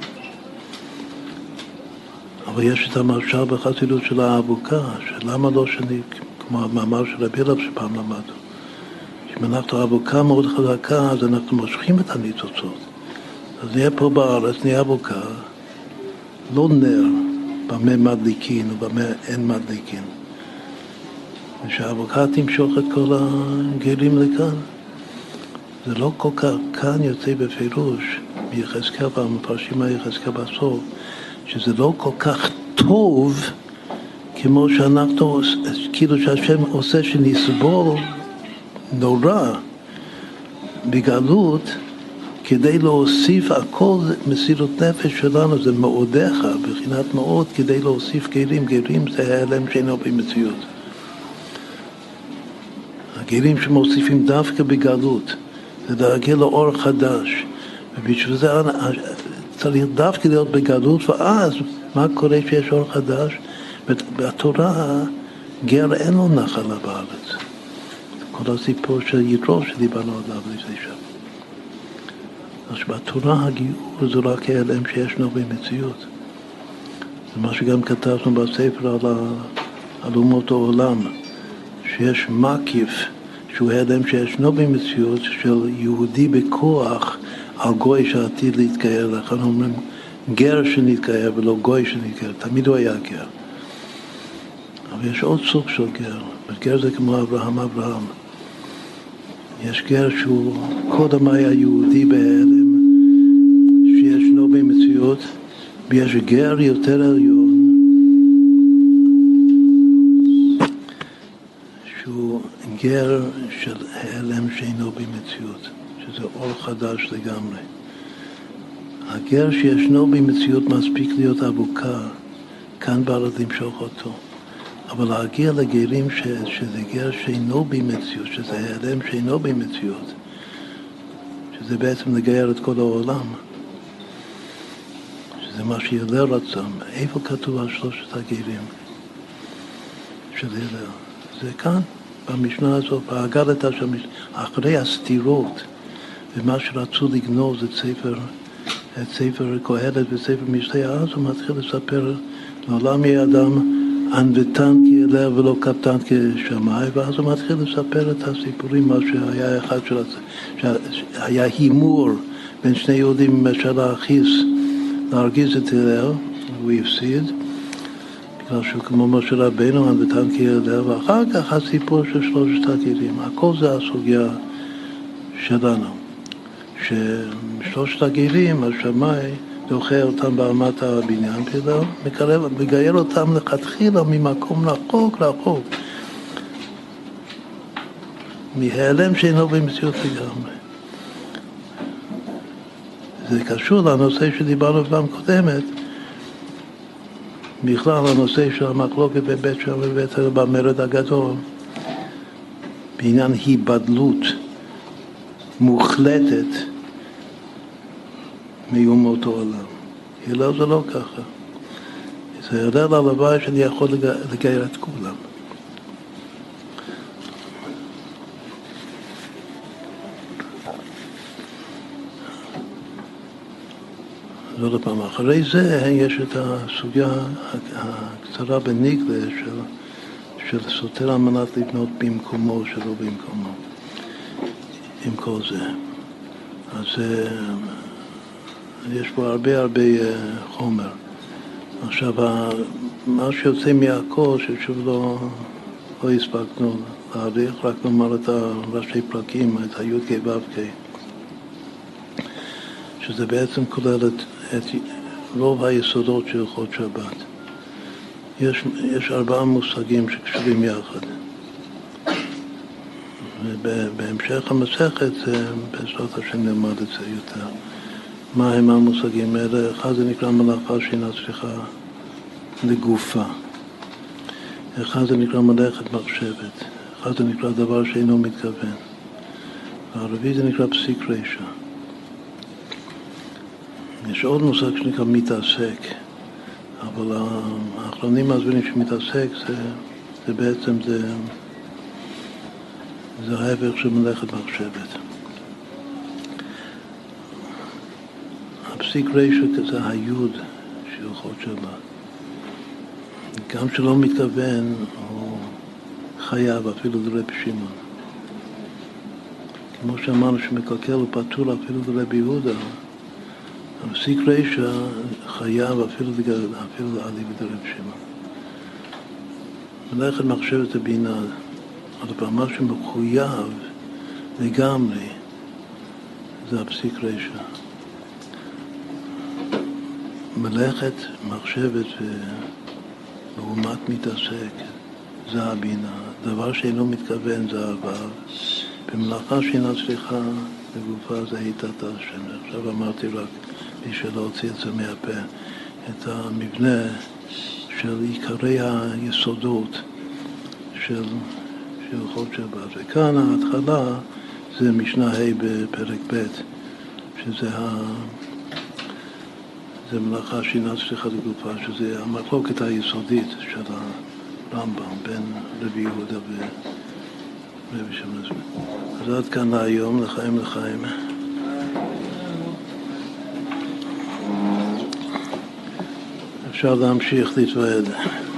Speaker 1: אבל יש את המשל בחסידות של האבוקה, שלמה לא שני, כמו המאמר של רבי אלף שפעם למדנו. אם אנחנו אבוקה מאוד חזקה, אז אנחנו מושכים את הניצוצות. אז נהיה פה בארץ, נהיה אבוקה, לא נר, במה מדליקין ובמה אין מדליקין. ושהאבוקה תמשוך את כל הגלים לכאן. זה לא כל כך, כאן יוצא בפירוש, מיחזקאל, במפרשים מיחזקאל בסוף, שזה לא כל כך טוב כמו שאנחנו, כאילו שהשם עושה שנסבול נורא בגלות כדי להוסיף הכל מסירות נפש שלנו, זה מאודיך, בחינת מאוד, כדי להוסיף גלים, גלים זה העלם שאינו במציאות. הגלים שמוסיפים דווקא בגלות, זה להגיע לאור חדש, ובשביל זה צריך דווקא להיות בגלות, ואז מה קורה שיש אור חדש? בתורה גר אין לו נחלה בארץ. כל הסיפור של יתרו שדיברנו עליו לפני שם. אז בתורה הגיור זה רק העלם שישנו במציאות. זה מה שגם כתבנו בספר על, ה... על אומות העולם, שיש מקיף שהוא העלם שישנו במציאות של יהודי בכוח על גוי שעתיד להתגייר. לכן אומרים גר שנתגייר ולא גוי שנתגייר, תמיד הוא היה גר. אבל יש עוד סוג של גר, גר זה כמו אברהם אברהם. יש גר שהוא קודם היה יהודי בהלם שישנו במציאות, ויש גר יותר עליון שהוא גר של הלם שאינו במציאות, שזה אור חדש לגמרי. הגר שישנו במציאות מספיק להיות אבוקה, כאן בארץ למשוך אותו. אבל להגיע לגרים ש, שזה גר שאינו במציאות, שזה העלם שאינו במציאות, שזה בעצם לגייר את כל העולם. זה מה שהלל רצה. איפה כתוב על שלושת הגרים של הלל? זה כאן, במשנה הזאת, בהגדת אחרי הסתירות, ומה שרצו לגנוז את ספר, את ספר קהלת וספר משלי, אז הוא מתחיל לספר, לעולם יהיה אדם ענוותן כהלל ולא קפדן כשמאי, ואז הוא מתחיל לספר את הסיפורים, מה שהיה אחד של שהיה הימור בין שני יהודים משל להכיס, להרגיז את הלל, הוא הפסיד, בגלל שהוא כמו משה רבנו, ענוותן כהלל, ואחר כך הסיפור של שלושת הגרים. הכל זה הסוגיה שלנו, ששלושת הגרים, השמאי, דוחה אותם ברמת הבניין, מקרב, מגייר אותם לכתחילה ממקום רחוק רחוק, מהיעלם שאינו במציאות לגמרי. זה קשור לנושא שדיברנו פעם קודמת, בכלל לנושא של המחלוקת בבית שם ובית הלל במרד הגדול, בעניין היבדלות מוחלטת מאומות העולם. הלל זה לא ככה. זה הלל הלוואי שאני יכול לגייר את כולם. זאת פעם. אחרי זה יש את הסוגיה הקצרה בניגלה של, של סותר על מנת לבנות במקומו שלא במקומו. עם כל זה. אז יש פה הרבה הרבה חומר. עכשיו, מה שיוצא מהכל, ששוב לא, לא הספקנו להעריך, רק נאמר את הראשי פרקים, את הי"ק ו"ק, שזה בעצם כולל את, את רוב היסודות של הלכות שבת. יש, יש ארבעה מושגים שקשורים יחד. ובהמשך המסכת, בעזרת השם נלמד את זה יותר. מה הם המושגים האלה? אחד זה נקרא מלאכה שאינה צריכה לגופה. אחד זה נקרא מלאכת מחשבת. אחד זה נקרא דבר שאינו מתכוון. והרביעי זה נקרא פסיק רישא. יש עוד מושג שנקרא מתעסק, אבל האחרונים מסבירים שמתעסק זה, זה בעצם זה, זה ההפך של מלאכת מחשבת. הפסיק רישא זה היוד של הלכות שבת. גם שלא מתכוון הוא חייב אפילו לרבי שמעון. כמו שאמרנו שמקלקל ופטור אפילו לרבי יהודה, הפסיק רישא חייב אפילו לעלי ולרבי שמעון. מלאכת מחשבת זה בינה, אבל מה שמחויב לגמרי זה הפסיק רישא. מלאכת מחשבת לעומת מתעסק זה הבינה, דבר שאינו מתכוון זה העבר, במלאכה שאינה צריכה לגופה זה היטת השם. עכשיו אמרתי רק בשביל להוציא את זה מהפה, את המבנה של עיקרי היסודות של הלכות שבת. וכאן ההתחלה זה משנה ה' בפרק ב', שזה ה... זה מלאכה שאינה צריכה לגופה, שזה המחלוקת היסודית של הרמב"ם בין רבי יהודה ורבי שמעון. אז עד כאן להיום, לחיים לחיים. אפשר להמשיך להתוועד.